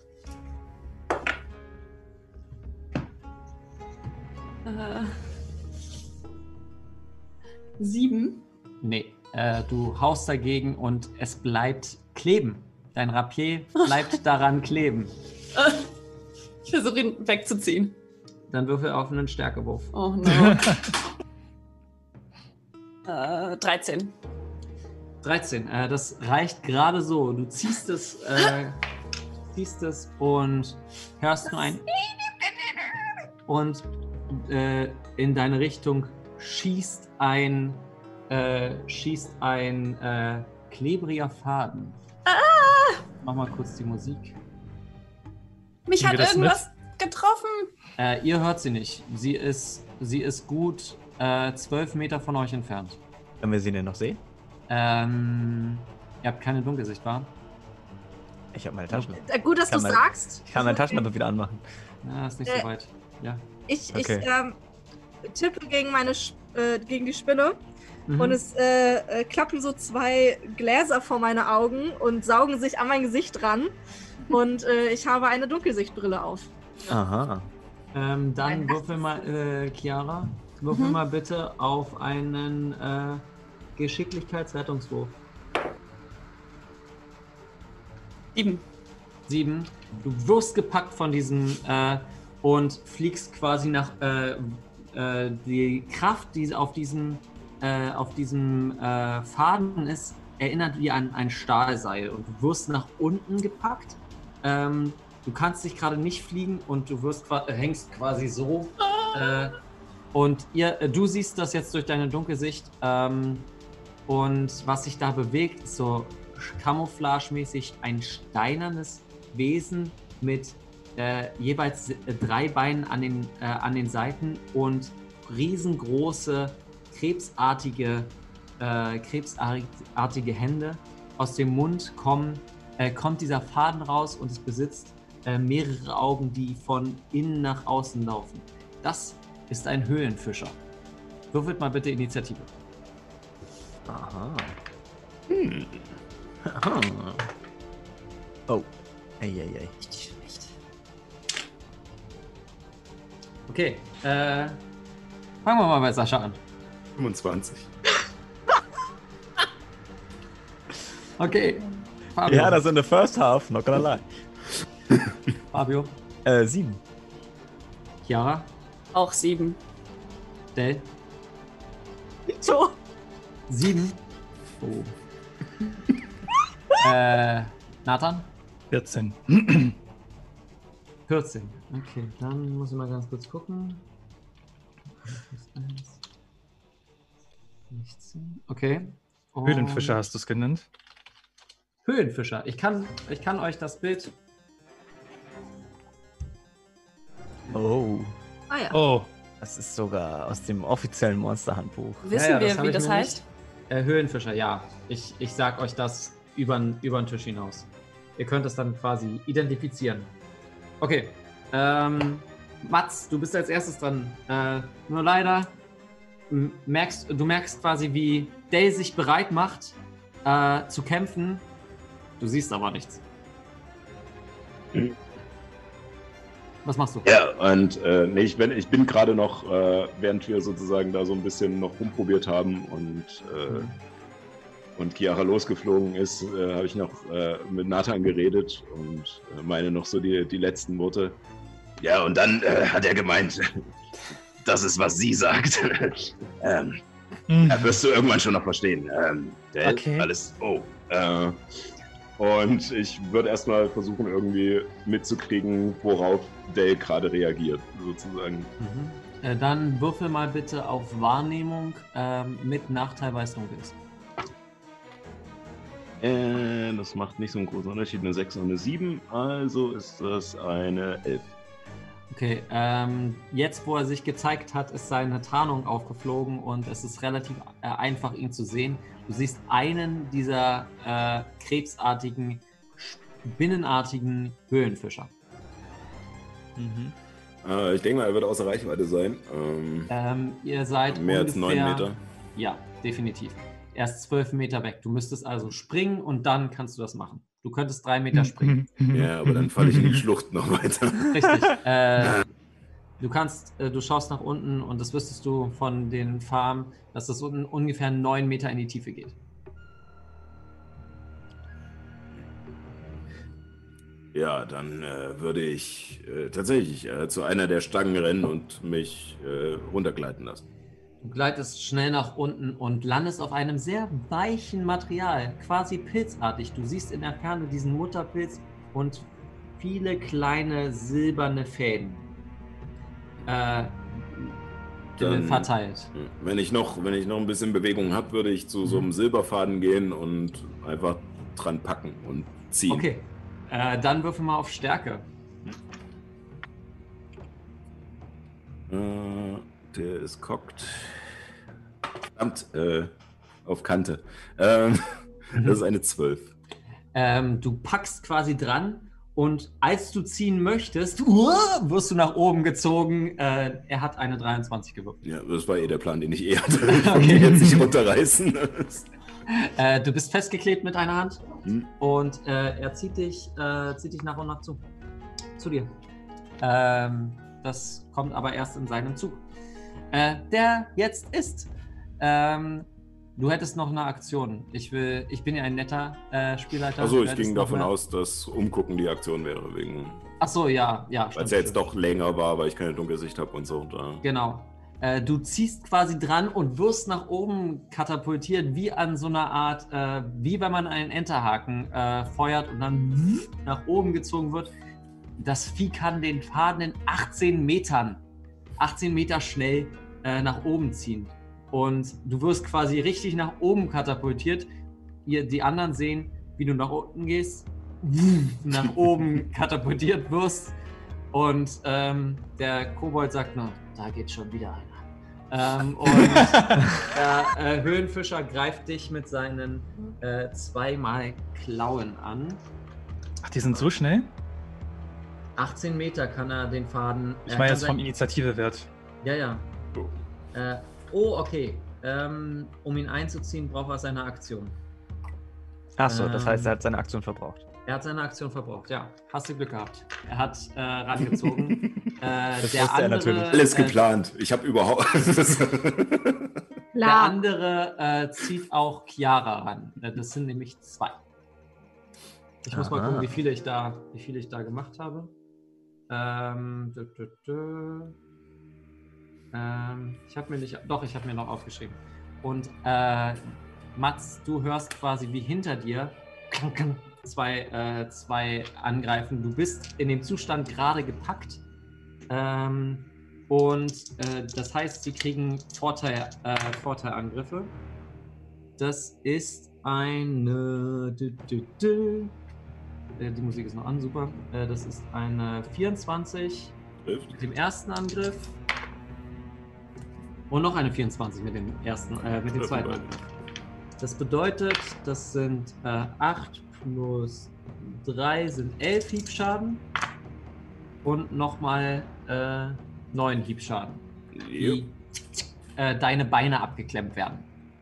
Äh, 7. Nee, du haust dagegen und es bleibt kleben. Dein Rapier bleibt daran kleben. Ich versuche ihn wegzuziehen. Dann würfel auf einen Stärkewurf. Oh no. 13. 13, das reicht gerade so. Du ziehst es und hörst nur ein und in deine Richtung schießt ein klebriger Faden. Mach mal kurz die Musik. Mich hat irgendwas getroffen. Ihr hört sie nicht. Sie ist gut 12 Meter von euch entfernt. Können wir sie denn noch sehen? Ihr habt keine Dunkelsicht, wa? Ich habe meine Taschenlampe. Gut, dass du sagst. Ich kann meine Taschenlampe wieder anmachen. Ja, ist nicht so weit. Ja. Ich tippe gegen die Spinne und es klappen so 2 Gläser vor meine Augen und saugen sich an mein Gesicht ran und ich habe eine Dunkelsichtbrille auf. Aha. Dann würfel mal, Chiara, würfel mal bitte auf einen Geschicklichkeitsrettungswurf. 7. Du wirst gepackt von diesem und fliegst quasi nach die Kraft, die auf diesem Faden ist, erinnert wie an ein Stahlseil und du wirst nach unten gepackt. Du kannst dich gerade nicht fliegen und du hängst quasi so. Und du siehst das jetzt durch deine Dunkelsicht. Und was sich da bewegt, ist so camouflagemäßig ein steinernes Wesen mit jeweils 3 Beinen an den Seiten und riesengroße krebsartige Hände. Aus dem Mund kommt dieser Faden raus und es besitzt mehrere Augen, die von innen nach außen laufen. Das ist ein Höhlenfischer. Würfelt mal bitte Initiative. Aha. Aha. Oh. Eieiei. Okay, fangen wir mal bei Sascha an. 25. Okay, Fabio. Ja, das in the first half, not gonna lie. Fabio. 7. Auch Chiara. 7. Del. So. 7. Oh. Nathan. 14. 14. Okay, dann muss ich mal ganz kurz gucken. 16. Okay. Höhlenfischer hast du es genannt? Höhlenfischer. Ich kann euch das Bild. Oh. Ah ja. Oh. Das ist sogar aus dem offiziellen Monsterhandbuch. Wissen wir, wie das heißt? Höhlenfischer, ja. Ich sag euch das über den Tisch hinaus. Ihr könnt es dann quasi identifizieren. Okay. Mats, du bist als erstes dran. Nur leider du merkst quasi, wie Dale sich bereit macht, zu kämpfen. Du siehst aber nichts. Was machst du? Ja, und ich bin gerade noch, während wir sozusagen da so ein bisschen noch rumprobiert haben und Chiara losgeflogen ist, habe ich noch mit Nathan geredet und meine noch so die letzten Worte. Ja, und dann hat er gemeint, das ist, was sie sagt. Wirst du irgendwann schon noch verstehen. Okay. Alles. Oh. Und ich würde erstmal versuchen, irgendwie mitzukriegen, worauf Dale gerade reagiert, sozusagen. Dann würfel mal bitte auf Wahrnehmung mit Nachteil, weil es dunkel ist. Das macht nicht so einen großen Unterschied, eine 6 und eine 7, also ist das eine 11. Okay, jetzt wo er sich gezeigt hat, ist seine Tarnung aufgeflogen und es ist relativ einfach, ihn zu sehen. Du siehst einen dieser krebsartigen, spinnenartigen Höhlenfischer. Ich denke mal, er wird außer Reichweite sein. Ihr seid mehr ungefähr, als 9 Meter. Ja, definitiv. Er ist 12 Meter weg. Du müsstest also springen und dann kannst du das machen. Du könntest 3 Meter springen. Ja, aber dann falle ich in die Schlucht noch weiter. Richtig. Du schaust nach unten und das wüsstest du von den Farmen, dass das unten ungefähr 9 Meter in die Tiefe geht. Ja, dann würde ich tatsächlich zu einer der Stangen rennen und mich runtergleiten lassen. Du gleitest schnell nach unten und landest auf einem sehr weichen Material, quasi pilzartig. Du siehst in der Ferne diesen Mutterpilz und viele kleine silberne Fäden. verteilt. Wenn ich noch ein bisschen Bewegung habe, würde ich zu so einem Silberfaden gehen und einfach dran packen und ziehen. Okay, dann würfel mal auf Stärke. Der ist cockt. Verdammt, auf Kante. Das ist eine 12. Du packst quasi dran und als du ziehen möchtest, wirst du nach oben gezogen. Er hat eine 23 gewürfelt. Ja, das war der Plan, den ich hatte. Okay. Jetzt nicht runterreißen. Du bist festgeklebt mit einer Hand und er zieht dich nach und nach zu dir. Das kommt aber erst in seinem Zug. Der jetzt ist. Du hättest noch eine Aktion. Ich bin ja ein netter Spielleiter. Achso, ich ging davon aus, dass Umgucken die Aktion wäre. Achso, ja. Weil es ja jetzt doch länger war, weil ich keine Dunkelsicht habe und so. Genau. Du ziehst quasi dran und wirst nach oben katapultiert, wie an so einer Art, wie wenn man einen Enterhaken feuert und dann nach oben gezogen wird. Das Vieh kann den Faden in 18 Meter schnell nach oben ziehen. Und du wirst quasi richtig nach oben katapultiert. Die anderen sehen, wie du nach unten gehst, nach oben katapultiert wirst. Und der Kobold sagt, na, da geht schon wieder einer. Und der Höhlenfischer greift dich mit seinen 2 Klauen an. Ach, die sind so schnell? 18 Meter kann er den Faden... Ich meine jetzt vom Initiative-Wert. Ja. Okay. Um ihn einzuziehen, braucht er seine Aktion. Achso, das heißt, er hat seine Aktion verbraucht. Er hat seine Aktion verbraucht, ja. Hast du Glück gehabt. Er hat rangezogen. Das wusste er natürlich. Alles geplant. Ich habe überhaupt... Der andere zieht auch Chiara ran. Das sind nämlich 2. Ich muss mal gucken, wie viele ich da gemacht habe. Ich habe mir noch aufgeschrieben. Und Mats, du hörst quasi wie hinter dir zwei angreifen. Du bist in dem Zustand gerade gepackt. Das heißt, sie kriegen Vorteilangriffe. Das ist eine... Die Musik ist noch an, super. Das ist eine 24 mit dem ersten Angriff. Und noch eine 24 mit dem zweiten Angriff. Das bedeutet, das sind 8 plus 3 sind 11 Hiebschaden. Und nochmal 9 Hiebschaden. Die deine Beine abgeklemmt werden.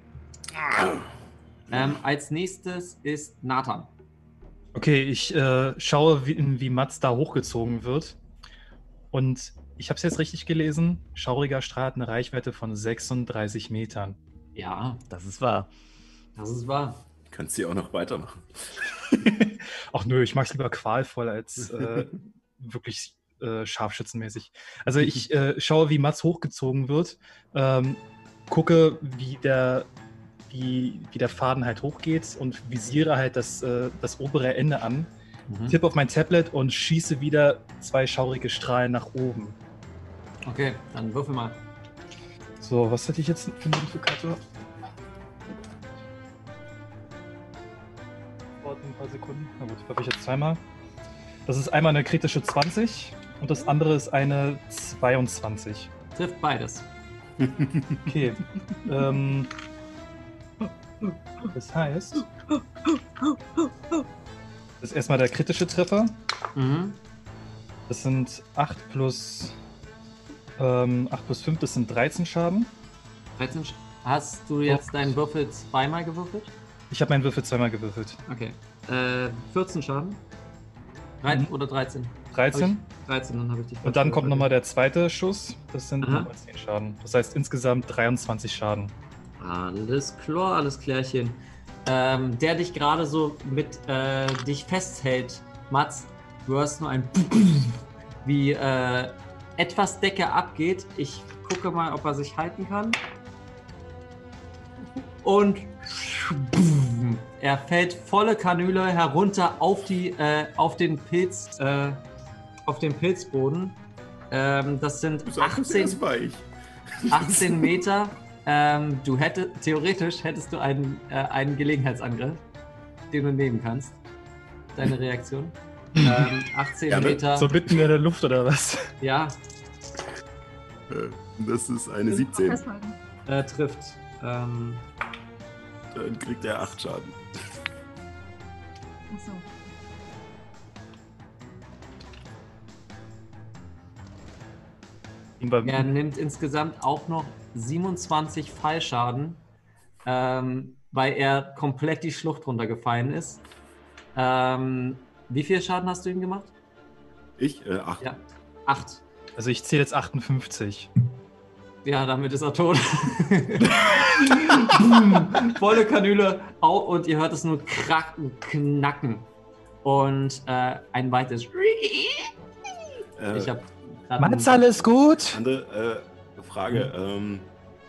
Als nächstes ist Nathan. Okay, ich schaue, wie Mats da hochgezogen wird. Und ich habe es jetzt richtig gelesen. Schauriger Strahl hat eine Reichweite von 36 Metern. Ja, das ist wahr. Das ist wahr. Kannst du auch noch weitermachen. Ach nö, ich mag es lieber qualvoll als wirklich scharfschützenmäßig. Also ich schaue, wie Mats hochgezogen wird, gucke, wie der Faden halt hochgeht und visiere halt das obere Ende an, tippe auf mein Tablet und schieße wieder 2 schaurige Strahlen nach oben. Okay, dann würfel mal. So, was hätte ich jetzt für einen Modifikator? Dauert ein paar Sekunden. Na gut, würfel ich jetzt zweimal. Das ist einmal eine kritische 20 und das andere ist eine 22. Trifft beides. Okay. Das heißt, das ist erstmal der kritische Treffer. Das sind 8 plus 5, das sind 13 Schaden. 13 Hast du jetzt deinen Würfel zweimal gewürfelt? Ich habe meinen Würfel zweimal gewürfelt. Okay. 14 Schaden? Oder 13? 13. 13, dann habe ich dich. Und dann kommt nochmal der zweite Schuss. Das sind nochmal 10 Schaden. Das heißt insgesamt 23 Schaden. Alles klar, alles klärchen. Der dich gerade so mit dich festhält, Mats. Du hörst nur ein wie etwas Decke abgeht. Ich gucke mal, ob er sich halten kann. Und er fällt volle Kanüle herunter auf den Pilzboden. Das sind 18 Meter. Theoretisch hättest du einen Gelegenheitsangriff, den du nehmen kannst. Deine Reaktion. 18 Meter. So mitten in der Luft oder was? Ja. Das ist eine 17. Trifft. Dann kriegt er 8 Schaden. Achso. Er nimmt insgesamt auch noch 27 Fallschaden, weil er komplett die Schlucht runtergefallen ist. Wie viel Schaden hast du ihm gemacht? Ich? 8. Ja, 8. Also ich zähle jetzt 58. Ja, damit ist er tot. Volle Kanüle und ihr hört es nur kracken, knacken. Und ein weites Ich hab Mats, alles gut? Andere Frage.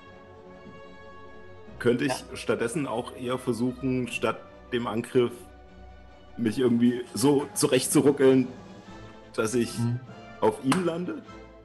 Könnte ich stattdessen auch eher versuchen, statt dem Angriff mich irgendwie so zurechtzuruckeln, dass ich auf ihn lande?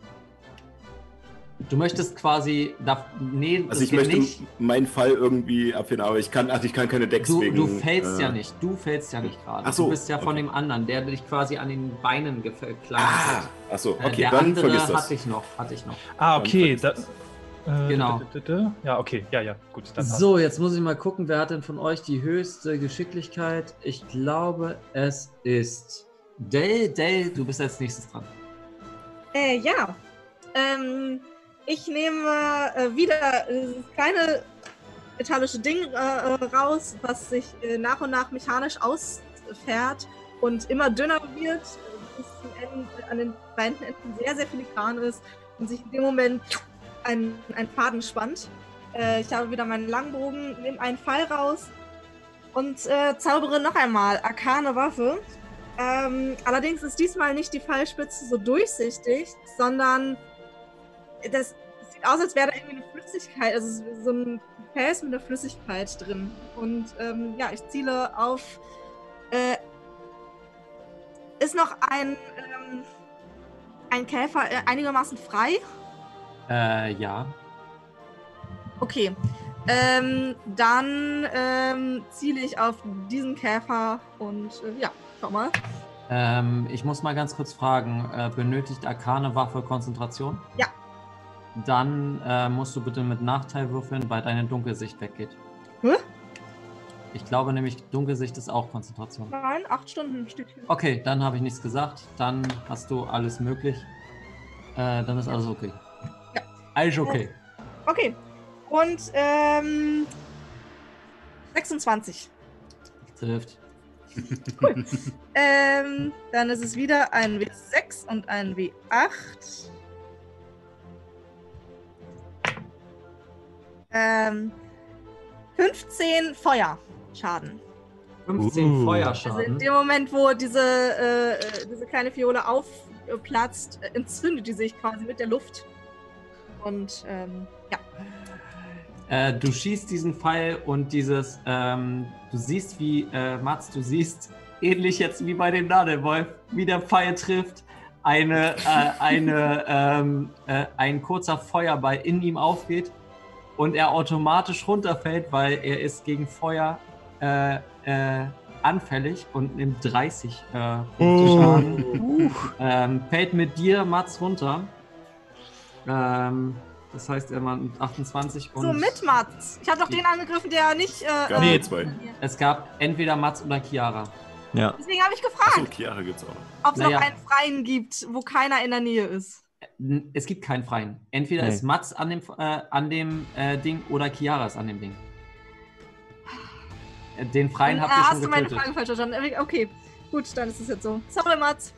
Du möchtest quasi... Also ich möchte meinen Fall irgendwie abfinden, aber ich kann keine Decks wegen... Du fällst ja nicht. Du fällst ja nicht gerade. Ach so, du bist ja von dem anderen, der dich quasi an den Beinen geklammert hat. Achso, okay, der dann andere vergiss das. hatte ich noch. Ah, okay. Genau. Ja, okay. Ja, gut. Dann so, jetzt muss ich mal gucken, wer hat denn von euch die höchste Geschicklichkeit? Ich glaube, es ist Dell, du bist als nächstes dran. Ja. Ich nehme wieder dieses kleine metallische Ding raus, was sich nach und nach mechanisch ausfährt und immer dünner wird, bis an den beiden Enden sehr, sehr filigran ist und sich in dem Moment ein Faden spannt. Ich habe wieder meinen Langbogen, nehme einen Pfeil raus und zaubere noch einmal Arkane Waffe. Allerdings ist diesmal nicht die Pfeilspitze so durchsichtig, sondern das sieht aus, als wäre da irgendwie eine Flüssigkeit, also so ein Gefäß mit einer Flüssigkeit drin. Und ich ziele auf... ist noch ein Käfer einigermaßen frei? Ja. Okay. Dann ziele ich auf diesen Käfer und schau mal. Ich muss mal ganz kurz fragen, benötigt Arkane Waffe Konzentration? Ja. Dann musst du bitte mit Nachteil würfeln, weil deine Dunkelsicht weggeht. Hä? Ich glaube nämlich, Dunkelsicht ist auch Konzentration. Nein, 8 Stunden steht hier. Okay, dann habe ich nichts gesagt. Dann hast du alles möglich. Dann ist alles okay. Ja. Alles okay. Okay. Und 26. Trifft. Cool. Dann ist es wieder ein W6 und ein W8. 15 Feuerschaden. 15 Feuerschaden? Also in dem Moment, wo diese kleine Fiole aufplatzt, entzündet die sich quasi mit der Luft. Und du schießt diesen Pfeil und dieses, du siehst wie, Mats, du siehst, ähnlich jetzt wie bei dem Nadelwolf, wie der Pfeil trifft, ein kurzer Feuerball in ihm aufgeht und er automatisch runterfällt, weil er ist gegen Feuer anfällig und nimmt 30 Punkte Schaden. Fällt mit dir, Mats, runter. Das heißt, er war 28 und... So, mit Mats. Ich habe doch den angegriffen, der nicht... Nee, 2. Es gab entweder Mats oder Chiara. Ja. Deswegen habe ich gefragt, Achso, Chiara gibt's auch noch. ob es noch einen Freien gibt, wo keiner in der Nähe ist. Es gibt keinen Freien. Entweder ist Mats an dem Ding oder Chiara ist an dem Ding. Den Freien habt ihr schon getötet. Hast du meine Frage falsch verstanden? Okay, gut, dann ist es jetzt so. Sorry, Mats.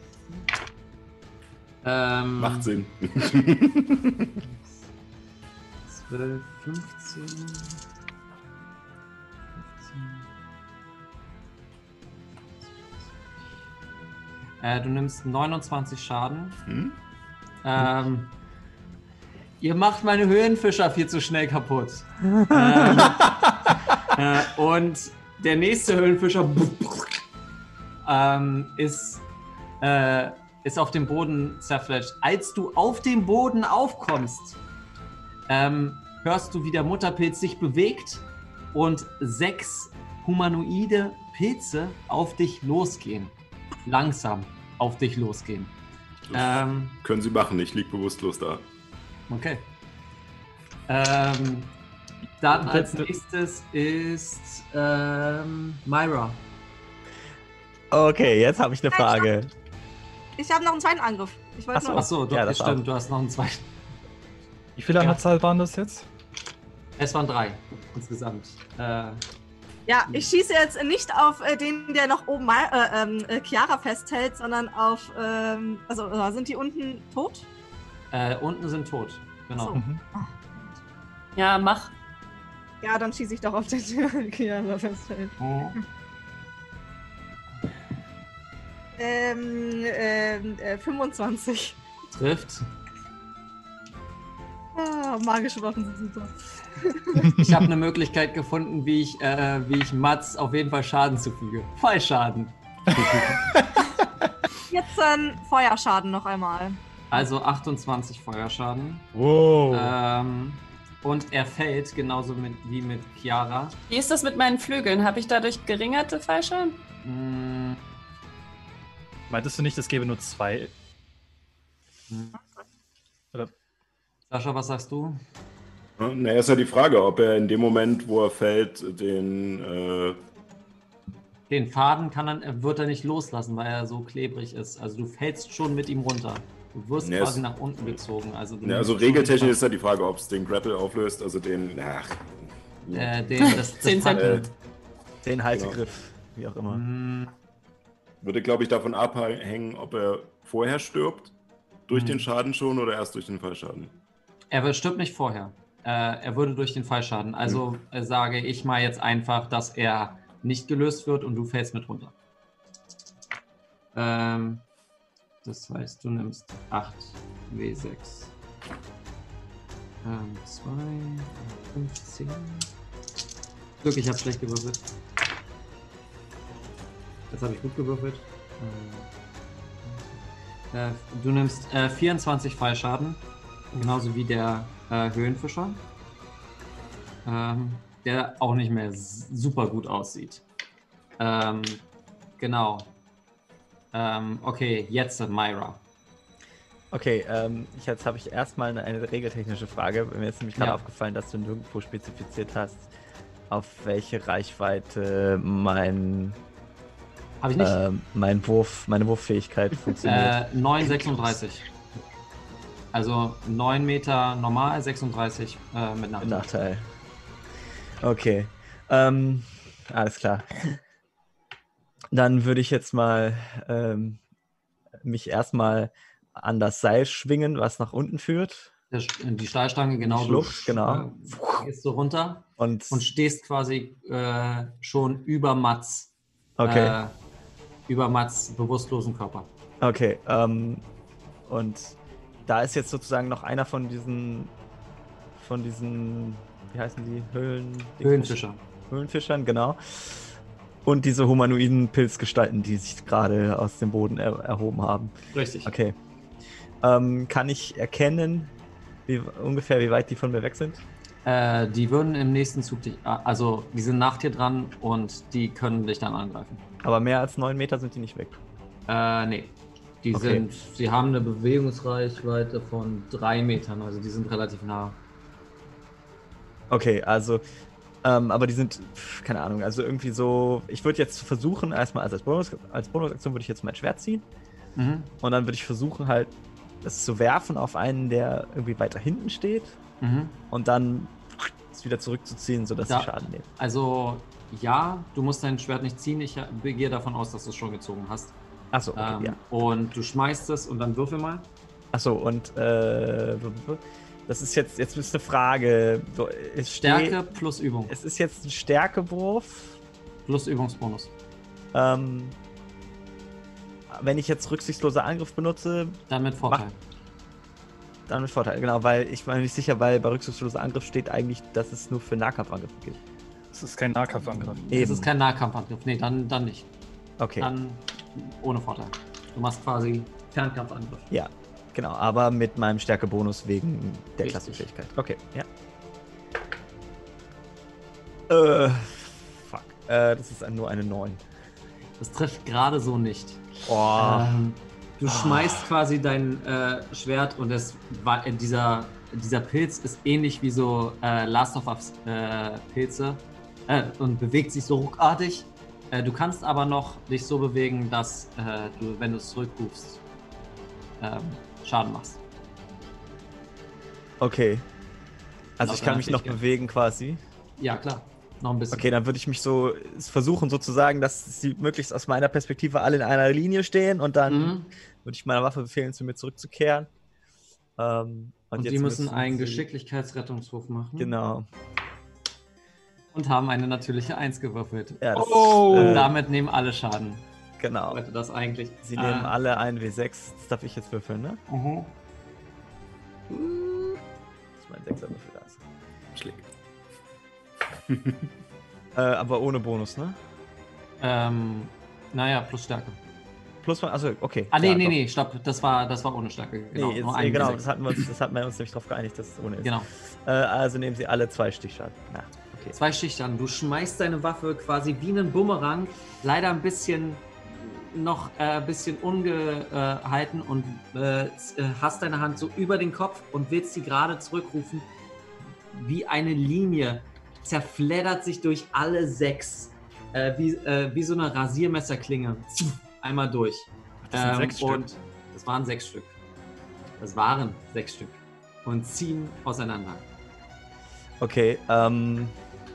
Macht Sinn. 12, 15... Du nimmst 29 Schaden. Ihr macht meine Höhlenfischer viel zu schnell kaputt. Und der nächste Höhlenfischer ist ist auf dem Boden zerfletscht. Als du auf dem Boden aufkommst, hörst du, wie der Mutterpilz sich bewegt und 6 humanoide Pilze auf dich losgehen. Langsam auf dich losgehen. Können sie machen, ich lieg bewusstlos da. Okay. Dann als nächstes ist Myra. Okay, jetzt habe ich eine Frage. Ich habe noch einen zweiten Angriff. Achso, das stimmt, du hast noch einen zweiten. Wie viele Anzahl waren das jetzt? Es waren 3 insgesamt. Ja, ich schieße jetzt nicht auf den, der noch oben Chiara festhält, sondern auf, sind die unten tot? Unten sind tot, genau. So. Mhm. Ja, mach. Ja, dann schieße ich doch auf den, der Chiara festhält. Oh. 25. Trifft. Ah, magische Waffen sind super. Ich habe eine Möglichkeit gefunden, wie ich Mats auf jeden Fall Schaden zufüge. Fallschaden. Jetzt Feuerschaden noch einmal. Also 28 Feuerschaden. Wow. Und er fällt genauso wie mit Chiara. Wie ist das mit meinen Flügeln? Habe ich dadurch geringerte Fallschaden? Meintest du nicht, es gäbe nur 2? Oder? Sascha, was sagst du? Na, ist ja die Frage, ob er in dem Moment, wo er fällt, den Faden wird er nicht loslassen, weil er so klebrig ist. Also du fällst schon mit ihm runter. Du wirst quasi nach unten gezogen. Also regeltechnisch ist ja die Frage, ob es den Grapple auflöst, also den... das 10 Cent. Den Haltegriff, wie auch immer. Würde, glaube ich, davon abhängen, ob er vorher stirbt, durch den Schaden schon oder erst durch den Fallschaden. Er stirbt nicht vorher. Er würde durch den Fallschaden. Also sage ich mal jetzt einfach, dass er nicht gelöst wird und du fällst mit runter. Das heißt, du nimmst 8 W6. 2, 15. Glück, ich habe schlecht gewürfelt. Jetzt habe ich gut gewürfelt. Du nimmst 24 Fallschaden. Genauso wie der Höhenfischer. Der auch nicht mehr super gut aussieht. Genau. Okay, jetzt Myra. Okay, jetzt habe ich erstmal eine regeltechnische Frage. Mir ist nämlich gerade aufgefallen, dass du nirgendwo spezifiziert hast, auf welche Reichweite meine Wurffähigkeit funktioniert. 9,36. Also 9 Meter normal, 36 mit Nachteil. Nachteil. Okay. Alles klar. Dann würde ich jetzt mal mich erstmal an das Seil schwingen, was nach unten führt. Die Stahlstange, genau. Die Schlucht, genau. Gehst du runter und stehst quasi schon über Mats. Okay. Über Mats bewusstlosen Körper. Okay. Und da ist jetzt sozusagen noch einer von diesen, wie heißen die? Höhlenfischern, genau. Und diese humanoiden Pilzgestalten, die sich gerade aus dem Boden erhoben haben. Richtig. Okay. Kann ich erkennen, wie weit die von mir weg sind? Die würden im nächsten Zug die sind nach dir dran und die können dich dann angreifen. Aber mehr als 9 Meter sind die nicht weg? Nee. Sie haben eine Bewegungsreichweite von 3 Metern, also die sind relativ nah. Okay, also, aber die sind, keine Ahnung, also irgendwie so, ich würde jetzt versuchen, erstmal als Bonusaktion würde ich jetzt mein Schwert ziehen. Und dann würde ich versuchen halt, das zu werfen auf einen, der irgendwie weiter hinten steht. Und dann es wieder zurückzuziehen, sodass sie Schaden nehmen. Also, ja, du musst dein Schwert nicht ziehen, ich gehe davon aus, dass du es schon gezogen hast. Achso, okay, ja. Und du schmeißt es und dann würfel mal. Achso, und das ist jetzt ist eine Frage. Stärke plus Übung. Es ist jetzt ein Stärkewurf. Plus Übungsbonus. Wenn ich jetzt rücksichtsloser Angriff benutze. Dann mit Vorteil. Dann mit Vorteil, genau, weil ich bin mir nicht sicher, weil bei rücksichtsloser Angriff steht eigentlich, dass es nur für Nahkampfangriffe gilt. Das ist kein Nahkampfangriff. Es ist kein Nahkampfangriff. Nee, dann nicht. Okay. Dann ohne Vorteil. Du machst quasi Fernkampfangriff. Ja, genau, aber mit meinem Stärkebonus wegen der Klassenfähigkeit. Okay, ja. Fuck. Das ist nur eine 9. Das trifft gerade so nicht. Oh. Du schmeißt quasi dein Schwert und dieser Pilz ist ähnlich wie so Last of Us Pilze und bewegt sich so ruckartig. Du kannst aber noch dich so bewegen, dass du, wenn du es zurückrufst, Schaden machst. Okay. Also ich kann mich noch bewegen quasi. Ja, klar. Noch ein bisschen. Okay, dann würde ich mich so versuchen sozusagen, dass sie möglichst aus meiner Perspektive alle in einer Linie stehen und dann würde ich meiner Waffe befehlen, zu mir zurückzukehren. Und die müssen einen Geschicklichkeitsrettungswurf machen. Genau. Und haben eine natürliche 1 gewürfelt. Ja, und damit nehmen alle Schaden. Genau. Das eigentlich. Sie nehmen alle einen W6. Das darf ich jetzt würfeln, ne? Das ist mein 6er-Würfel, da ist. Schlägt. Aber ohne Bonus, ne? Naja, plus Stärke. Also okay. Nee, stopp. Das war ohne Stärke. Genau, das hatten wir uns nämlich drauf geeinigt, dass es ohne ist. Genau. Also nehmen sie alle 2 Stichschaden. Ja, okay. 2 Stichschaden. Du schmeißt deine Waffe quasi wie einen Bumerang, leider ein bisschen ungehalten und hast deine Hand so über den Kopf und willst sie gerade zurückrufen. Wie eine Linie zerfleddert sich durch alle 6. Wie so eine Rasiermesserklinge. Einmal durch. Das sind 6 Stück. Und das waren 6 Stück. Das waren 6 Stück. Und ziehen auseinander. Okay, du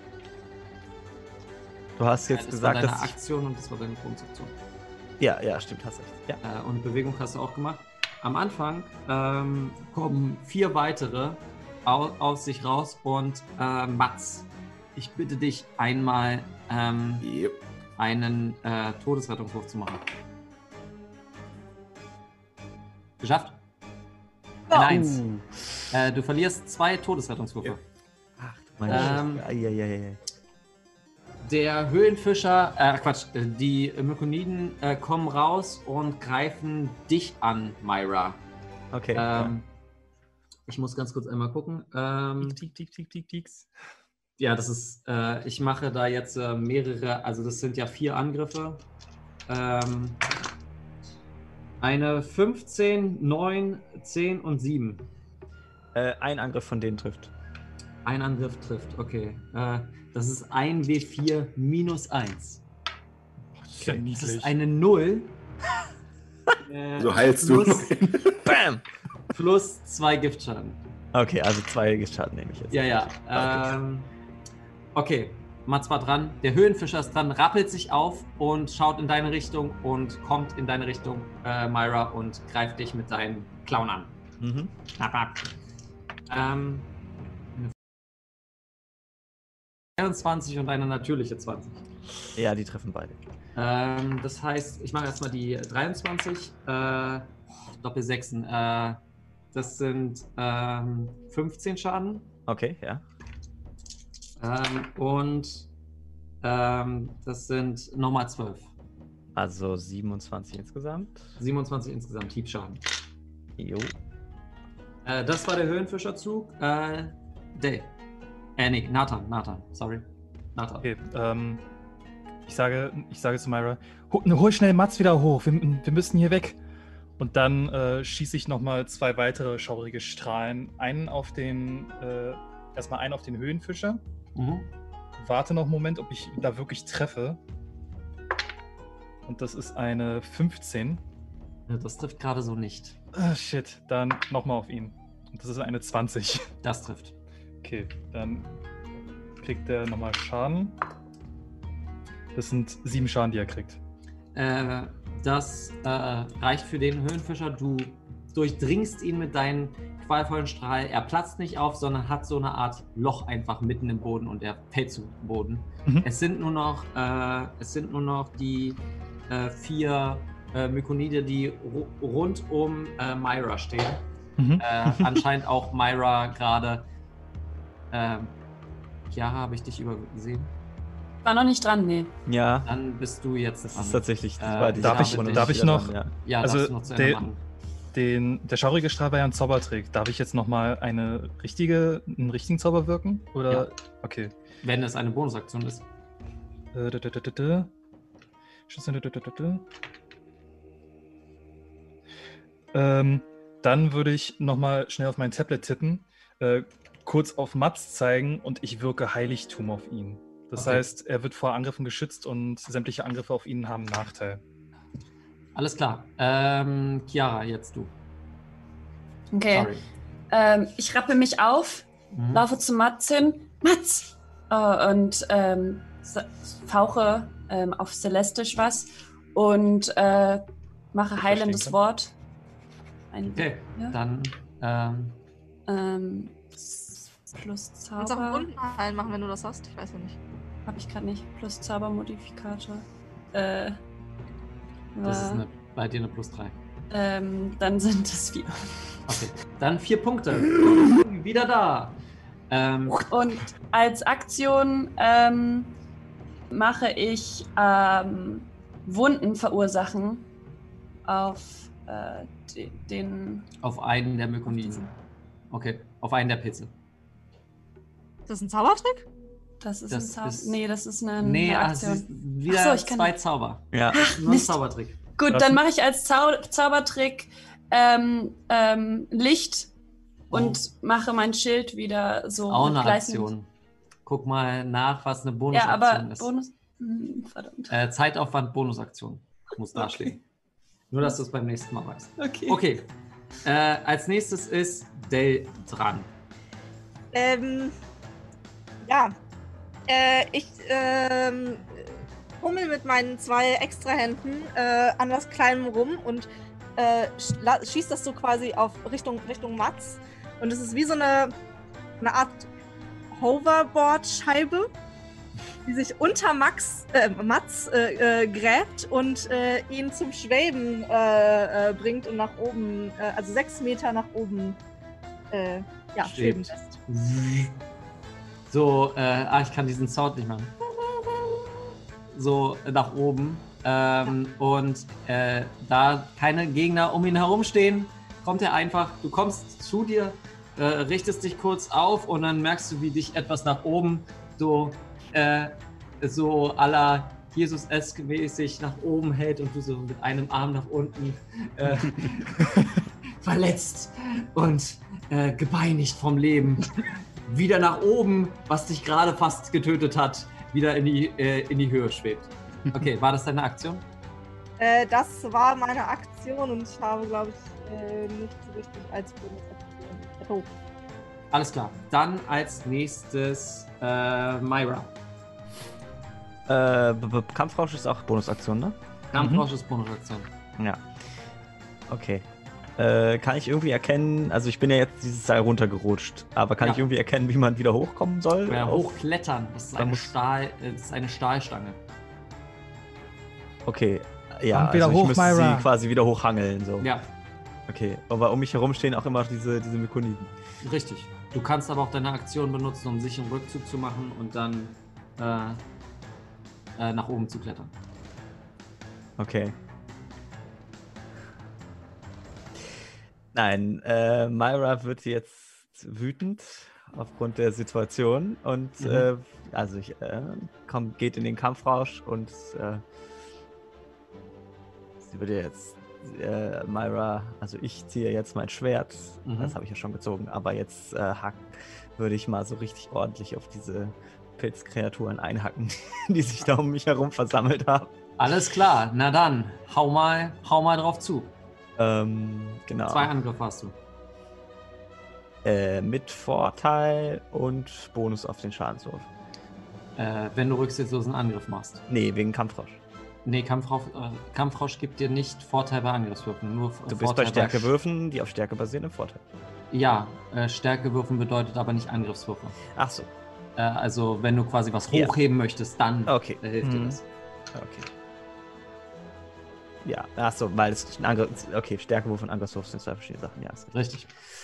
hast jetzt gesagt, das war deine Aktion und das war deine Bonusaktion. Ja, stimmt, hast recht. Ja. Und Bewegung hast du auch gemacht. Am Anfang kommen 4 weitere aus sich raus und Mats, ich bitte dich einmal einen Todesrettungswurf zu machen. Geschafft? Eine 1. Du verlierst 2 Todesrettungswürfe. Ach, meine Der Höhlenfischer, die Mykoniden kommen raus und greifen dich an, Myra. Okay. Ich muss ganz kurz einmal gucken. Tiks. Ja, das ist, ich mache da jetzt mehrere, also das sind ja 4 Angriffe. Eine 15, 9, 10 und 7. Ein Angriff von denen trifft. Ein Angriff trifft, okay. Das ist ein W4 minus 1. Okay. Das ist eine 0. So heilst du. Bam! Plus 2 Giftschaden. Okay, also 2 Giftschaden nehme ich jetzt. Ja. Okay, Mats war dran. Der Höhenfischer ist dran, rappelt sich auf und schaut in deine Richtung und kommt in deine Richtung, Myra, und greift dich mit seinen Klauen an. Eine 24 und eine natürliche 20. Ja, die treffen beide. Das heißt, ich mache erstmal die 23. Doppel-Sechsen. Das sind 15 Schaden. Okay, ja. Das sind nochmal 12. Also 27 insgesamt. 27 insgesamt, Hiebschaden. Jo. Das war der Höhenfischerzug. Dave. Nathan, sorry. Nathan. Okay, ich sage zu Myra, hol schnell Mats wieder hoch, wir müssen hier weg. Und dann schieße ich nochmal 2 weitere schaurige Strahlen. Erstmal einen auf den Höhenfischer. Warte noch einen Moment, ob ich da wirklich treffe. Und das ist eine 15. Das trifft gerade so nicht. Shit, dann nochmal auf ihn. Und das ist eine 20. Das trifft. Okay, dann kriegt er nochmal Schaden. Das sind 7 Schaden, die er kriegt. Das reicht für den Höhenfischer. Du durchdringst ihn mit deinem qualvollen Strahl. Er platzt nicht auf, sondern hat so eine Art Loch einfach mitten im Boden und er fällt zu Boden. Es sind nur noch die 4 Mykonide, die rund um Myra stehen. Anscheinend auch Myra gerade. Chiara, habe ich dich übersehen? War noch nicht dran, nee. Ja. Dann bist du jetzt dran. Das ist tatsächlich. Darf ich noch? Ja, also darfst du noch zu Ende machen. Der schaurige Strahl war ja ein Zaubertrick. Darf ich jetzt nochmal einen richtigen Zauber wirken? Oder? Ja. Okay. Wenn es eine Bonusaktion ist. Dann würde ich nochmal schnell auf mein Tablet tippen, kurz auf Mats zeigen und ich wirke Heiligtum auf ihn. Das heißt, er wird vor Angriffen geschützt und sämtliche Angriffe auf ihn haben einen Nachteil. Alles klar. Chiara, jetzt du. Okay. Ich rappe mich auf, laufe zu Mats hin. Mats! Und fauche auf Celestisch was und mache heilendes Wort. Okay, ja. Dann Kannst plus du Zauber. auch unten heilen machen, wenn du das hast? Ich weiß ja nicht. Hab ich gerade nicht. Plus Zaubermodifikator. Das ist bei dir eine plus 3. Dann sind es 4. Okay, dann 4 Punkte. Wieder da. Und als Aktion mache ich Wunden verursachen auf den... Auf einen der Mykoniden. Okay, auf einen der Pilze. Ist das ein Zaubertrick? Das ist ein Zauber. Nee, das ist eine Aktion. Also wieder zwei Zauber. Ja. Nur ein Zaubertrick. Gut, dann mache ich als Zaubertrick Licht und mache mein Schild wieder so. Auch eine Aktion. Guck mal nach, was eine Bonusaktion ist. Bonus. Verdammt. Zeitaufwand, Bonusaktion. Muss da stehen. Nur, dass du es beim nächsten Mal weißt. Okay. Als nächstes ist Del dran. Ich hummel mit meinen 2 Extrahänden an was Kleinem rum und schießt das so quasi auf Richtung Mats. Und es ist wie so eine Art Hoverboard-Scheibe, die sich unter Mats gräbt und ihn zum Schweben bringt und nach oben, also 6 Meter nach oben schweben lässt. So, ich kann diesen Sound nicht machen. So nach oben. Und da keine Gegner um ihn herum stehen, kommt er einfach, du kommst zu dir, richtest dich kurz auf und dann merkst du, wie dich etwas nach oben so à la Jesus-esk mäßig nach oben hält und du so mit einem Arm nach unten verletzt und gebeinigt vom Leben wieder nach oben, was dich gerade fast getötet hat, wieder in die Höhe schwebt. Okay, war das deine Aktion? Das war meine Aktion und ich habe, glaube ich, nicht so richtig als Bonusaktion. Alles klar. Dann als nächstes Myra. Kampfrausch ist auch Bonusaktion, ne? Kampfrausch ist Bonusaktion. Ja. Okay. Kann ich irgendwie erkennen, also ich bin ja jetzt dieses Seil runtergerutscht, aber kann ich irgendwie erkennen, wie man wieder hochkommen soll? Ja, hochklettern. Das ist eine Stahlstange. Okay, ja, und wieder also ich hoch, müsste Myra. sie quasi wieder hochhangeln. So. Ja. Okay, aber um mich herum stehen auch immer diese Mykoniden. Richtig. Du kannst aber auch deine Aktion benutzen, um sich einen Rückzug zu machen und dann nach oben zu klettern. Okay. Nein, Myra wird jetzt wütend aufgrund der Situation und geht in den Kampfrausch und sie würde jetzt Myra, also ich ziehe jetzt mein Schwert, das habe ich ja schon gezogen, aber jetzt würde ich mal so richtig ordentlich auf diese Pilzkreaturen einhacken, die sich da um mich herum versammelt haben. Alles klar, na dann, hau mal drauf zu. Genau. 2 Angriffe hast du. Mit Vorteil und Bonus auf den Schadenswurf. Wenn du rücksichtslosen Angriff machst. Nee, wegen Kampfrausch. Nee, Kampfrausch gibt dir nicht Vorteil bei Angriffswürfen. Nur du bist bei Stärkewürfen, die auf Stärke basieren, im Vorteil. Ja, Stärkewürfen bedeutet aber nicht Angriffswürfe. Ach so. Also, wenn du quasi was hochheben möchtest, dann hilft dir das. Okay. Ja, achso, weil es Stärkewurf und Angriffswurf sind 2 verschiedene Sachen, ja. Ist richtig.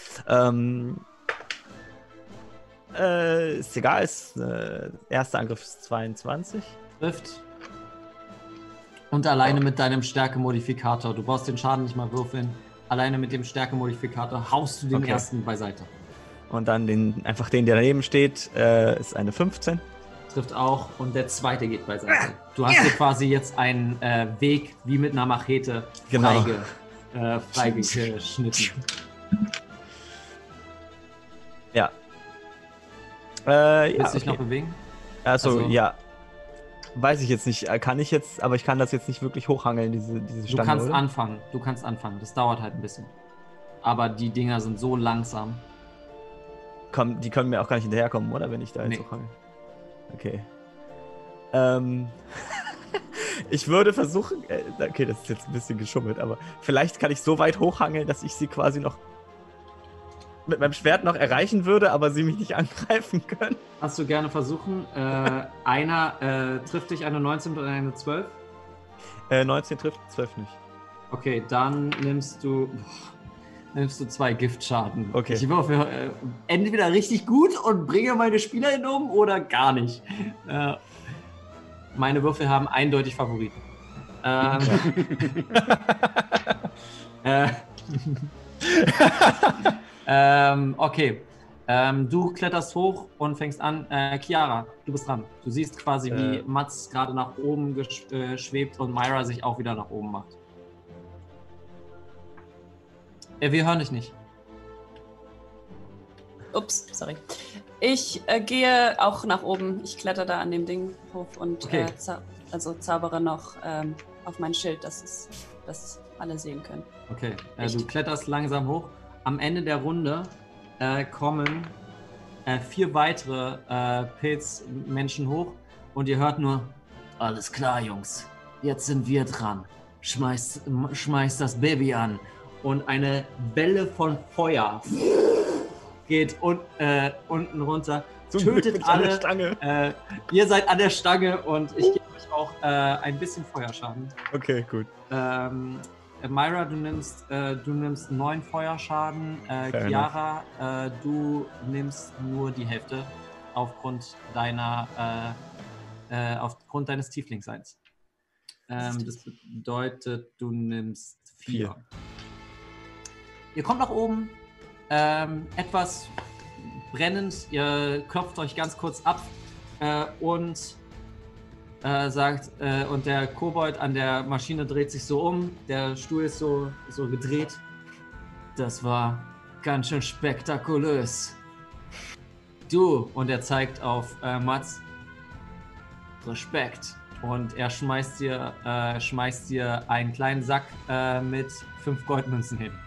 Ist egal, erster Angriff ist 22. Trifft. Und alleine mit deinem Stärkemodifikator. Du brauchst den Schaden nicht mal würfeln. alleine mit dem Stärkemodifikator haust du den ersten beiseite. Und dann einfach den, der daneben steht, ist eine 15. Trifft auch und der zweite geht beiseite. Du hast dir quasi jetzt einen Weg wie mit einer Machete freigeschnitten. Ja. Willst du dich noch bewegen? Also, ja. Weiß ich jetzt nicht. Kann ich jetzt, aber ich kann das jetzt nicht wirklich hochhangeln, diese Stange, Du kannst anfangen. Das dauert halt ein bisschen. Aber die Dinger sind so langsam. Die können mir auch gar nicht hinterherkommen, oder? Wenn ich da jetzt hochhangel. Okay. Ich würde versuchen, okay, das ist jetzt ein bisschen geschummelt, aber vielleicht kann ich so weit hochhangeln, dass ich sie quasi noch mit meinem Schwert noch erreichen würde, aber sie mich nicht angreifen können. Kannst du gerne versuchen. Einer trifft dich, eine 19 oder eine 12? 19 trifft, 12 nicht. Okay, dann nimmst du 2 Giftschaden. Okay. Ich würfe entweder richtig gut und bringe meine SpielerInnen um oder gar nicht. Meine Würfel haben eindeutig Favoriten. Okay. Du kletterst hoch und fängst an. Chiara, du bist dran. Du siehst quasi, wie Mats gerade nach oben schwebt und Myra sich auch wieder nach oben macht. Wir hören dich nicht. Ups, sorry. Ich gehe auch nach oben. Ich kletter da an dem Ding hoch und zaubere noch auf mein Schild, dass alle sehen können. Okay, du kletterst langsam hoch. Am Ende der Runde kommen 4 weitere Pilzmenschen hoch und ihr hört nur: Alles klar, Jungs, jetzt sind wir dran. Schmeißt das Baby an. Und eine Welle von Feuer geht unten runter. Tötet alle. Ihr seid an der Stange und ich gebe euch auch ein bisschen Feuerschaden. Okay, gut. Myra, du nimmst 9 Feuerschaden. Chiara, du nimmst nur die Hälfte aufgrund deines Tieflingsseins. Das bedeutet, du nimmst 4. Ihr kommt nach oben, etwas brennend, ihr klopft euch ganz kurz ab und sagt, und der Kobold an der Maschine dreht sich so um, der Stuhl ist so gedreht. Das war ganz schön spektakulös. Du, und er zeigt auf Mats, Respekt. Und er schmeißt dir einen kleinen Sack mit 5 Goldmünzen hin.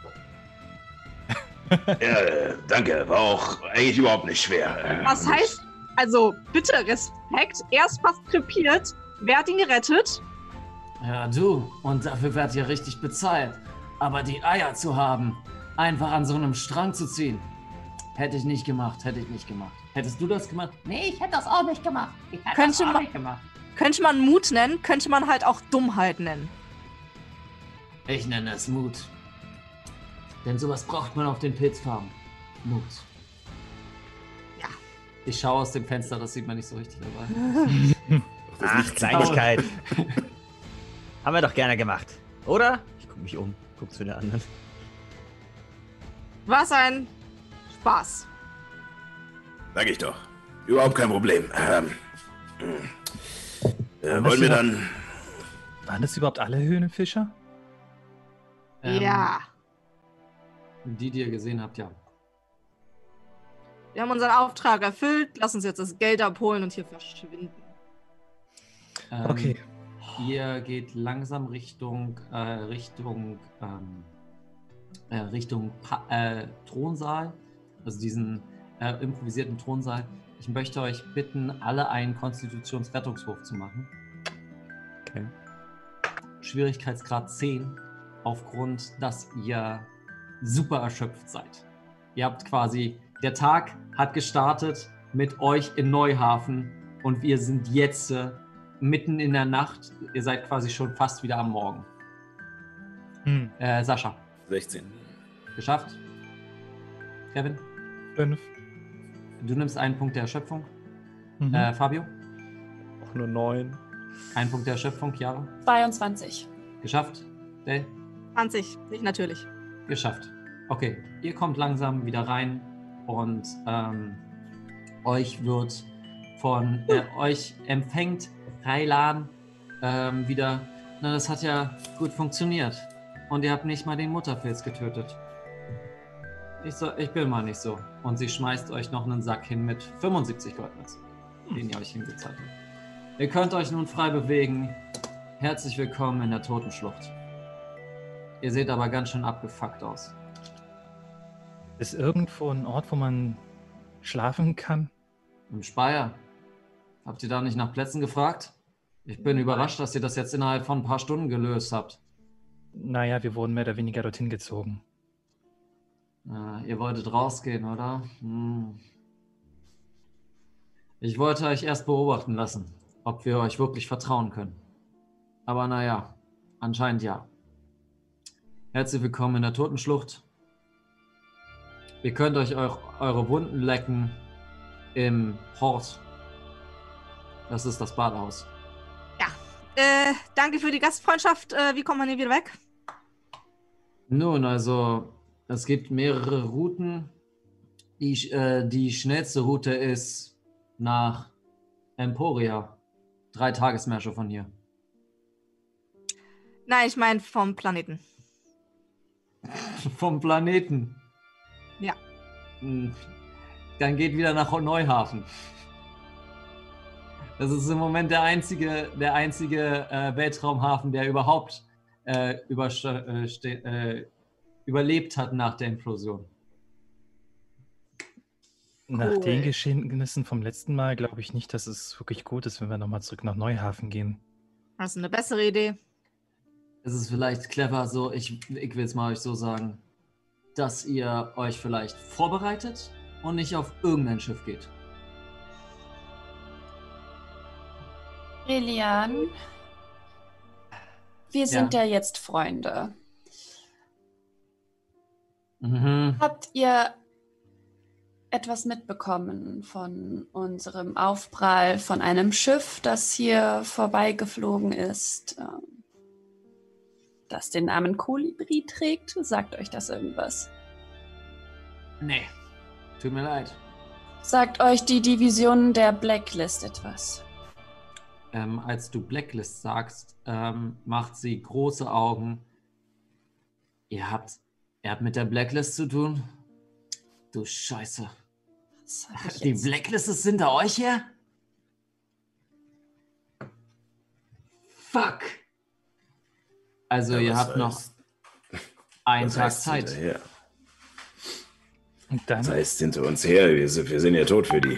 Ja, danke, war auch eigentlich überhaupt nicht schwer. Was heißt, also bitte Respekt, er ist fast krepiert, wer hat ihn gerettet? Ja, du, und dafür werdet ihr richtig bezahlt. Aber die Eier zu haben, einfach an so einem Strang zu ziehen, hätte ich nicht gemacht. Hättest du das gemacht? Nee, ich hätte das auch nicht gemacht. Könnte man Mut nennen, könnte man halt auch Dummheit nennen. Ich nenne es Mut. Denn sowas braucht man auf den Pilzfarmen. Mut. Ja. Ich schaue aus dem Fenster, das sieht man nicht so richtig dabei. Ach, Kleinigkeit. Haben wir doch gerne gemacht, oder? Ich gucke mich um, guck zu den anderen. Was ein Spaß. Sag ich doch. Überhaupt kein Problem. Wollen wir dann... Waren das überhaupt alle Höhlenfischer? Ja. Die ihr gesehen habt, ja. Wir haben unseren Auftrag erfüllt. Lass uns jetzt das Geld abholen und hier verschwinden. Okay. Ihr geht langsam Richtung Thronsaal, also diesen improvisierten Thronsaal. Ich möchte euch bitten, alle einen Konstitutionsrettungswurf zu machen. Okay. Schwierigkeitsgrad 10, aufgrund, dass ihr super erschöpft seid. Ihr habt quasi, der Tag hat gestartet mit euch in Neuhafen und wir sind jetzt mitten in der Nacht. Ihr seid quasi schon fast wieder am Morgen. Sascha. 16. Geschafft. Kevin? 5. Du nimmst einen Punkt der Erschöpfung. Fabio? Auch nur 9. Ein Punkt der Erschöpfung, Chiara? 22. Geschafft. Dale? 20, nicht natürlich. Geschafft. Okay, ihr kommt langsam wieder rein und euch empfängt Raylan wieder. Na, das hat ja gut funktioniert. Und ihr habt nicht mal den Mutterpilz getötet. Ich bin mal nicht so. Und sie schmeißt euch noch einen Sack hin mit 75 Goldmünzen, den ihr euch hingezahlt habt. Ihr könnt euch nun frei bewegen. Herzlich willkommen in der Totenschlucht. Ihr seht aber ganz schön abgefuckt aus. Ist irgendwo ein Ort, wo man schlafen kann? Im Speyer. Habt ihr da nicht nach Plätzen gefragt? Ich bin überrascht, dass ihr das jetzt innerhalb von ein paar Stunden gelöst habt. Naja, wir wurden mehr oder weniger dorthin gezogen. Ihr wolltet rausgehen, oder? Ich wollte euch erst beobachten lassen, ob wir euch wirklich vertrauen können. Aber naja, anscheinend ja. Herzlich willkommen in der Totenschlucht. Ihr könnt euch eure Wunden lecken im Hort. Das ist das Badehaus. Ja, danke für die Gastfreundschaft. Wie kommt man hier wieder weg? Nun, also, es gibt mehrere Routen. Die schnellste Route ist nach Emporia. 3 Tagesmärsche von hier. Nein, ich meine vom Planeten. Vom Planeten? Ja. Dann geht wieder nach Neuhafen. Das ist im Moment der einzige Weltraumhafen, der überhaupt überlebt hat nach der Implosion. Nach den Geschehnissen vom letzten Mal glaube ich nicht, dass es wirklich gut ist, wenn wir nochmal zurück nach Neuhafen gehen. Das ist eine bessere Idee. Es ist vielleicht clever so, ich will es mal euch so sagen, dass ihr euch vielleicht vorbereitet und nicht auf irgendein Schiff geht. Relian, wir sind ja jetzt Freunde. Habt ihr etwas mitbekommen von unserem Aufprall von einem Schiff, das hier vorbeigeflogen ist, das den Namen Kolibri trägt? Sagt euch das irgendwas? Nee, tut mir leid. Sagt euch die Division der Blacklist etwas? Als du Blacklist sagst, macht sie große Augen. Ihr habt mit der Blacklist zu tun? Du Scheiße. Die Blacklists sind da euch her? Fuck. Also ihr habt noch einen Tag Zeit. Hinterher? Und dann? Das heißt hinter uns her, wir sind ja tot für die.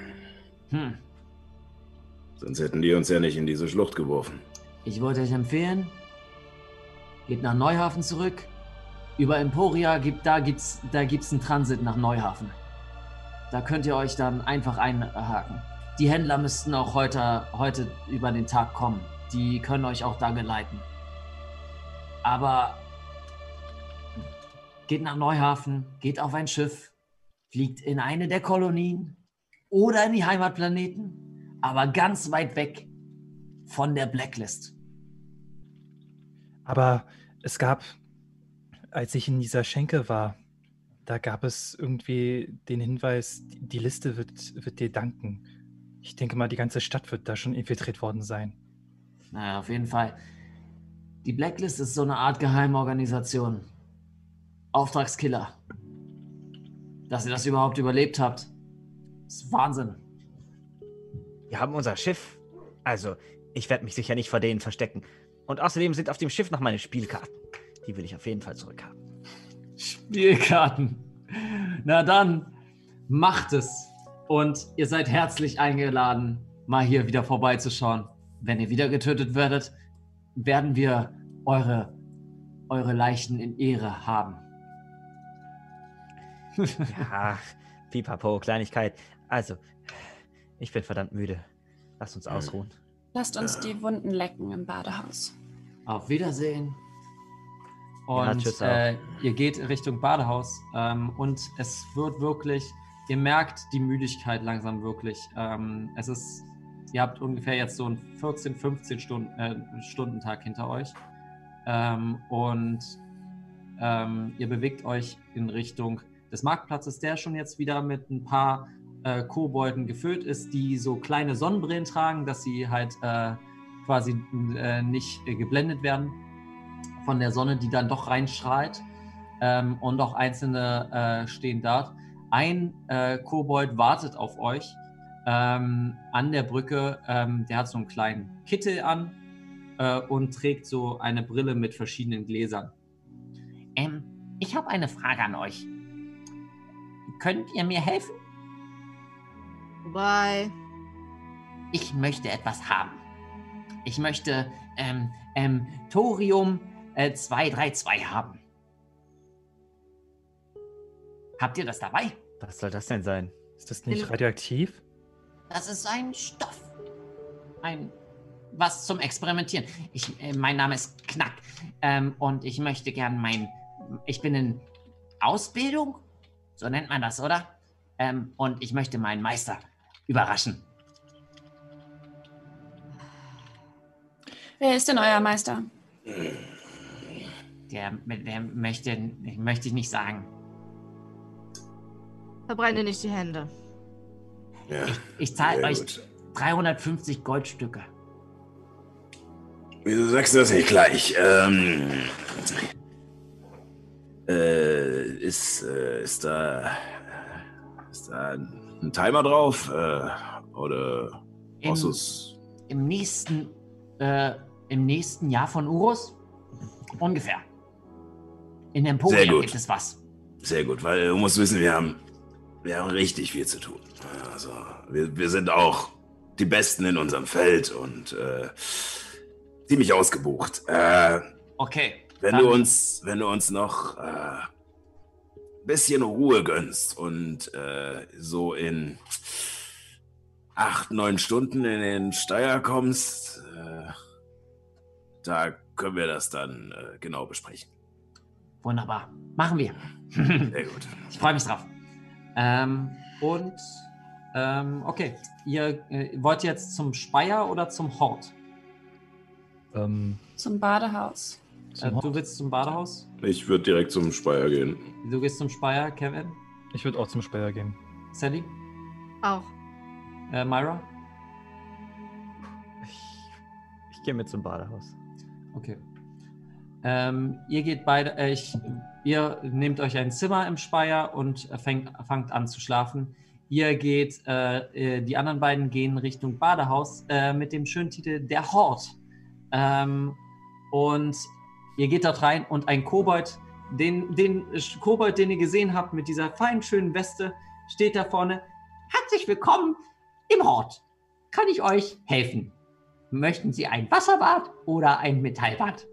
Sonst hätten die uns ja nicht in diese Schlucht geworfen. Ich wollte euch empfehlen, geht nach Neuhafen zurück. Über Emporia gibt's einen Transit nach Neuhafen. Da könnt ihr euch dann einfach einhaken. Die Händler müssten auch heute über den Tag kommen. Die können euch auch da geleiten. Aber geht nach Neuhafen, geht auf ein Schiff, fliegt in eine der Kolonien oder in die Heimatplaneten, aber ganz weit weg von der Blacklist. Aber es gab, als ich in dieser Schenke war, da gab es irgendwie den Hinweis, die Liste wird dir danken. Ich denke mal, die ganze Stadt wird da schon infiltriert worden sein. Naja, auf jeden Fall. Die Blacklist ist so eine Art Geheimorganisation. Auftragskiller. Dass ihr das überhaupt überlebt habt, ist Wahnsinn. Wir haben unser Schiff. Also, ich werde mich sicher nicht vor denen verstecken. Und außerdem sind auf dem Schiff noch meine Spielkarten. Die will ich auf jeden Fall zurückhaben. Spielkarten. Na dann, macht es. Und ihr seid herzlich eingeladen, mal hier wieder vorbeizuschauen. Wenn ihr wieder getötet werdet, werden wir eure Leichen in Ehre haben. Ja, pipapo, Kleinigkeit. Also, ich bin verdammt müde. Lasst uns ausruhen. Lasst uns die Wunden lecken im Badehaus. Auf Wiedersehen. Und Ja, ihr geht Richtung Badehaus und es wird wirklich, ihr merkt die Müdigkeit langsam wirklich. Ihr habt ungefähr jetzt so einen 14, 15 Stundentag hinter euch. Und ihr bewegt euch in Richtung des Marktplatzes, der schon jetzt wieder mit ein paar Kobolden gefüllt ist, die so kleine Sonnenbrillen tragen, dass sie halt quasi nicht geblendet werden von der Sonne, die dann doch reinstrahlt. Und auch einzelne stehen dort. Ein Kobold wartet auf euch an der Brücke. Der hat so einen kleinen Kittel an und trägt so eine Brille mit verschiedenen Gläsern. Ich habe eine Frage an euch. Könnt ihr mir helfen? Wobei. Ich möchte etwas haben. Ich möchte Thorium 232 haben. Habt ihr das dabei? Was soll das denn sein? Ist das nicht radioaktiv? Das ist ein Stoff. Was zum Experimentieren. Mein Name ist Knack. Und ich möchte gern ich bin in Ausbildung, so nennt man das, oder? Und ich möchte meinen Meister überraschen. Wer ist denn euer Meister? Der möchte ich nicht sagen. Verbrenne nicht die Hände. Ja, ich zahle euch 350 Goldstücke. Wieso sagst du das nicht gleich? Ist da ein Timer drauf? Oder brauchst du es? Im nächsten Jahr von Urus? Ungefähr. In Emporia gibt es was. Sehr gut, weil du musst wissen, wir haben richtig viel zu tun. Also, wir sind auch die Besten in unserem Feld und ziemlich ausgebucht. Okay. Wenn du uns noch ein bisschen Ruhe gönnst und so in 8-9 Stunden in den Steier kommst, da können wir das dann genau besprechen. Wunderbar. Machen wir. Sehr gut. Ich freue mich drauf. Okay. Ihr wollt jetzt zum Speier oder zum Hort? Zum Badehaus. Du willst zum Badehaus? Ich würde direkt zum Speier gehen. Du gehst zum Speier, Kevin? Ich würde auch zum Speier gehen. Sally? Auch. Myra? Ich gehe mit zum Badehaus. Okay. Ihr geht beide, ihr nehmt euch ein Zimmer im Speier und fangt an zu schlafen. Ihr geht, die anderen beiden gehen Richtung Badehaus mit dem schönen Titel Der Hort. Und ihr geht dort rein und ein Kobold, den Kobold, den ihr gesehen habt mit dieser feinen, schönen Weste, steht da vorne. Herzlich willkommen im Hort. Kann ich euch helfen? Möchten Sie ein Wasserbad oder ein Metallbad?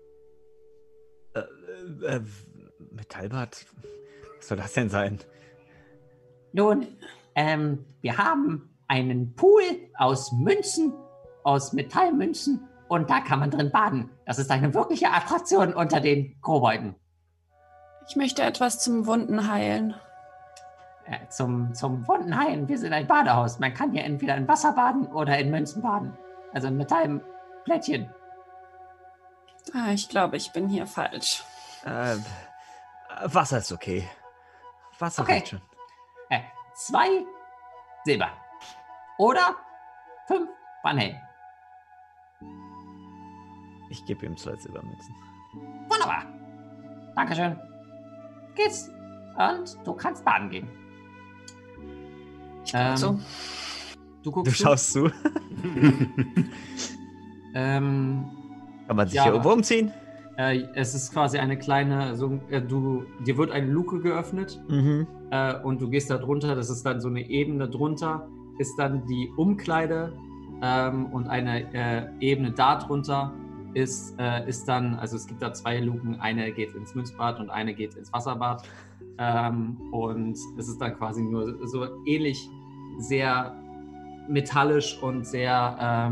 Metallbad? Was soll das denn sein? Nun, wir haben einen Pool aus Münzen, aus Metallmünzen und da kann man drin baden. Das ist eine wirkliche Attraktion unter den Kobolden. Ich möchte etwas zum Wunden heilen. Zum Wunden heilen. Wir sind ein Badehaus. Man kann hier entweder in Wasser baden oder in Münzen baden. Also in Metallplättchen. Ich glaube, ich bin hier falsch. Wasser ist okay. Wasser okay. Reicht schon. 2 Silber. Oder 5 Banellen. Ich gebe ihm 2 Silbermünzen. Wunderbar. Dankeschön. Geht's. Und du kannst baden gehen. Ich guck so. Du schaust zu. Kann man sich hier irgendwo umziehen? Es ist quasi eine kleine, dir wird eine Luke geöffnet und du gehst da drunter, das ist dann so eine Ebene drunter, ist dann die Umkleide und eine Ebene da drunter ist dann, also es gibt da 2 Luken, eine geht ins Münzbad und eine geht ins Wasserbad und es ist dann quasi nur so ähnlich sehr metallisch und sehr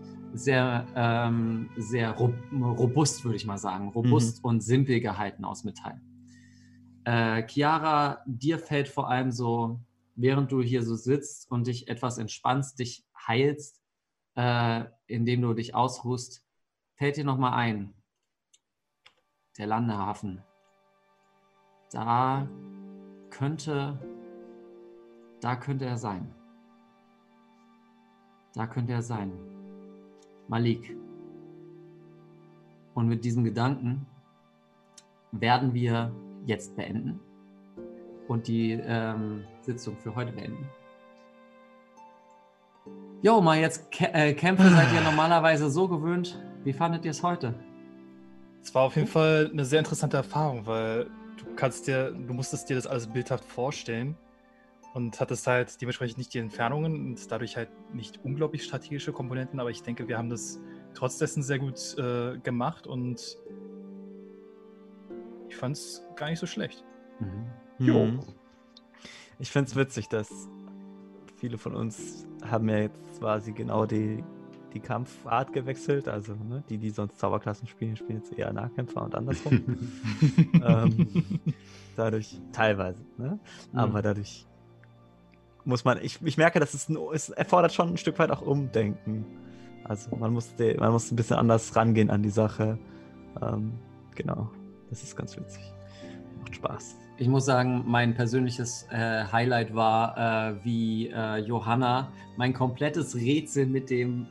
robust, würde ich mal sagen. Robust und simpel gehalten aus Metall. Chiara, dir fällt vor allem so, während du hier so sitzt und dich etwas entspannst, dich heilst, indem du dich ausruhst, fällt dir nochmal ein. Der Landehafen. Da könnte er sein. Malik. Und mit diesem Gedanken werden wir jetzt beenden und die Sitzung für heute beenden. Jo, mal jetzt Kämpfe seid ihr normalerweise so gewöhnt. Wie fandet ihr es heute? Es war auf jeden Fall eine sehr interessante Erfahrung, weil du musstest dir das alles bildhaft vorstellen und hattest halt dementsprechend nicht die Entfernungen und dadurch halt nicht unglaublich strategische Komponenten, aber ich denke, wir haben das trotz dessen sehr gut gemacht und ich fand es gar nicht so schlecht. Jo. Ich finde es witzig, dass viele von uns haben ja jetzt quasi genau die Kampfart gewechselt. Also die sonst Zauberklassen spielen jetzt eher Nahkämpfer und andersrum. Dadurch teilweise. Ne? Aber dadurch muss man, ich merke, dass es erfordert schon ein Stück weit auch Umdenken. Also man muss ein bisschen anders rangehen an die Sache. Genau, das ist ganz witzig. Macht Spaß. Ich muss sagen, mein persönliches Highlight war, wie Johanna mein komplettes Rätsel mit dem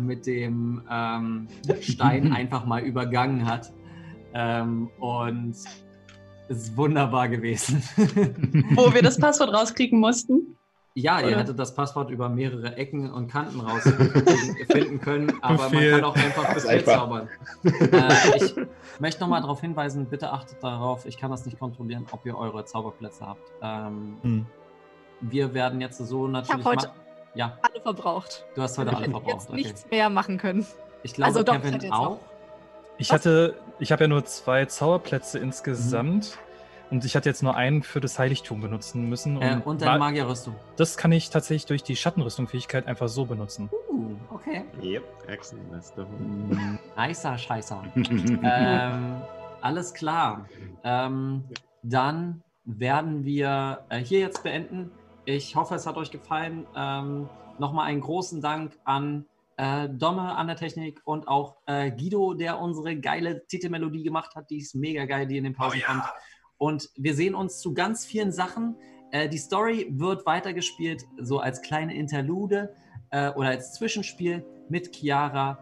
Stein einfach mal übergangen hat. Und es ist wunderbar gewesen. Wo wir das Passwort rauskriegen mussten? Ja, ihr hättet das Passwort über mehrere Ecken und Kanten rausfinden können, aber man kann auch einfach zaubern. Ich möchte nochmal darauf hinweisen, bitte achtet darauf, ich kann das nicht kontrollieren, ob ihr eure Zauberplätze habt. Wir werden jetzt so natürlich... Ich habe heute alle verbraucht. Du hast heute alle verbraucht. Jetzt nichts mehr machen können. Ich glaube, doch, Kevin auch. Ich habe ja nur 2 Zauberplätze insgesamt. Und ich hatte jetzt nur einen für das Heiligtum benutzen müssen. Und deine Magierrüstung. Das kann ich tatsächlich durch die Schattenrüstung-Fähigkeit einfach so benutzen. Okay. Yep, excellent. Nicer Scheißer. Alles klar. Dann werden wir hier jetzt beenden. Ich hoffe, es hat euch gefallen. Nochmal einen großen Dank an Domme an der Technik und auch Guido, der unsere geile Titelmelodie gemacht hat. Die ist mega geil, die in den Pausen kommt. Und wir sehen uns zu ganz vielen Sachen. Die Story wird weitergespielt, so als kleine Interlude oder als Zwischenspiel mit Chiara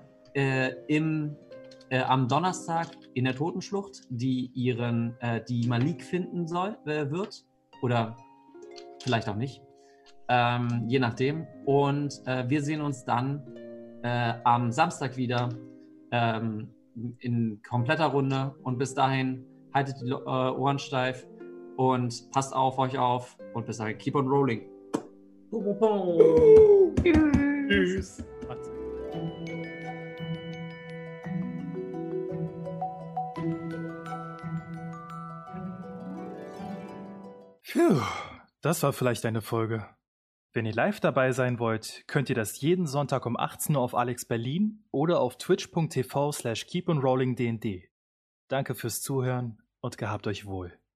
am Donnerstag in der Totenschlucht, die Malik finden wird. Oder vielleicht auch nicht. Je nachdem. Und wir sehen uns dann am Samstag wieder in kompletter Runde. Und bis dahin haltet die Ohren steif und passt auf euch auf. Und bis dahin, keep on rolling. Tschüss. Puh, das war vielleicht eine Folge. Wenn ihr live dabei sein wollt, könnt ihr das jeden Sonntag um 18 Uhr auf Alex Berlin oder auf twitch.tv/keeponrollingdnd. Danke fürs Zuhören und gehabt euch wohl.